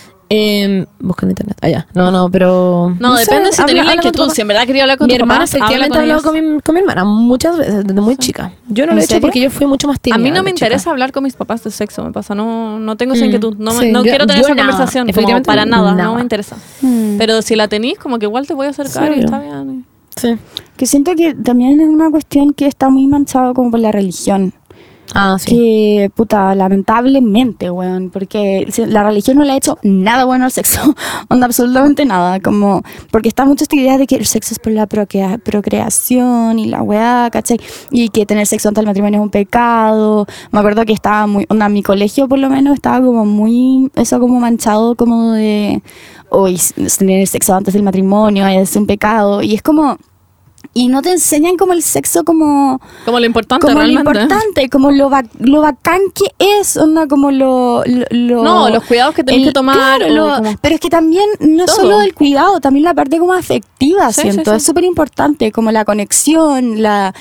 busca en internet. Allá. No, pero... No, sé, depende si habla- tenés la habla con tu inquietud. papá. Si en verdad quería hablar con Mi tus hermana papás, habla efectivamente ha hablado ellos. con mi hermana muchas veces, desde muy chica. Yo no ¿En lo he hecho serio? porque yo fui mucho más tímida. A mí no me de chica. interesa hablar con mis papás de sexo, me pasa. No tengo esa Mm, inquietud. No, sí, no yo- quiero tener yo esa nada. conversación. Como Efectivamente, para nada, nada. no me interesa. Mm. Pero si la tenís, como que igual te voy a acercar Sí, y obvio. está bien. Sí. Que siento que también es una cuestión que está muy manchado como por la religión. Ah, sí. Que, puta, lamentablemente, weón, porque la religión no le ha hecho nada bueno al sexo, onda, absolutamente nada, como, porque está mucho esta idea de que el sexo es por la procreación y la weá, ¿cachai? Y que tener sexo antes del matrimonio es un pecado. Me acuerdo que estaba muy, onda, mi colegio por lo menos estaba como muy, eso como manchado como de, hoy tener sexo antes del matrimonio es un pecado, y es como... Y no te enseñan como el sexo como Como lo importante como lo realmente. importante, como lo bacán que es, onda, como lo No, los cuidados que tenés que tomar. claro, o como- pero es que también no es Todo. solo del cuidado, también la parte como afectiva, Sí, siento, sí, sí. es súper importante, como la conexión,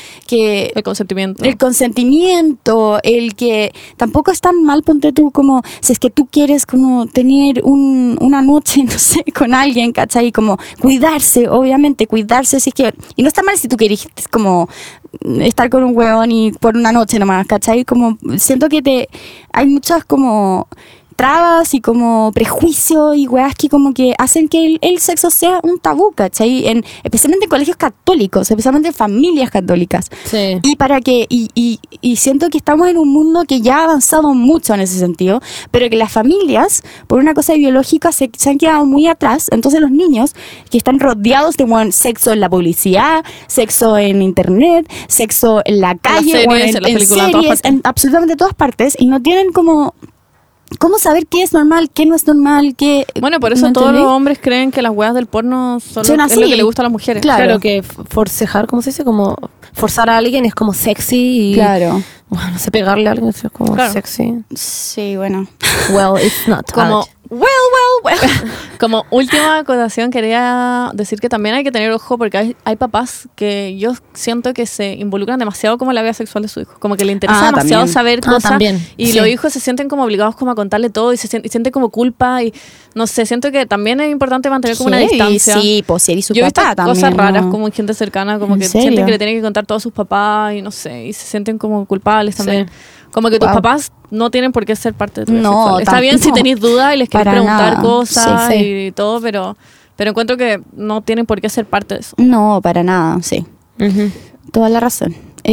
el consentimiento. el consentimiento, el que tampoco es tan mal, ponte tú, como si es que tú quieres como tener una noche, no sé, con alguien, ¿cachai? Como cuidarse, obviamente, cuidarse, si es que, y no está está mal si tú querés como estar con un huevón y por una noche nomás, ¿cachai? Como siento que hay muchas como trabas y como prejuicios y weas que como que hacen que el sexo sea un tabú, ¿cachai? Especialmente en colegios católicos, especialmente en familias católicas. Sí. Y siento que estamos en un mundo que ya ha avanzado mucho en ese sentido, pero que las familias, por una cosa biológica, se han quedado muy atrás. Entonces los niños que están rodeados de sexo en la publicidad, sexo en internet, sexo en la calle, series, o en las películas, en todas series, partes. en absolutamente todas partes, y no tienen como... ¿Cómo saber qué es normal, qué no es normal, qué... Bueno, por eso ¿me todos entendí? los hombres creen que las weas del porno Son es así. lo que le gusta a las mujeres. Claro. Que forcejar, ¿cómo se dice? Como forzar a alguien es como sexy y... Claro. Bueno, no sé, pegarle a alguien es como Claro. sexy. Sí, bueno. Well, it's not. Como, Well. como última acotación, quería decir que también hay que tener ojo porque hay papás que yo siento que se involucran demasiado como en la vida sexual de su hijo. Como que le interesa demasiado también. saber cosas. También, Y sí. los hijos se sienten como obligados como a contarle todo y sienten como culpa. Y no sé, siento que también es importante mantener como una Heavy, distancia. Sí, pues si eres su Yo he visto papá también. cosas raras ¿no? como en gente cercana, como ¿En que serio? sienten que le tienen que contar todo a sus papás y no sé, y se sienten como culpables también. Sí. Como que tus Wow. papás no tienen por qué ser parte de tu vida No, sexual. Está bien si no, tenéis dudas y les querés para preguntar nada. cosas Sí, sí. y todo, pero encuentro que no tienen por qué ser parte de eso. No, para nada, sí. Ujú. Toda la razón.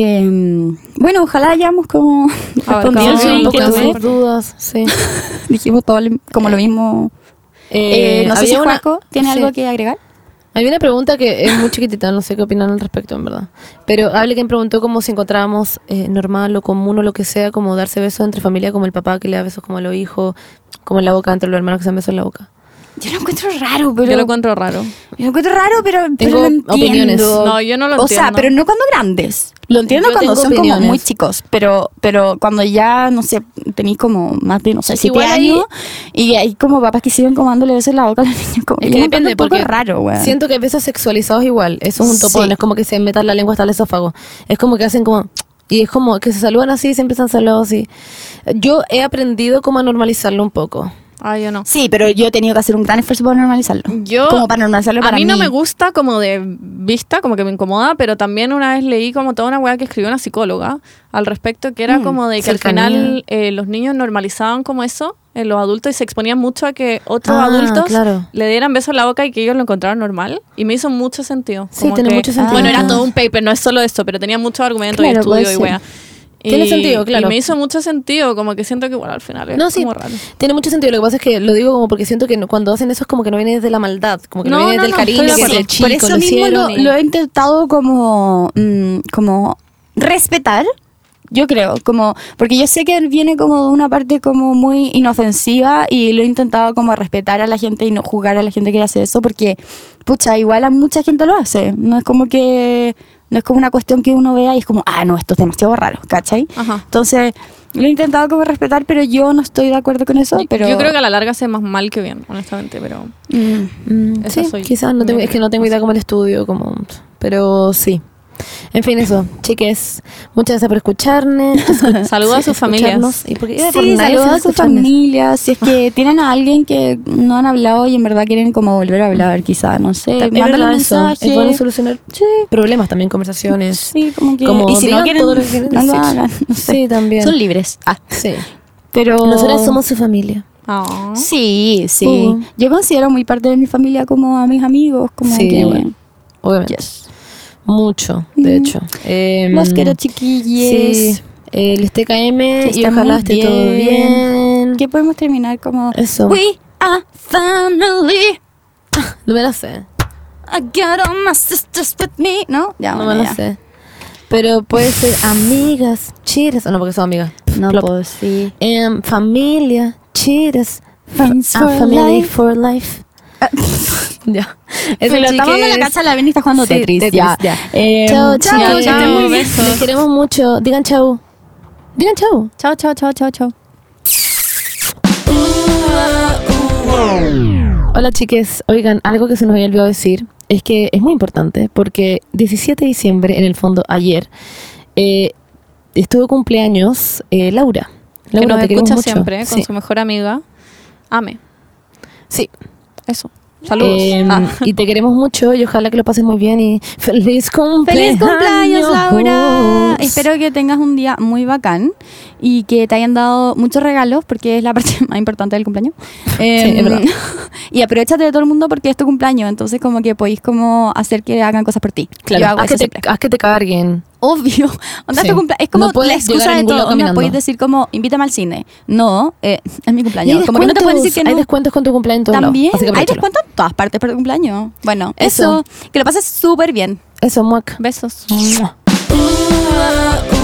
Bueno, ojalá hayamos como respondido Abarcado Sí, su un un poco poco de inquietud. mis dudas, sí. Dijimos todo como lo mismo. No sé había si una- Juaco tiene sí. algo que agregar. Hay una pregunta que es muy chiquitita, no sé qué opinan al respecto, en verdad. Pero alguien preguntó como si encontrábamos normal o común o lo que sea, como darse besos entre familia, como el papá que le da besos como a los hijos, como en la boca, entre los hermanos que se dan besos en la boca. Yo lo encuentro raro, pero... Yo lo encuentro raro. Yo lo encuentro raro, pero Tengo lo entiendo. opiniones. No, yo no lo O sea, entiendo. pero no cuando grandes. Lo entiendo Yo cuando tengo son opiniones. como muy chicos, pero cuando ya, no sé, tenéis como más de, no sé, Es 7 que igual ahí- años y hay como papás que siguen como dándole besos en la boca a los niños. Como, Es yo que lo encuentro depende, un poco porque raro, güey. siento que hay besos sexualizados igual. Eso es un topón, Sí. es como que se metan la lengua hasta el esófago. Es como que hacen como... Y es como que se saludan así, siempre están saludados así. Yo he aprendido como a normalizarlo un poco. Ah, yo no. Sí, pero yo he tenido que hacer un gran esfuerzo para normalizarlo. Yo- Como para normalizarlo A para mí no me gusta como de vista, como que me incomoda, pero también una vez leí como toda una weá que escribió una psicóloga al respecto, que era como de que cercanía. al final los niños normalizaban como eso en los adultos y se exponían mucho a que otros Ah, adultos claro. le dieran besos en la boca y que ellos lo encontraran normal. Y me hizo mucho sentido. Sí, Como tiene que- mucho sentido. Bueno, era Ah. todo un paper, no es solo esto, pero tenía muchos argumentos y Claro, estudios puede y ser. weá. Tiene sentido, claro. Y me hizo mucho sentido, como que siento que igual al final es No, sí, como raro. tiene mucho sentido. Lo que pasa es que lo digo como porque siento que cuando hacen eso es como que no viene desde la maldad, como que no, No, viene no, desde el no, cariño, estoy de que es acuerdo. el chico, Por eso lo mismo hicieron y- lo he intentado como respetar, yo creo, como porque yo sé que viene como de una parte como muy inofensiva y lo he intentado como respetar a la gente y no juzgar a la gente que hace eso porque, pucha, igual a mucha gente lo hace. No es como una cuestión que uno vea y es como, no, esto es demasiado raro, ¿cachai? Ajá. Entonces, lo he intentado como respetar, pero yo no estoy de acuerdo con eso, pero... Yo creo que a la larga hace más mal que bien, honestamente, pero... Esa Sí, soy quizás no tengo, es que no tengo idea cómo el estudio, como, pero sí. En fin, eso, chiques, muchas gracias por escucharnos. Saludos a su familias. escucharnos. Y porque, por Sí, nadie saludos se a su escucharnos. familia. Si es que tienen a alguien que no han hablado y en verdad quieren como volver a hablar, quizá, no sé. Es Mándale verdad un eso, mensaje. es bueno solucionar Sí, problemas también, conversaciones. sí, como que... Como y si no digan quieren, todo lo que quieren no lo decir. hagan. No sé. Sí, también. Son libres. Sí. Pero... Nosotras somos su familia. Ah. Sí, sí. Yo considero muy parte de mi familia como a mis amigos, como Sí, que... bueno. Obviamente. Yes. Mucho, de hecho. Los quiero, chiquillos. Sí, el TKM y estén ojalá muy esté todo bien. Que podemos terminar como... Eso. We are family. No me la sé. I got all my sisters with me. ¿No? Ya, No bueno, me la ya. sé. Pero puede ser amigas, chiras. No, porque son amigas. No, Plop. pues sí. Familia, chiras. Friends for Family life. for life. Ya. Pero Eso, estamos en la chiques. casa, la Beni está jugando Sí, Tetris. Tetris, Ya. ya. Chao, Chao, chao, que chao. estén muy bien. Besos. Les queremos mucho. Digan chau. Digan chau. Chao, chao, chao, chao, chao. Hola chiques, oigan, algo que se nos había olvidado decir es que es muy importante porque 17 de diciembre, en el fondo ayer, estuvo cumpleaños Laura. Que Laura, nos te queremos escucha mucho. siempre con Sí. su mejor amiga. Ame. Sí. Eso. Saludos. Y te queremos mucho y ojalá que lo pases muy bien y feliz cumpleaños. ¡Feliz cumpleaños, Laura! Espero que tengas un día muy bacán y que te hayan dado muchos regalos porque es la parte más importante del cumpleaños. es verdad. Y aprovechate de todo el mundo porque es tu cumpleaños, entonces como que podéis como hacer que hagan cosas por ti. Yo Claro, hago eso siempre. haz que te carguen. Obvio. Onda, Sí. es tu cumpleaños. Es como No puedes la excusa llegar a de ningún todo. lado Onda, caminando. podéis decir como, invítame al cine. No, es mi Y cumpleaños. hay Como que no te puedes decir que no. Hay descuentos con tu cumpleaños en todos También lados. Así que hay aprovechalo. descuento en todas partes para tu cumpleaños. Bueno, Eso. eso. Que lo pases súper bien. Eso, muac. Besos. Mua.